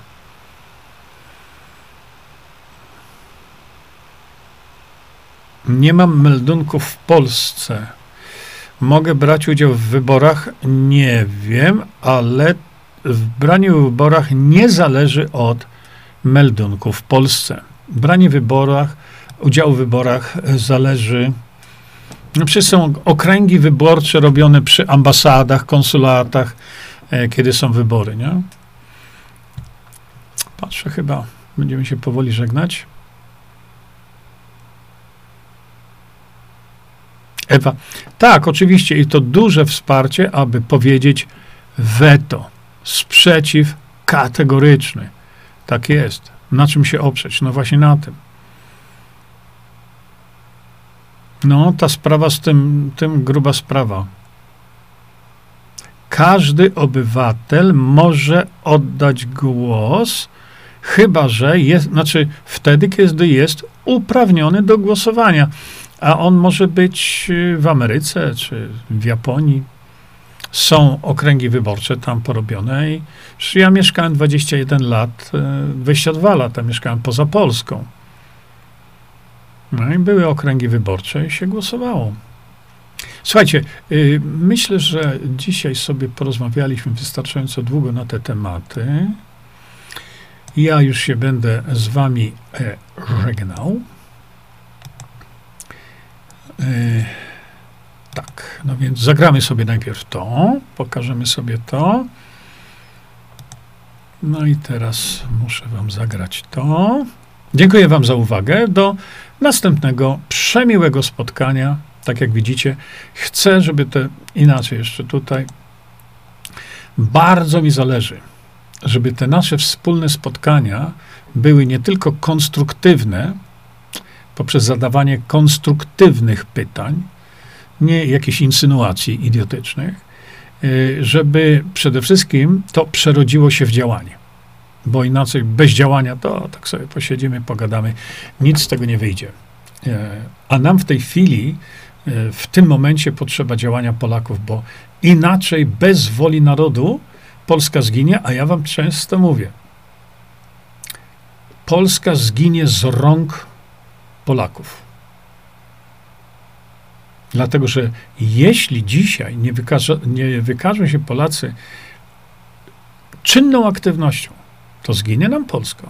Nie mam meldunków w Polsce. Mogę brać udział w wyborach? Nie wiem, ale w braniu w wyborach nie zależy od meldunków w Polsce. Branie w wyborach, udział w wyborach zależy. No przecież są okręgi wyborcze robione przy ambasadach, konsulatach, kiedy są wybory, nie? Patrzę, chyba będziemy się powoli żegnać. Ewa. Tak, oczywiście. I to duże wsparcie, aby powiedzieć weto. Sprzeciw kategoryczny. Tak jest. Na czym się oprzeć? No właśnie na tym. No, ta sprawa z tym, tym gruba sprawa. Każdy obywatel może oddać głos, chyba że jest, znaczy wtedy, kiedy jest uprawniony do głosowania. A on może być w Ameryce czy w Japonii. Są okręgi wyborcze tam porobione i ja mieszkałem dwadzieścia jeden lat, dwadzieścia dwa lata mieszkałem poza Polską. No i były okręgi wyborcze i się głosowało. Słuchajcie, yy, myślę, że dzisiaj sobie porozmawialiśmy wystarczająco długo na te tematy. Ja już się będę z wami e, żegnał. Yy, tak, no więc zagramy sobie najpierw to, pokażemy sobie to. No i teraz muszę wam zagrać to. Dziękuję wam za uwagę. Do następnego przemiłego spotkania. Tak jak widzicie, chcę, żeby te, inaczej jeszcze tutaj, bardzo mi zależy, żeby te nasze wspólne spotkania były nie tylko konstruktywne, poprzez zadawanie konstruktywnych pytań, nie jakichś insynuacji idiotycznych, żeby przede wszystkim to przerodziło się w działanie. Bo inaczej bez działania to tak sobie posiedzimy, pogadamy, nic z tego nie wyjdzie. A nam w tej chwili, w tym momencie potrzeba działania Polaków, bo inaczej bez woli narodu Polska zginie, a ja wam często mówię, Polska zginie z rąk Polaków. Dlatego, że jeśli dzisiaj nie, wykaże, nie wykażą się Polacy czynną aktywnością, to zginie nam Polska.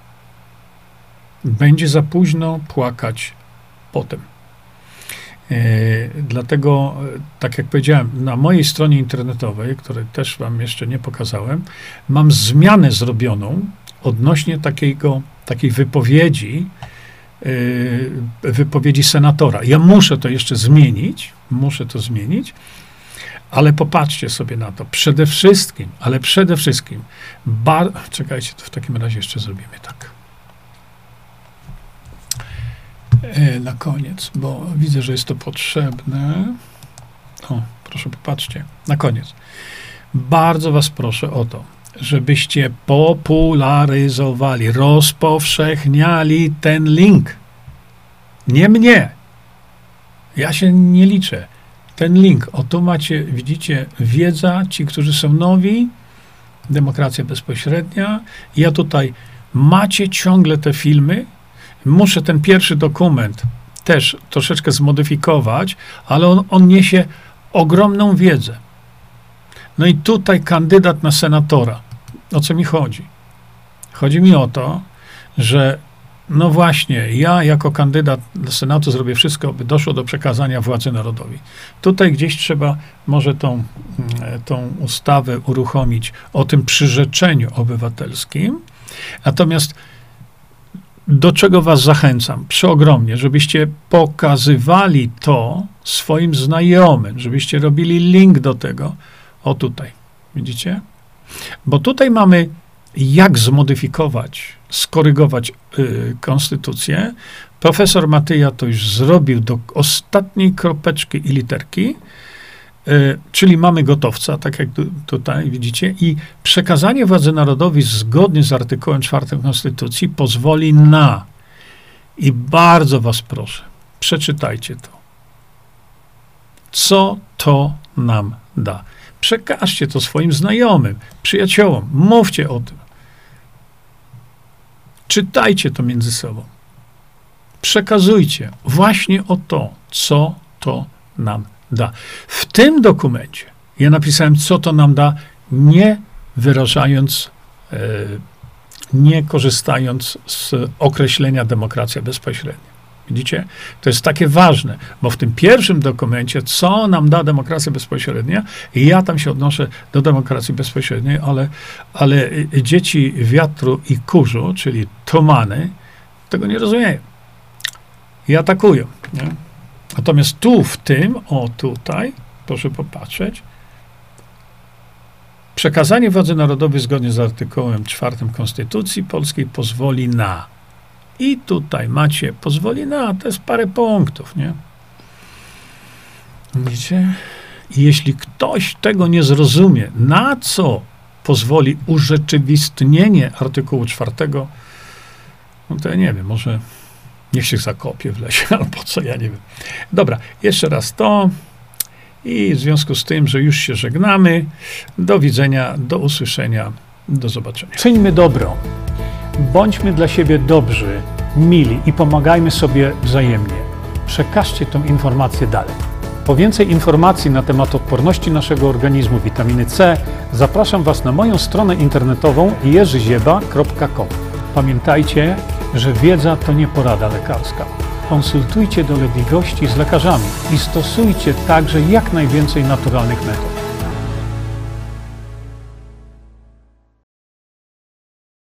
Będzie za późno płakać potem. E, dlatego, tak jak powiedziałem, na mojej stronie internetowej, której też wam jeszcze nie pokazałem, mam zmianę zrobioną odnośnie takiego, takiej wypowiedzi, e, wypowiedzi senatora. Ja muszę to jeszcze zmienić, muszę to zmienić, ale popatrzcie sobie na to. Przede wszystkim, ale przede wszystkim, bar... czekajcie, to w takim razie jeszcze zrobimy tak. E, na koniec, bo widzę, że jest to potrzebne. O, proszę popatrzcie. Na koniec. Bardzo was proszę o to, żebyście popularyzowali, rozpowszechniali ten link. Nie mnie. Ja się nie liczę. Ten link. O, tu macie, widzicie, wiedza, ci, którzy są nowi, demokracja bezpośrednia. Ja tutaj macie ciągle te filmy. Muszę ten pierwszy dokument też troszeczkę zmodyfikować, ale on, on niesie ogromną wiedzę. No i tutaj kandydat na senatora. O co mi chodzi? Chodzi mi o to, że no właśnie, ja jako kandydat do Senatu zrobię wszystko, by doszło do przekazania władzy narodowi. Tutaj gdzieś trzeba może tą, tą ustawę uruchomić o tym przyrzeczeniu obywatelskim. Natomiast do czego was zachęcam? Przeogromnie, żebyście pokazywali to swoim znajomym, żebyście robili link do tego. O tutaj, widzicie? Bo tutaj mamy jak zmodyfikować, skorygować y, konstytucję. Profesor Matyja to już zrobił do ostatniej kropeczki i literki, y, czyli mamy gotowca, tak jak tu, tutaj widzicie, i przekazanie władzy narodowi zgodnie z artykułem czwartym Konstytucji pozwoli na, i bardzo was proszę, przeczytajcie to, co to nam da. Przekażcie to swoim znajomym, przyjaciołom, mówcie o tym. Czytajcie to między sobą. Przekazujcie właśnie o to, co to nam da. W tym dokumencie ja napisałem, co to nam da, nie wyrażając, e, nie korzystając z określenia demokracja bezpośrednia. Widzicie? To jest takie ważne, bo w tym pierwszym dokumencie, co nam da demokracja bezpośrednia, i ja tam się odnoszę do demokracji bezpośredniej, ale, ale dzieci wiatru i kurzu, czyli tumany, tego nie rozumieją. I atakują. Nie? Natomiast tu, w tym, o tutaj, proszę popatrzeć, przekazanie władzy narodowej zgodnie z artykułem czwartym Konstytucji Polskiej pozwoli na. I tutaj macie, pozwoli na, to jest parę punktów, nie? Widzicie? I jeśli ktoś tego nie zrozumie, na co pozwoli urzeczywistnienie artykułu czwartego, no to ja nie wiem, może niech się zakopie w lesie, albo co, ja nie wiem. Dobra, jeszcze raz to i w związku z tym, że już się żegnamy, do widzenia, do usłyszenia, do zobaczenia. Czyńmy dobro, bądźmy dla siebie dobrzy, mili i pomagajmy sobie wzajemnie. Przekażcie tę informację dalej. Po więcej informacji na temat odporności naszego organizmu witaminy C zapraszam Was na moją stronę internetową jerzy zieba kropka com. Pamiętajcie, że wiedza to nie porada lekarska. Konsultujcie dolegliwości z lekarzami i stosujcie także jak najwięcej naturalnych metod.